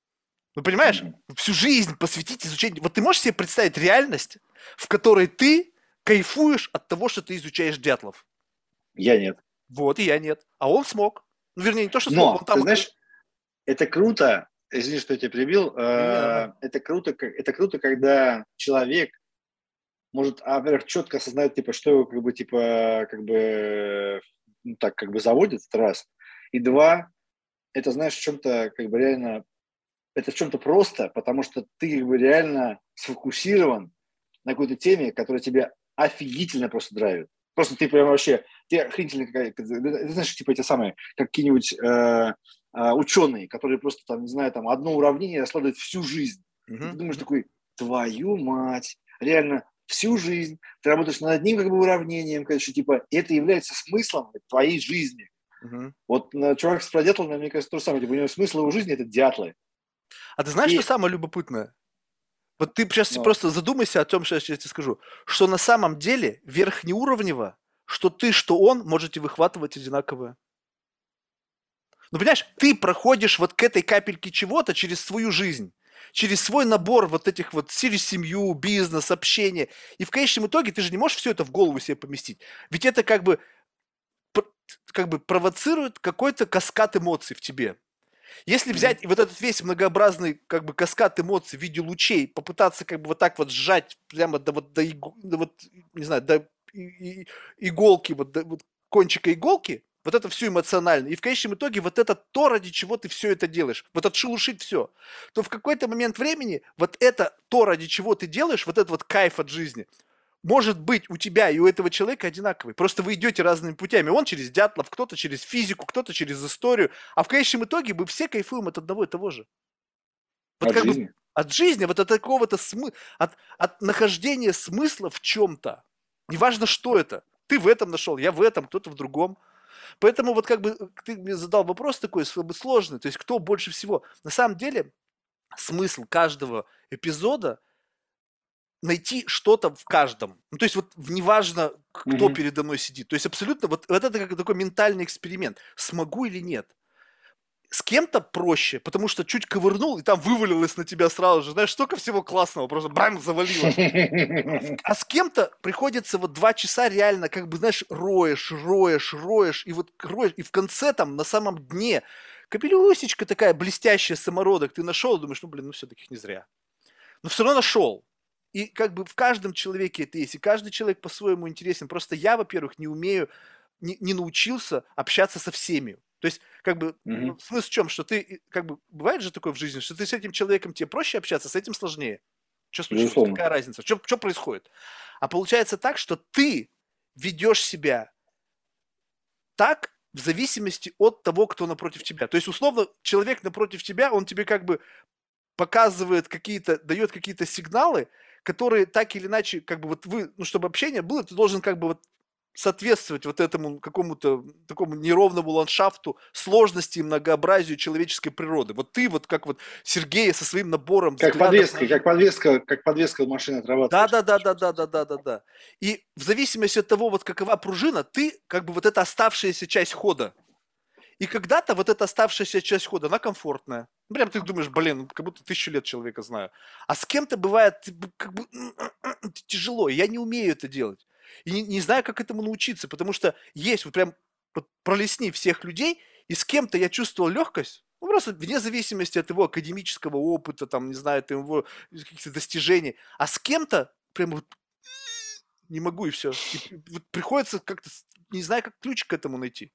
Ну, понимаешь, Мгм. всю жизнь посвятить изучению. Вот ты можешь себе представить реальность, в которой ты кайфуешь от того, что ты изучаешь дятлов? Я нет. Вот, и я нет. А он смог. Ну, вернее, не то, что смог, он Но, ты там... знаешь, это круто, извини, что я тебя перебил, Не-не, э, нормально. это круто, к- это круто, когда человек может, а, во-первых, четко осознать, типа, что его, как бы, типа, как бы, ну, так, как бы заводит, это раз. И два, это, знаешь, в чем-то, как бы, реально, это в чем-то просто, потому что ты, как бы, реально сфокусирован на какой-то теме, которая тебя офигительно просто драйвит. Просто ты прям вообще, ты охренительно какая, ты знаешь, типа эти самые, как какие-нибудь э, э, ученые, которые просто там, не знаю, там одно уравнение расследуют всю жизнь. И ты Мгм, думаешь мгм, такой, твою мать, реально всю жизнь ты работаешь над одним как бы уравнением, конечно, типа, и это является смыслом твоей жизни. мгм. Вот э, чувак с про дятлами, мне кажется, то же самое, типа, у него смысл его жизни – это дятлы. А ты знаешь, что И, самое любопытное? Вот ты сейчас ну, просто задумайся о том, что я сейчас тебе скажу, что на самом деле верхнеуровнево, что ты, что он, можете выхватывать одинаковое. Ну, понимаешь, ты проходишь вот к этой капельке чего-то через свою жизнь, через свой набор вот этих вот, через семью, бизнес, общение. И в конечном итоге ты же не можешь все это в голову себе поместить. Ведь это как бы, п- как бы провоцирует какой-то каскад эмоций в тебе. Если мгм. взять вот этот весь многообразный как бы каскад эмоций в виде лучей, попытаться как бы вот так вот сжать прямо до вот до, игу- до вот, не знаю, до и- и- иголки, вот до вот кончика иголки, вот это все эмоционально. И в конечном итоге вот это то, ради чего ты все это делаешь. Вот отшелушить все. То в какой-то момент времени вот это то, ради чего ты делаешь, вот этот вот кайф от жизни, может быть у тебя и у этого человека одинаковый. Просто вы идете разными путями. Он через Дятлов, кто-то через физику, кто-то через историю. А в конечном итоге мы все кайфуем от одного и того же. Вот От как бы жизни. от жизни, вот от какого-то смы... от, от нахождения смысла в чем-то. Неважно, что это. Ты в этом нашел, я в этом, кто-то в другом. Поэтому вот как бы э, ты мне задал вопрос такой сложный, то есть кто больше всего. На самом деле смысл каждого эпизода найти что-то в каждом. Ну, то есть вот неважно, кто Мгм. передо мной сидит. То есть абсолютно вот, вот это как такой ментальный эксперимент. Смогу или нет. С кем-то проще, потому что чуть ковырнул, и там вывалилось на тебя сразу же. Знаешь, столько всего классного, просто бам, завалило. А с кем-то приходится вот два часа реально, как бы, знаешь, роешь, роешь, роешь, и вот роешь, и в конце там, на самом дне, капелюсечка такая блестящая самородок ты нашел, думаешь, ну, блин, ну, все-таки не зря. Но все равно нашел. И как бы в каждом человеке это есть, и каждый человек по-своему интересен. Просто я, во-первых, не умею, не, не научился общаться со всеми. То есть, как бы, Мгм. ну, смысл в чем? Что ты, как бы, бывает же такое в жизни, что ты с этим человеком, тебе проще общаться, с этим сложнее. Что случилось? Безусловно. Какая разница? Что, что происходит? А получается так, что ты ведешь себя так в зависимости от того, кто напротив тебя. То есть, условно, человек напротив тебя, он тебе как бы показывает какие-то, дает какие-то сигналы, которые так или иначе, как бы вот вы, ну, чтобы общение было, ты должен как бы вот соответствовать вот этому какому-то такому неровному ландшафту, сложности и многообразию человеческой природы. Вот ты вот как вот Сергей со своим набором Как взглядов на подвеска, как жизнь. подвеска, как подвеска машины Да, отрабатываешь, да, ты да, хочешь да, да, просто да, да, сказать. да, да. И в зависимости от того, вот какова пружина, ты как бы вот эта оставшаяся часть хода. И когда-то вот эта оставшаяся часть хода, она комфортная. Ну, прям ты думаешь, блин, ну, как будто тысячу лет человека знаю. А с кем-то бывает ты б- как бы тяжело. и Я не умею это делать. И не, не знаю, как этому научиться, потому что есть вот прям вот пролесни всех людей, и с кем-то я чувствовал легкость, ну, просто вне зависимости от его академического опыта, там, не знаю, от его каких-то достижений. А с кем-то прям вот не могу, и все. И п- вот приходится как-то, с- не знаю, как ключ к этому найти.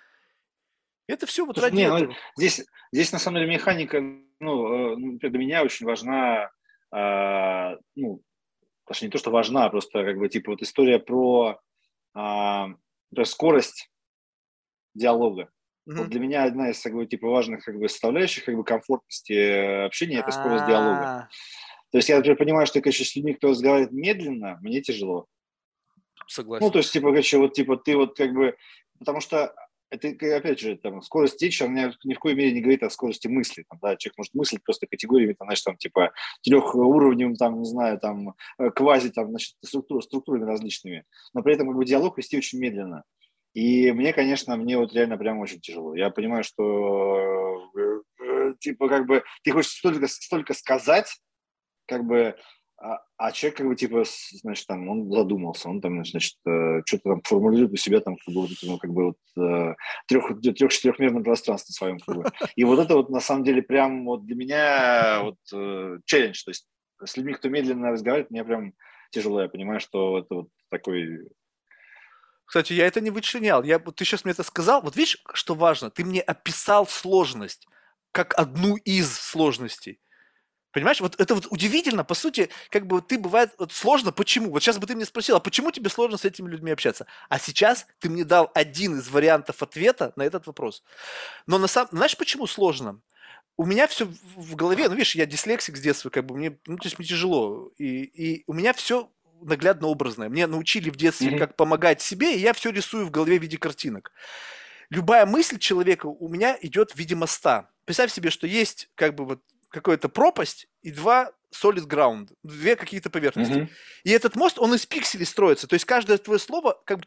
Это все вот Слушай, ради не, ну этого. здесь, здесь на самом деле механика, ну, э, ну, для меня очень важна, а, ну, даже не то, что важна, а просто как бы типа вот история про, а, про скорость диалога. Вот Мгм. для меня одна из как бы, типа важных как бы составляющих как бы комфортности э, общения – это скорость диалога. А, То есть я, например, понимаю, что, конечно, с людьми, кто разговаривает медленно, мне тяжело. Ну, согласен. то есть, типа, короче, вот, типа, ты вот как бы, потому что это, к- опять же, там, скорость речи, она ни в коей мере не говорит о скорости мысли. Там, да, человек может мыслить просто категориями, там, знаешь, там, типа, трехуровневым, там, не знаю, там, э, квази, там, значит, структур, структурами различными. Но при этом, как бы, диалог вести очень медленно. И мне, конечно, мне вот реально прям очень тяжело. Я понимаю, что э, типа, как бы, ты хочешь столько, столько сказать, как бы, а, а человек, как бы, типа, с- значит, там, он задумался, он там, значит, э, что-то там формулирует у себя, там, как бы, вот это, ну, как бы, вот, э, трех, трех-четырехмерном пространстве своем, как бы. И вот это вот, на самом деле, прям вот для меня вот э, челлендж, то есть с людьми, кто медленно разговаривает, мне прям тяжело, я понимаю, что это вот такой... Кстати, я это не вычленял. Я, вот ты сейчас мне это сказал. Вот видишь, что важно? Ты мне описал сложность как одну из сложностей. Понимаешь, вот это вот удивительно, по сути, как бы ты бывает вот сложно, почему? Вот сейчас бы ты мне спросил, а почему тебе сложно с этими людьми общаться? А сейчас ты мне дал один из вариантов ответа на этот вопрос. Но на самом, знаешь, почему сложно? У меня все в в голове, ну видишь, я дислексик с детства, как бы мне, ну то есть мне тяжело, и, и у меня все наглядно образное. Мне научили в детстве, Мгм. как помогать себе, и я все рисую в голове в виде картинок. Любая мысль человека у меня идет в виде моста. Представь себе, что есть как бы вот какая-то пропасть и два solid ground, две какие-то поверхности. Мгм. И этот мост, он из пикселей строится. То есть каждое твое слово как бы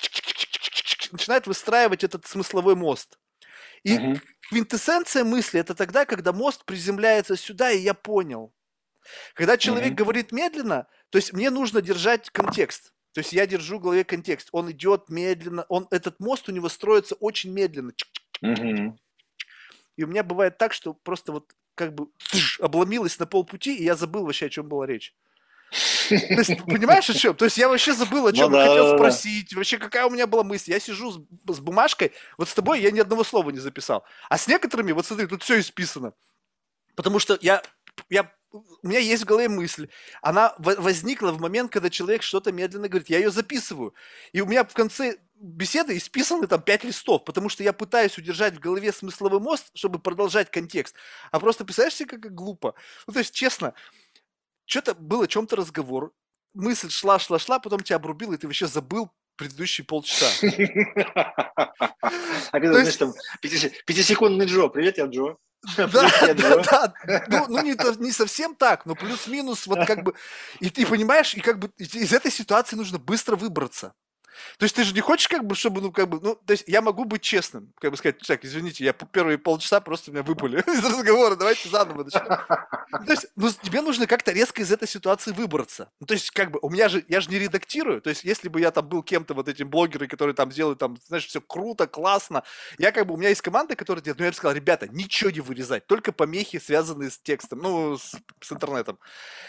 начинает выстраивать этот смысловой мост. И Мгм. квинтэссенция мысли – это тогда, когда мост приземляется сюда, и я понял. Когда человек Мгм. говорит медленно, то есть мне нужно держать контекст. То есть я держу в голове контекст. Он идет медленно, он, этот мост у него строится очень медленно. Мгм. И у меня бывает так, что просто вот как бы тш, обломилось на полпути, и я забыл вообще, о чем была речь. То есть, понимаешь, о чем? То есть я вообще забыл, о Ну чем я да, хотел да, да. спросить, вообще какая у меня была мысль. Я сижу с, с бумажкой, вот с тобой я ни одного слова не записал. А с некоторыми, вот смотри, тут все исписано. Потому что я, я, у меня есть в голове мысль. Она возникла в момент, когда человек что-то медленно говорит. Я ее записываю. И у меня в конце беседы исписаны там пять листов, потому что я пытаюсь удержать в голове смысловой мост, чтобы продолжать контекст. А просто представляешь себе, как глупо. Ну, то есть, честно, что-то был о чем-то разговор, мысль шла, шла, шла, потом тебя обрубило, и ты вообще забыл предыдущие полчаса. А То когда, знаешь, есть там, пяти- пятисекундный Джо. Привет, я Джо. да, Привет, я да, Джо. да. Ну, ну не, то- не совсем так, но плюс-минус вот как бы... И ты понимаешь, и как бы из из этой ситуации нужно быстро выбраться. То есть ты же не хочешь, как бы, чтобы, ну, как бы, ну, то есть я могу быть честным, как бы сказать, так, извините, я п- первые полчаса просто меня выпали из разговора, давайте заново начнем. Ну, то есть, ну, тебе нужно как-то резко из этой ситуации выбраться. Ну, то есть, как бы, у меня же, я же не редактирую, то есть, если бы я там был кем-то, вот этим блогеры, которые там делают, там, знаешь, все круто, классно, я как бы, у меня есть команда, которая делает, ну, я бы сказал, ребята, ничего не вырезать, только помехи, связанные с текстом, ну, с, с интернетом.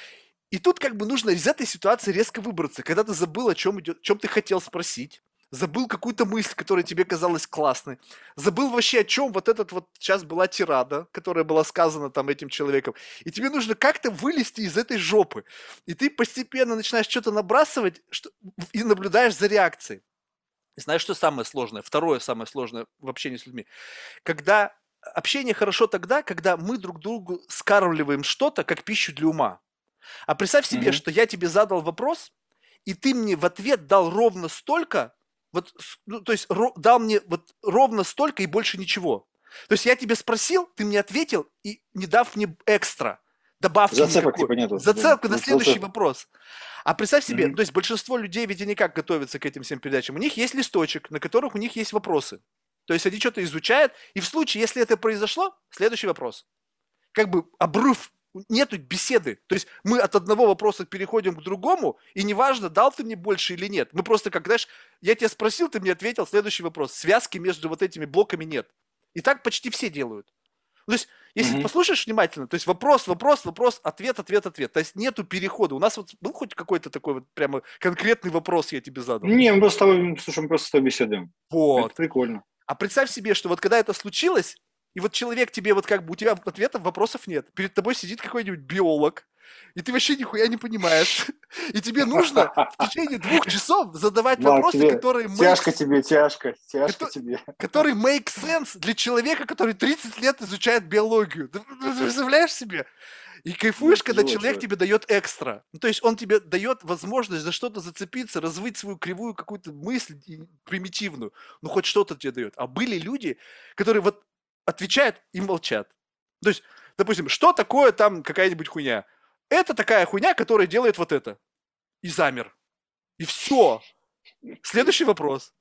И тут как бы нужно из этой ситуации резко выбраться, когда ты забыл, о чем идет, о чем ты хотел спросить, забыл какую-то мысль, которая тебе казалась классной, забыл вообще, о чем вот этот вот сейчас была тирада, которая была сказана там этим человеком, и тебе нужно как-то вылезти из этой жопы, и ты постепенно начинаешь что-то набрасывать что, и наблюдаешь за реакцией. И знаешь, что самое сложное? Второе самое сложное в общении с людьми. Когда общение хорошо тогда, когда мы друг другу скармливаем что-то, как пищу для ума. А представь себе, Мгм. что я тебе задал вопрос, и ты мне в ответ дал ровно столько, вот, ну, то есть ро- дал мне вот ровно столько и больше ничего. То есть я тебе спросил, ты мне ответил, и не дав мне экстра, добавки Зацепок никакой, типа нету. зацепку на следующий Зацеп. вопрос. А представь себе, Мгм. то есть большинство людей ведь они как готовятся к этим всем передачам? У них есть листочек, на которых у них есть вопросы. То есть они что-то изучают, и в случае, если это произошло, следующий вопрос. Как бы обрыв, нету беседы. То есть мы от одного вопроса переходим к другому, и неважно, дал ты мне больше или нет. Мы просто, как, знаешь, я тебя спросил, ты мне ответил, следующий вопрос. Связки между вот этими блоками нет. И так почти все делают. То есть, если ты Мгм. послушаешь внимательно, то есть вопрос, вопрос, вопрос, ответ, ответ, ответ. То есть нету перехода. У нас вот был хоть какой-то такой вот прямо конкретный вопрос я тебе задал? Не, мы просто с тобой, слушай, мы просто с тобой беседуем. Это Вот. прикольно. А представь себе, что вот когда это случилось, и вот человек тебе вот как бы, у тебя ответов, вопросов нет. Перед тобой сидит какой-нибудь биолог, и ты вообще нихуя не понимаешь. И тебе нужно в течение двух часов задавать Марк, вопросы, тебе которые make, тяжко тебе, тяжко, тяжко кото- тебе. которые make sense для человека, который тридцать лет изучает биологию. Ты, ты представляешь себе? И Ну, кайфуешь, когда тяжело, человек чувак. тебе дает экстра. Ну, то есть он тебе дает возможность за что-то зацепиться, развить свою кривую какую-то мысль и- примитивную. Ну, хоть что-то тебе дает. А были люди, которые вот отвечают и молчат. То есть, допустим, что такое там какая-нибудь хуйня? Это такая хуйня, которая делает вот это. И замер. И все. Следующий вопрос.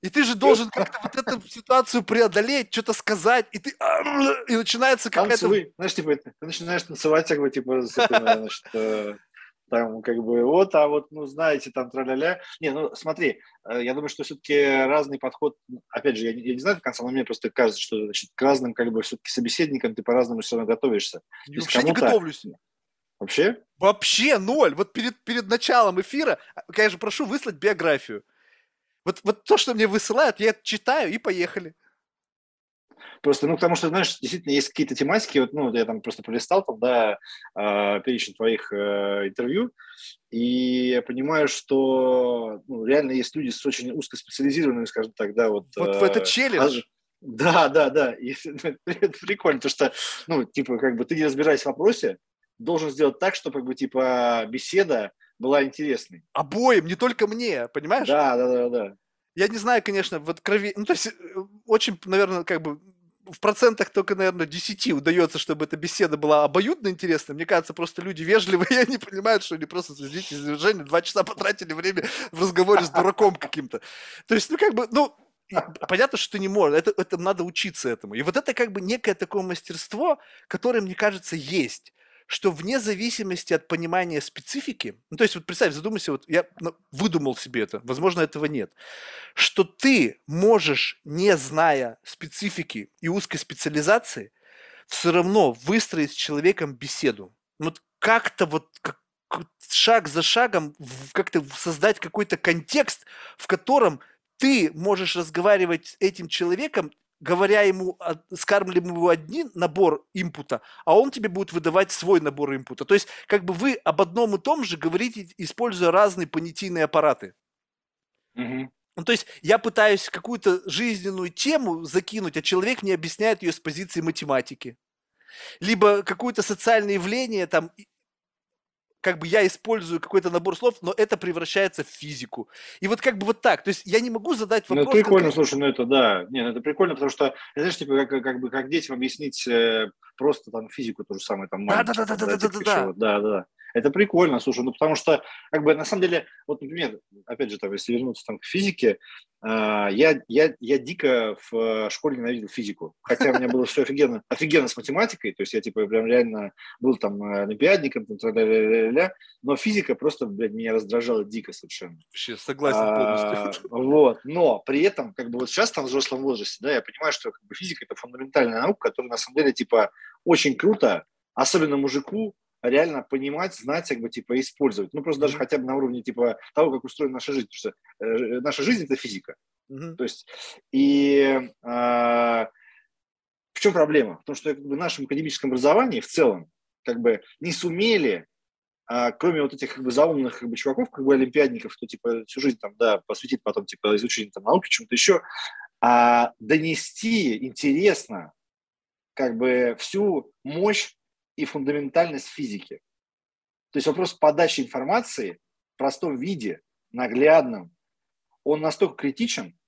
И ты же должен как-то вот эту ситуацию преодолеть, что-то сказать, и ты... И начинается какая-то... Танцуй. Знаешь, типа, ты начинаешь танцевать, как бы, типа, с этим, значит, э, там, как бы, вот, а вот, ну, знаете, там, тра-ля-ля. Не, ну, смотри, э, я думаю, что все-таки разный подход, опять же, я, не- я не знаю до конца, но мне просто кажется, что, значит, к разным, как бы, все-таки собеседникам ты по-разному все равно готовишься. То Я есть вообще не кому-то готовлюсь. вообще, Вообще ноль. Вот перед, перед началом эфира, а, конечно, прошу выслать биографию. Вот, вот то, что мне высылают, я читаю и поехали. просто, ну, потому что, знаешь, действительно есть какие-то тематики, вот, ну, я там просто пролистал там, да, э, перечень твоих э, интервью, и я понимаю, что, ну, реально есть люди с очень узкоспециализированными, скажем так, да, вот, Вот в это э, а- челлендж. да, да, да, и это прикольно, потому что, ну, типа, как бы ты не разбираешься в вопросе, должен сделать так, чтобы, как бы, типа, беседа была интересной. Обоим, не только мне, понимаешь? Да, да, да, да. Я не знаю, конечно, вот крови... Ну, то есть, э, очень, наверное, как бы в процентах только, наверное, десяти удается, чтобы эта беседа была обоюдно интересной. Мне кажется, просто люди вежливые, и они понимают, что они просто, извините за выражение, два часа потратили время в разговоре с дураком каким-то. То есть, ну, как бы, ну, и понятно, что ты не можешь, это, это надо учиться этому. И вот это как бы некое такое мастерство, которое, мне кажется, есть, что вне зависимости от понимания специфики, ну, то есть, вот представь, задумайся, вот я ну, выдумал себе это, возможно, этого нет, что ты можешь, не зная специфики и узкой специализации, все равно выстроить с человеком беседу. Вот как-то вот как, шаг за шагом в- как-то создать какой-то контекст, в котором ты можешь разговаривать с этим человеком, говоря ему, а, скармливаем ему один набор импута, а он тебе будет выдавать свой набор импута. То есть как бы вы об одном и том же говорите, используя разные понятийные аппараты. Мгм. Ну, то есть я пытаюсь какую-то жизненную тему закинуть, а человек мне объясняет ее с позиции математики. Либо какое-то социальное явление, там, и- как бы я использую какой-то набор слов, но это превращается в физику. И вот как бы вот так. То есть я не могу задать Ну, это вопрос прикольно, конкретно. слушай, ну это да. Не, ну это прикольно, потому что, знаешь, типа, как, как бы, как детям объяснить э, просто там физику, то же самое, там, маленьким, там, да, типа, Да-да-да-да-да-да-да-да. еще, да, да, да. Это прикольно, слушай, ну, потому что, как бы, на самом деле, вот, например, опять же, там, если вернуться там к физике, а, я, я, я дико в э, школе ненавидел физику, хотя у меня было все офигенно, офигенно с математикой, то есть я, типа, прям реально был там э, олимпиадником, там, тра-ля-ля-ля-ля, но физика просто, блядь, меня раздражала дико совершенно. Вообще согласен полностью. А, вот, но при этом, как бы вот сейчас там в взрослом возрасте, да, я понимаю, что как бы, физика это фундаментальная наука, которая на самом деле типа очень круто, особенно мужику, реально понимать, знать, как бы типа использовать. Ну просто даже Мгм. хотя бы на уровне типа того, как устроена наша жизнь, потому что э, наша жизнь это физика. Мгм. То есть и а, в чем проблема? Потому что как бы, в нашем академическом образовании в целом как бы не сумели а, кроме вот этих как бы заумных как бы чуваков, как бы олимпиадников, кто типа всю жизнь там, да, посвятит потом типа изучению там науки, чему-то еще, а донести интересно как бы всю мощь и фундаментальность физики. То есть вопрос подачи информации в простом виде, наглядном, он настолько критичен,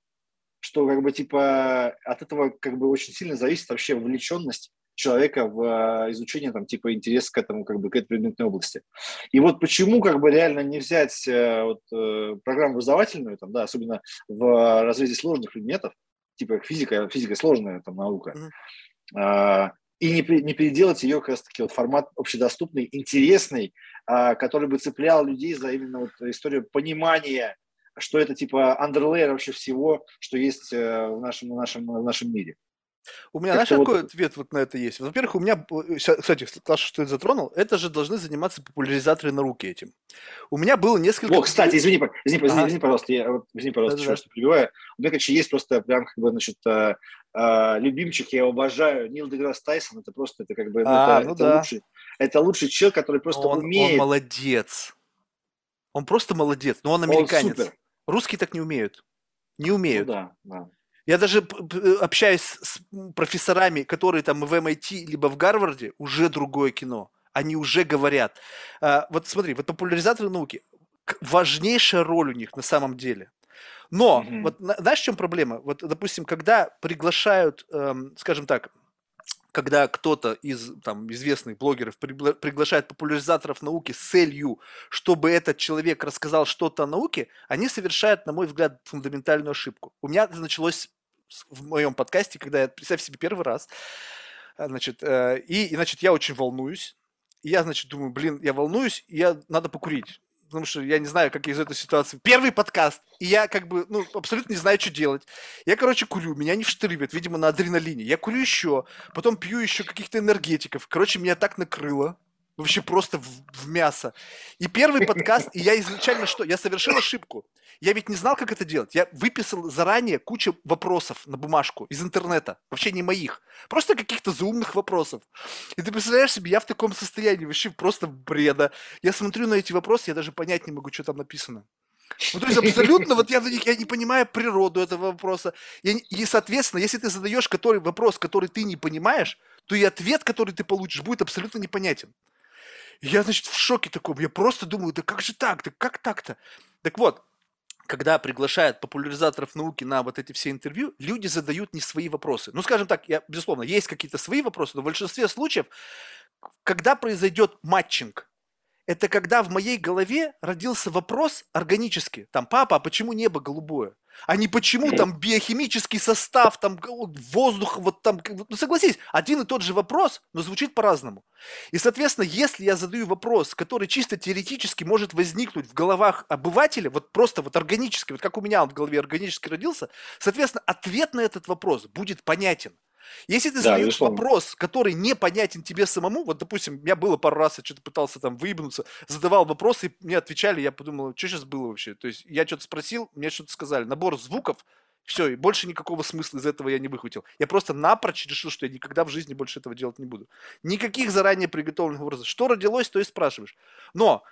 что как бы типа от этого как бы очень сильно зависит вообще вовлеченность человека в э, изучение там типа интерес к этому как бы к этой предметной области. И вот почему как бы реально не взять э, вот, э, программу образовательную там, да, особенно в разрезе сложных предметов, типа физика, физика сложная там наука, Мгм. э, и не, не переделать ее как раз таки вот формат общедоступный, интересный, э, который бы цеплял людей за именно вот историю понимания, что это типа андерлейер вообще всего, что есть э, в нашем, в нашем, в нашем мире. У меня, знаешь, Как-то вот, какой ответ вот на это есть? Во-первых, у меня, э, ща- кстати, Саша, что ты затронул, это же должны заниматься популяризаторы науки этим. У меня было несколько... о, популя- кстати, извини, извини, извини, Ага, извини, пожалуйста, я, вот, извини, пожалуйста, еще да-да-да. раз что перебиваю. У меня, конечно, есть просто прям, как бы, значит, э, э, любимчик, я его обожаю, Нил Деграсс Тайсон, это просто, это как бы, ну, это, А, ну это да. лучший, это лучший человек, который просто Он, он умеет, молодец. Он просто молодец, но он он американец. супер. Русские так не умеют. Не Ну умеют. да, да. Я даже п- п- общаюсь с профессорами, которые там в эм ай ти либо в Гарварде, уже другое кино. Они уже говорят. А, вот смотри, вот популяризаторы науки, к- важнейшая роль у них на самом деле. Но, Мгм. вот на- знаешь, в чем проблема? Вот, допустим, когда приглашают, эм, скажем так, когда кто-то из там известных блогеров пригла- приглашает популяризаторов науки с целью, чтобы этот человек рассказал что-то о науке, они совершают, на мой взгляд, фундаментальную ошибку. У меня это началось с- в моем подкасте, когда я, представь себе, первый раз, а, значит, э, и, и, значит, я очень волнуюсь, и я, значит, думаю, блин, я волнуюсь, и я, надо покурить, потому что я не знаю, как из этой ситуации. Первый подкаст, и я как бы, ну, абсолютно не знаю, что делать. Я, короче, курю, меня не вштыривает, видимо, на адреналине. Я курю еще, потом пью еще каких-то энергетиков. Короче, меня так накрыло. Вообще просто в, в мясо. И первый подкаст, и я изначально что? Я совершил ошибку. Я ведь не знал, как это делать. Я выписал заранее кучу вопросов на бумажку из интернета. Вообще не моих. Просто каких-то заумных вопросов. И ты представляешь себе, я в таком состоянии, вообще просто бреда. Я смотрю на эти вопросы, я даже понять не могу, что там написано. Ну, то есть абсолютно, вот я, на них- я не понимаю природу этого вопроса. Я не- и, соответственно, если ты задаешь который, вопрос, который ты не понимаешь, то и ответ, который ты получишь, будет абсолютно непонятен. И я, значит, в шоке таком. Я просто думаю, да как же так? Да как так-то? Так вот, когда приглашают популяризаторов науки на вот эти все интервью, люди задают не свои вопросы. Ну, скажем так, я, безусловно, есть какие-то свои вопросы, но в большинстве случаев, когда произойдет матчинг, это когда в моей голове родился вопрос органически. Там, папа, а почему небо голубое? А не почему там биохимический состав, там воздух, вот там, ну согласись, один и тот же вопрос, но звучит по-разному. И, соответственно, если я задаю вопрос, который чисто теоретически может возникнуть в головах обывателя, вот просто вот органически, вот как у меня он в голове органически родился, соответственно, ответ на этот вопрос будет понятен. Если ты Да, задаешь безусловно. вопрос, который непонятен тебе самому, вот, допустим, у меня было пару раз, я что-то пытался там выебнуться, задавал вопросы, и мне отвечали, я подумал, что сейчас было вообще? То есть я что-то спросил, мне что-то сказали, набор звуков, все, и больше никакого смысла из этого я не выхватил. Я просто напрочь решил, что я никогда в жизни больше этого делать не буду. Никаких заранее приготовленных вопросов. Что родилось, то и спрашиваешь. Но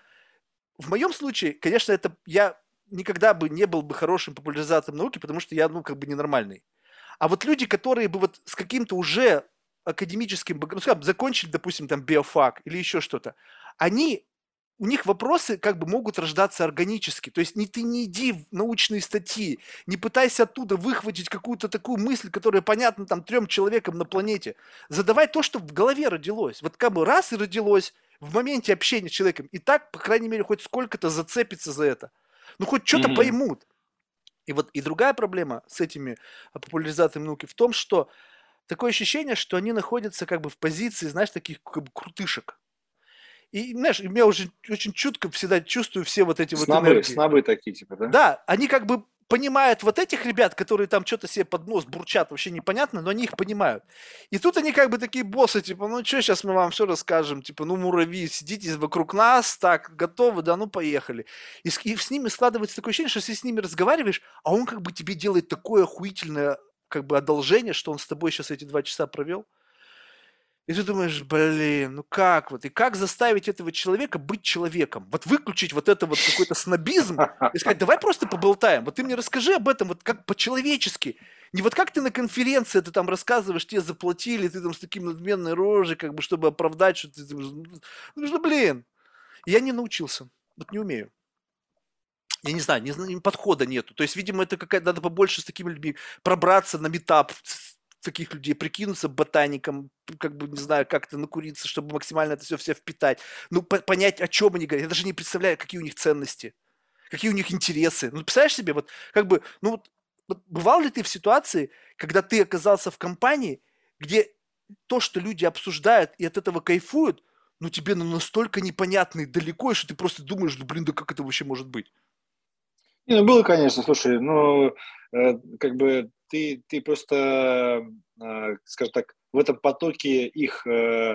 в моем случае, конечно, это я никогда бы не был бы хорошим популяризатором науки, потому что я, ну, как бы ненормальный. А вот люди, которые бы вот с каким-то уже академическим, бэк- ну, скажем, закончили, допустим, там биофак или еще что-то, они, у них вопросы как бы могут рождаться органически. То есть не, ты не иди в научные статьи, не пытайся оттуда выхватить какую-то такую мысль, которая понятна там трем человекам на планете. Задавай то, что в голове родилось. Вот как бы раз и родилось в моменте общения с человеком. И так, по крайней мере, хоть сколько-то зацепится за это. Ну, хоть что-то Мгм. поймут. И вот и другая проблема с этими а, популяризаторами науки в том, что такое ощущение, что они находятся как бы в позиции, знаешь, таких как бы крутышек. И, знаешь, и я уже очень чутко всегда чувствую все вот эти вот Снобы, энергии. снобы такие, типа, да? Да, они как бы понимают вот этих ребят, которые там что-то себе под нос бурчат, вообще непонятно, но они их понимают. И тут они как бы такие боссы, типа, ну что, сейчас мы вам все расскажем, типа, ну, муравьи, сидите вокруг нас, так, готовы, да, ну, поехали. И с, и с ними складывается такое ощущение, что если с ними разговариваешь, а он как бы тебе делает такое охуительное как бы одолжение, что он с тобой сейчас эти два часа провел, и ты думаешь, блин, ну как вот? И как заставить этого человека быть человеком? Вот выключить вот это вот какой-то снобизм и сказать, давай просто поболтаем. Вот ты мне расскажи об этом вот как по-человечески. Не вот как ты на конференции, ты там рассказываешь, тебе заплатили, ты там с таким надменной рожей, как бы, чтобы оправдать, что ты... Ну, ну, блин. И я не научился. Вот не умею. Я не знаю, не знаю, подхода нету. То есть, видимо, это какая-то, надо побольше с такими людьми пробраться на метап таких людей, прикинуться ботаником, как бы, не знаю, как-то накуриться, чтобы максимально это все, все впитать. Ну, по- понять, о чем они говорят. Я даже не представляю, какие у них ценности, какие у них интересы. Ну, представляешь себе, вот, как бы, ну, вот, вот бывал ли ты в ситуации, когда ты оказался в компании, где то, что люди обсуждают и от этого кайфуют, ну, тебе ну, настолько непонятно и далеко, что ты просто думаешь, ну, блин, да как это вообще может быть? Не, ну было, конечно, слушай, ну, э, как бы ты, ты просто, э, скажем так, в этом потоке их э,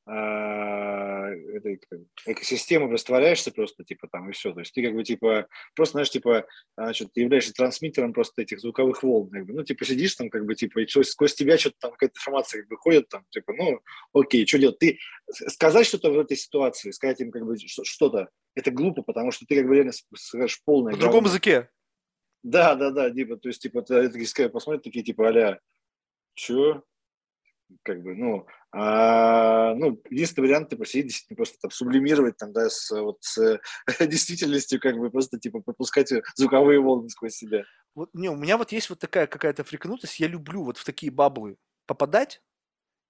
а, этой как бы экосистемы растворяешься просто, типа, там, и все. То есть ты как бы, типа, просто, знаешь, типа, а, значит, ты являешься трансмиттером просто этих звуковых волн, как бы. Ну, типа, сидишь там, как бы, типа, и сквозь, сквозь тебя что-то там, какая-то информация как бы ходит, там, типа, ну, окей, что делать? Ты с- сказать что-то в этой ситуации, сказать им, как бы, что- что-то, это глупо, потому что ты, как бы, реально скажешь полное На другом говно. языке. Да, да, да, типа, то есть, типа, ты такие ска- посмотрят такие, типа, а-ля, чё? Как бы, ну, а, ну, единственный вариант, типа, сидеть, действительно, просто там сублимировать, там, да, с, вот, с действительностью, как бы, просто, типа, пропускать звуковые волны сквозь себя. Вот, не, у меня вот есть вот такая какая-то фрикнутость. Я люблю вот в такие баблы попадать,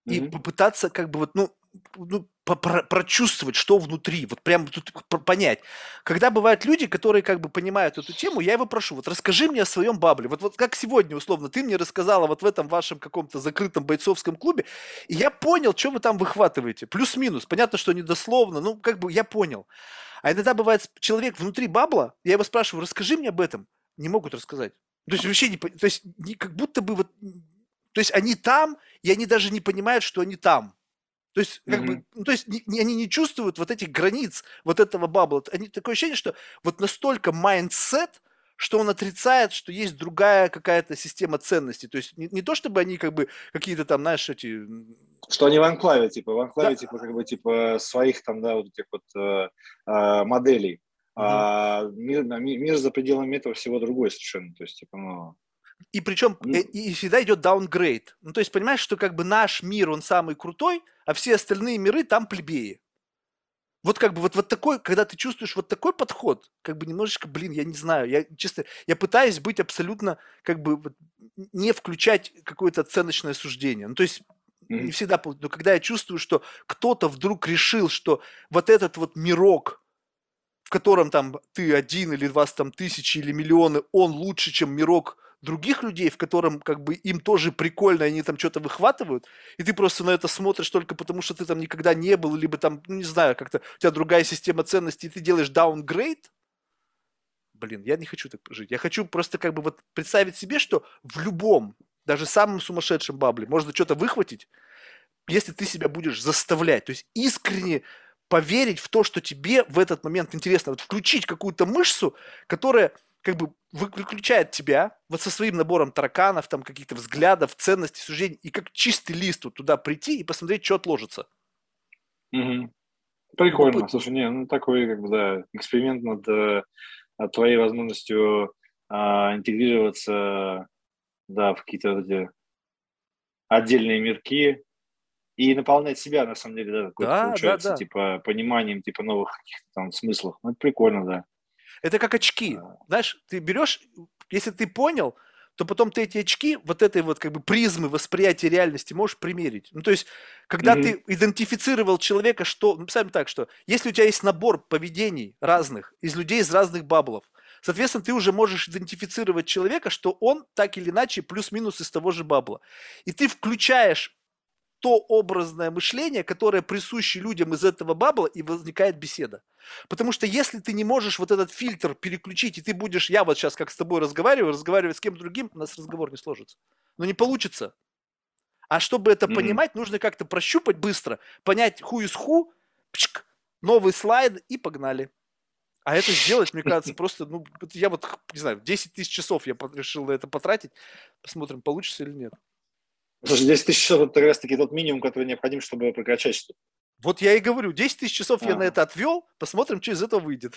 и Мгм. попытаться как бы вот, ну, ну, по- про- прочувствовать, что внутри, вот прям тут п- понять. Когда бывают люди, которые как бы понимают эту тему, я его прошу, вот расскажи мне о своем бабле. Вот, вот как сегодня, условно, ты мне рассказала вот в этом вашем каком-то закрытом бойцовском клубе, и я понял, что вы там выхватываете. Плюс-минус. Понятно, что недословно, ну, как бы я понял. А иногда бывает человек внутри бабла, я его спрашиваю, расскажи мне об этом. Не могут рассказать. То есть вообще не, по- то есть не- как будто бы вот, то есть они там, и они даже не понимают, что они там. То есть, как бы, Мгм. ну, то есть не- не- они не чувствуют вот этих границ, вот этого бабла. Они, такое ощущение, что вот настолько майндсет, что он отрицает, что есть другая какая-то система ценностей. То есть не, не то, чтобы они как бы какие-то там, знаешь, эти... м, Что они в анклаве, типа, в Да. анклаве, типа, как бы, типа, своих там, да, вот этих вот э, э, моделей. Мгм. А мир, на- ми- мир за пределами этого всего другой совершенно. То есть, типа, ну, И причем э, ну, и всегда идет даунгрейд. Ну, то есть, понимаешь, что как бы наш мир, он самый крутой, а все остальные миры там плебеи. Вот как бы вот, вот такой, когда ты чувствуешь вот такой подход, как бы немножечко, блин, я не знаю, я честно, я пытаюсь быть абсолютно, как бы вот не включать какое-то оценочное суждение. Ну, то есть не мгм, всегда, пол- но когда я чувствую, что кто-то вдруг решил, что вот этот вот мирок, в котором там ты один или вас там тысячи или миллионы, он лучше, чем мирок других людей, в котором как бы им тоже прикольно, они там что-то выхватывают, и ты просто на это смотришь только потому, что ты там никогда не был, либо там, ну не знаю, как-то у тебя другая система ценностей, и ты делаешь даунгрейд, блин, я не хочу так жить. Я хочу просто как бы вот представить себе, что в любом, даже самом сумасшедшем бабле можно что-то выхватить, если ты себя будешь заставлять, то есть искренне поверить в то, что тебе в этот момент интересно, вот включить какую-то мышцу, которая как бы выключает тебя вот со своим набором тараканов, там каких-то взглядов, ценностей, суждений, и как чистый лист вот туда прийти и посмотреть, что отложится. мгм. Прикольно. Любопытно. Слушай, не, ну, такой, как бы, да, эксперимент над, э, над твоей возможностью а, интегрироваться, да, в какие-то вот эти отдельные мирки и наполнять себя, на самом деле, да, какой-то, Да, да, получается, да. типа, пониманием, типа, новых каких-то там смыслов. Ну, это прикольно, да. Это как очки. А, Знаешь, ты берешь, если ты понял, то потом ты эти очки, вот этой вот как бы призмы восприятия реальности можешь примерить. Ну, то есть, когда мгм, ты идентифицировал человека, что, ну, представим так, что если у тебя есть набор поведений разных, из людей из разных баблов, соответственно, ты уже можешь идентифицировать человека, что он так или иначе плюс-минус из того же бабла. И ты включаешь то образное мышление, которое присуще людям из этого бабла, и возникает беседа. Потому что если ты не можешь вот этот фильтр переключить, и ты будешь, я вот сейчас как с тобой разговариваю, разговаривать с кем-то другим, у нас разговор не сложится. Но не получится. А чтобы это мгм. понимать, нужно как-то прощупать быстро, понять ху из ху, пчк, новый слайд и погнали. А это сделать, мне кажется, просто, ну, я вот, не знаю, десять тысяч часов я решил на это потратить. Посмотрим, получится или нет. Слушай, десять тысяч часов это как раз таки тот минимум, который необходим, чтобы прокачать что-то. Вот я и говорю, десять тысяч часов я на Ага. это отвел, посмотрим, что из этого выйдет.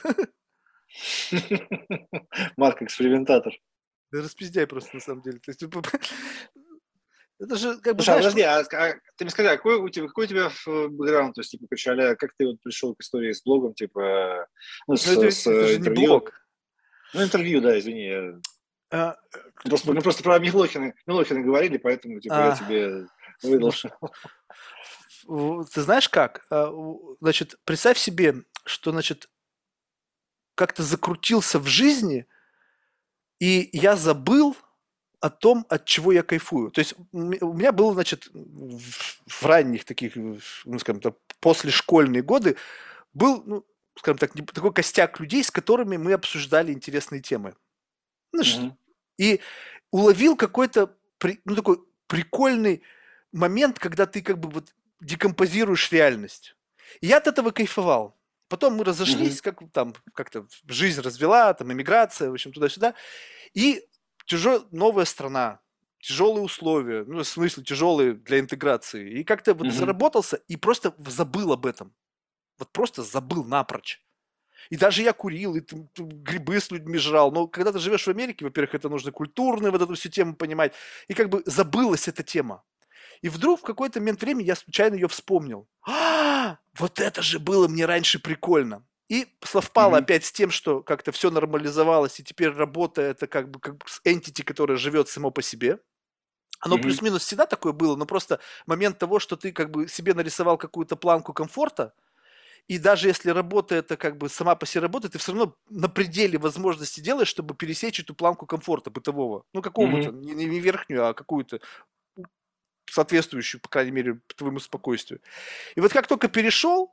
Марк экспериментатор. Да распиздяй просто на самом деле. То есть, это же, как бы, Слушай, а знаешь, подожди, а, а ты мне скажи, а какой у тебя, какой у тебя в- бэкграунд, то есть, типа, короче, а как ты вот пришел к истории с блогом, типа, ну, ну с, это, с это же не интервью? блог. Ну, интервью, да, извини. я- А, Просто, мы вот, просто про Милохина, Милохина говорили, поэтому, типа, я а, тебе выдал. слушай, в- ты знаешь как? А, у- Значит, представь себе, что, значит, как-то закрутился в жизни, и я забыл о том, от чего я кайфую. То есть у ме- у меня было, значит, в в ранних таких, э, ну, скажем так, послешкольные годы был, ну, скажем так, не- такой костяк людей, с которыми мы обсуждали интересные темы. Ну, ш- Мгм, и уловил какой-то, при- ну, такой прикольный момент, когда ты как бы вот декомпозируешь реальность. И я от этого кайфовал. Потом мы мгм, разошлись, как там как-то жизнь развела, там эмиграция, в общем, туда-сюда. И тяжел, новая страна, тяжелые условия, ну, в смысле, тяжелые для интеграции. И как-то вот мгм, заработался и просто забыл об этом. Вот просто забыл напрочь. И даже я курил, и т- т- грибы с людьми жрал. Но когда ты живешь в Америке, во-первых, это нужно культурно вот эту всю тему понимать. И как бы забылась эта тема. И вдруг в какой-то момент времени я случайно ее вспомнил. А, вот это же было мне раньше прикольно. И совпало мгм, опять с тем, что как-то все нормализовалось, и теперь работа это как бы как с entity, которая живет само по себе. Оно Мгм. плюс-минус всегда такое было, но просто момент того, что ты как бы себе нарисовал какую-то планку комфорта, и даже если работа это как бы сама по себе работа, ты все равно на пределе возможности делаешь, чтобы пересечь эту планку комфорта бытового. Ну, какого-то, Мгм. не, не- не верхнюю, а какую-то соответствующую, по крайней мере, твоему спокойствию. И вот как только перешел,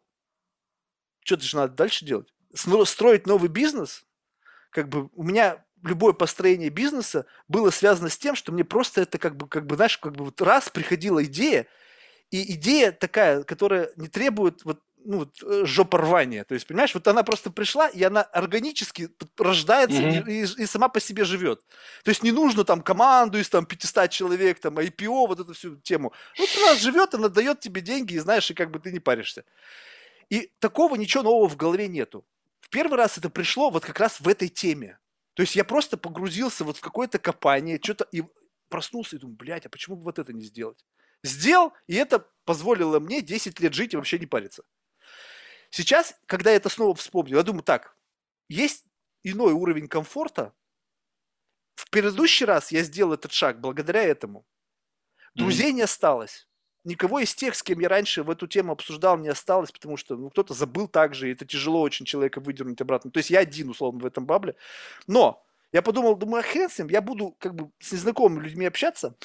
что-то же надо дальше делать. Сно- Строить новый бизнес, как бы у меня любое построение бизнеса было связано с тем, что мне просто это как бы, как бы, знаешь, как бы вот раз приходила идея, и идея такая, которая не требует вот, ну, вот, э, жопорвания. То есть, понимаешь, вот она просто пришла, и она органически рождается и, Мгм. и- и сама по себе живет. То есть не нужно там команду из там пятисот человек, там ай пи о, вот эту всю тему. Вот она живет, она дает тебе деньги, и знаешь, и как бы ты не паришься. И такого ничего нового в голове нету. В первый раз это пришло вот как раз в этой теме. То есть я просто погрузился вот в какое-то копание, что-то и проснулся и думаю, блядь, а почему бы вот это не сделать? Сделал, и это позволило мне десять лет жить и вообще не париться. Сейчас, когда я это снова вспомнил, я думаю, так, есть иной уровень комфорта. В предыдущий раз я сделал этот шаг благодаря этому. Мгм. Друзей не осталось. Никого из тех, с кем я раньше в эту тему обсуждал, не осталось, потому что ну, кто-то забыл так же, и это тяжело очень человека выдернуть обратно. То есть я один, условно, в этом бабле. Но я подумал, думаю, а хрен с ним, я буду как бы с незнакомыми людьми общаться,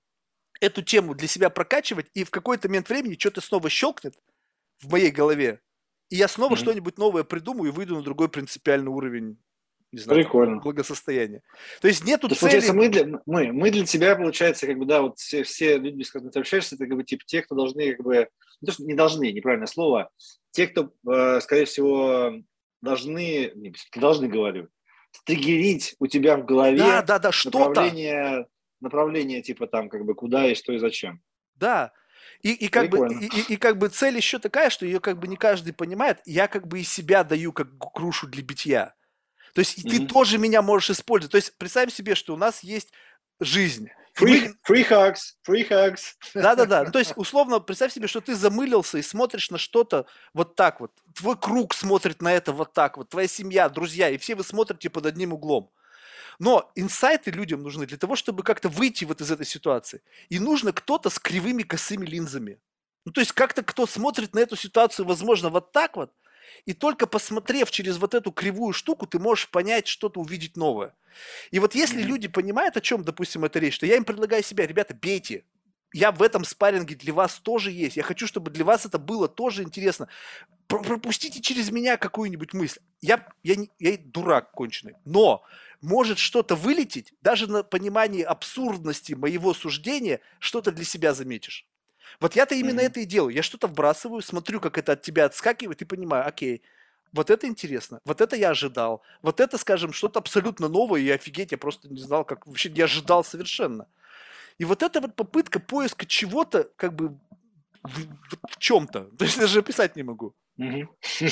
эту тему для себя прокачивать, и в какой-то момент времени что-то снова щелкнет в моей голове, и я снова Мгм. что-нибудь новое придумаю и выйду на другой принципиальный уровень, не знаю, там, Прикольно. благосостояния. То есть нету То есть, получается, цели. мы для, мы, мы для тебя, получается, как бы, да, вот все, все люди, с которыми ты общаешься, это как бы типа те, кто должны, как бы, не то, что не должны, неправильное слово, те, кто, э, скорее всего, должны, не, должны, говорю, стригерить у тебя в Да, голове да, да, что-то. направление, направление типа там, как бы, куда и что и зачем. Да. И, и как бы, и, Прикольно. и- и как бы цель еще такая, что ее как бы не каждый понимает. Я как бы из себя даю как грушу для битья. То есть и ты Мгм. тоже меня можешь использовать. То есть представим себе, что у нас есть жизнь. И Free, мы, free hugs, free hugs. да-да-да, ну, то есть условно представь себе, что ты замылился и смотришь на что-то вот так вот. Твой круг смотрит на это вот так вот. Твоя семья, друзья, и все вы смотрите под одним углом. Но инсайты людям нужны для того, чтобы как-то выйти вот из этой ситуации. И нужно кто-то с кривыми косыми линзами. Ну, то есть как-то кто смотрит на эту ситуацию, возможно, вот так вот, и только посмотрев через вот эту кривую штуку, ты можешь понять, что-то увидеть новое. И вот если Мгм. люди понимают, о чем, допустим, эта речь, то я им предлагаю себя, ребята, бейте. Я в этом спарринге для вас тоже есть. Я хочу, чтобы для вас это было тоже интересно. Про- пропустите через меня какую-нибудь мысль. Я, я, не- я дурак конченый. Но может что-то вылететь, даже на понимании абсурдности моего суждения, что-то для себя заметишь. Вот я-то именно Мгм. это и делаю. Я что-то вбрасываю, смотрю, как это от тебя отскакивает, и понимаю, окей, вот это интересно, вот это я ожидал, вот это, скажем, что-то абсолютно новое, и офигеть, я просто не знал, как вообще не ожидал совершенно. И вот эта вот попытка поиска чего-то, как бы в, в чем-то, то есть даже описать не могу, Мгм.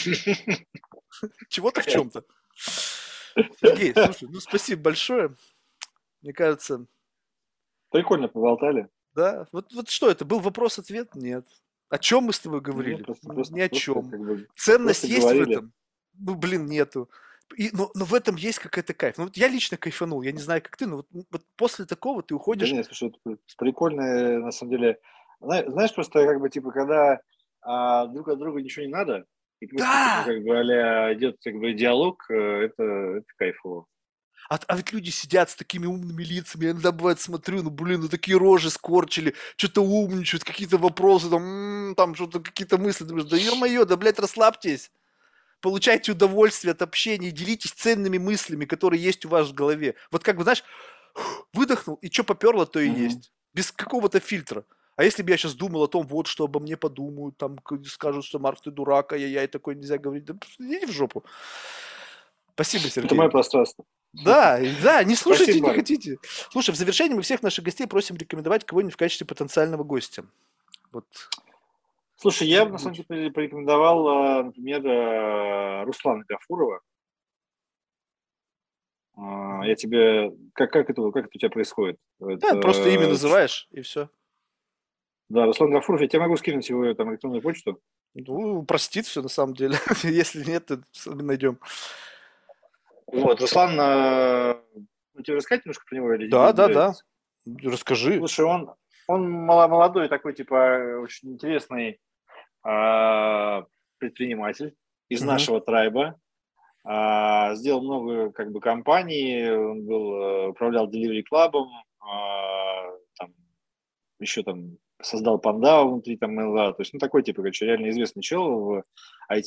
чего-то в чем-то. Сергей, слушай, ну спасибо большое. Мне кажется, Прикольно поболтали. да. Вот, вот что это? Был вопрос-ответ? Нет. О чем мы с тобой Нет, говорили? просто, Ну, просто, ни о просто, чем. как бы, Ценность просто есть в говорили. этом? Ну, блин, нету. И, но, но в этом есть какая-то кайф. Ну, вот я лично кайфанул. Я не знаю, как ты, но вот, вот после такого ты Да уходишь. нет, слушай, это п- прикольно, на самом деле. Зна- Знаешь, просто как бы, типа, когда а, друг от друга ничего не надо, и просто, типа, Да! как бы, а идет, как бы, диалог, э, это, это кайфово. А, а ведь люди сидят с такими умными лицами. Я иногда бывает смотрю, ну блин, ну такие рожи скорчили, что-то умничают, какие-то вопросы, там, м, там что-то, какие-то мысли. Думаешь, да ё-моё, да, блядь, расслабьтесь. Получайте удовольствие от общения, делитесь ценными мыслями, которые есть у вас в голове. Вот как бы, знаешь, выдохнул, и что поперло, то и Мгм. есть. Без какого-то фильтра. А если бы я сейчас думал о том, вот что обо мне подумают, там к- скажут, что Марк, ты дурак, а я и такой нельзя говорить, да пф, идите в жопу. Спасибо, Это мое Сергей. пространство. Да, и да, не слушайте, Спасибо, не Марк. хотите. Слушай, в завершении мы всех наших гостей просим рекомендовать кого-нибудь в качестве потенциального гостя. Вот Слушай, я бы, на самом кто-нибудь. деле, порекомендовал, а, например, а, Руслана Гафурова. А, Мгм. Я тебе... Как, как, это, как это у тебя происходит? Да, просто имя Это... называешь, и все. Да, Руслан Гафуров, я тебе могу скинуть его там электронную почту. Ну, простит все на самом деле. Если нет, то сами найдем. Вот, Руслан, а, ну, тебе рассказать немножко про него или, Да, или не да, да. разница? Расскажи. Слушай, он, он мало- молодой такой, типа, очень интересный а, предприниматель из Мгм. нашего трайба. А, сделал много как бы компаний, он был, э, управлял Delivery Club, а, там, еще там создал Пандау внутри там Mail.ru, то есть, ну, такой, типа, короче, реально известный чел в ай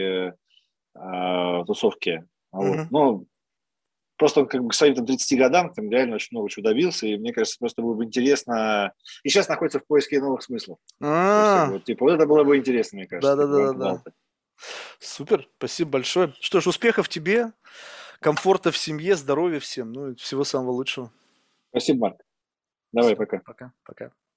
ти-тусовке. Вот. Мгм. Но просто он как бы к своим там тридцати годам там реально очень много чего добился, и мне кажется, просто было бы интересно. И сейчас находится в поиске новых смыслов. То есть, как бы, А, вот, типа, вот это было бы интересно, мне кажется, типа, вам да-да-да-да-да. поболтать. Супер, спасибо большое. Что ж, успехов тебе, комфорта в семье, здоровья всем, ну и всего самого лучшего. Спасибо, Марк. Давай, Все, пока. пока, пока.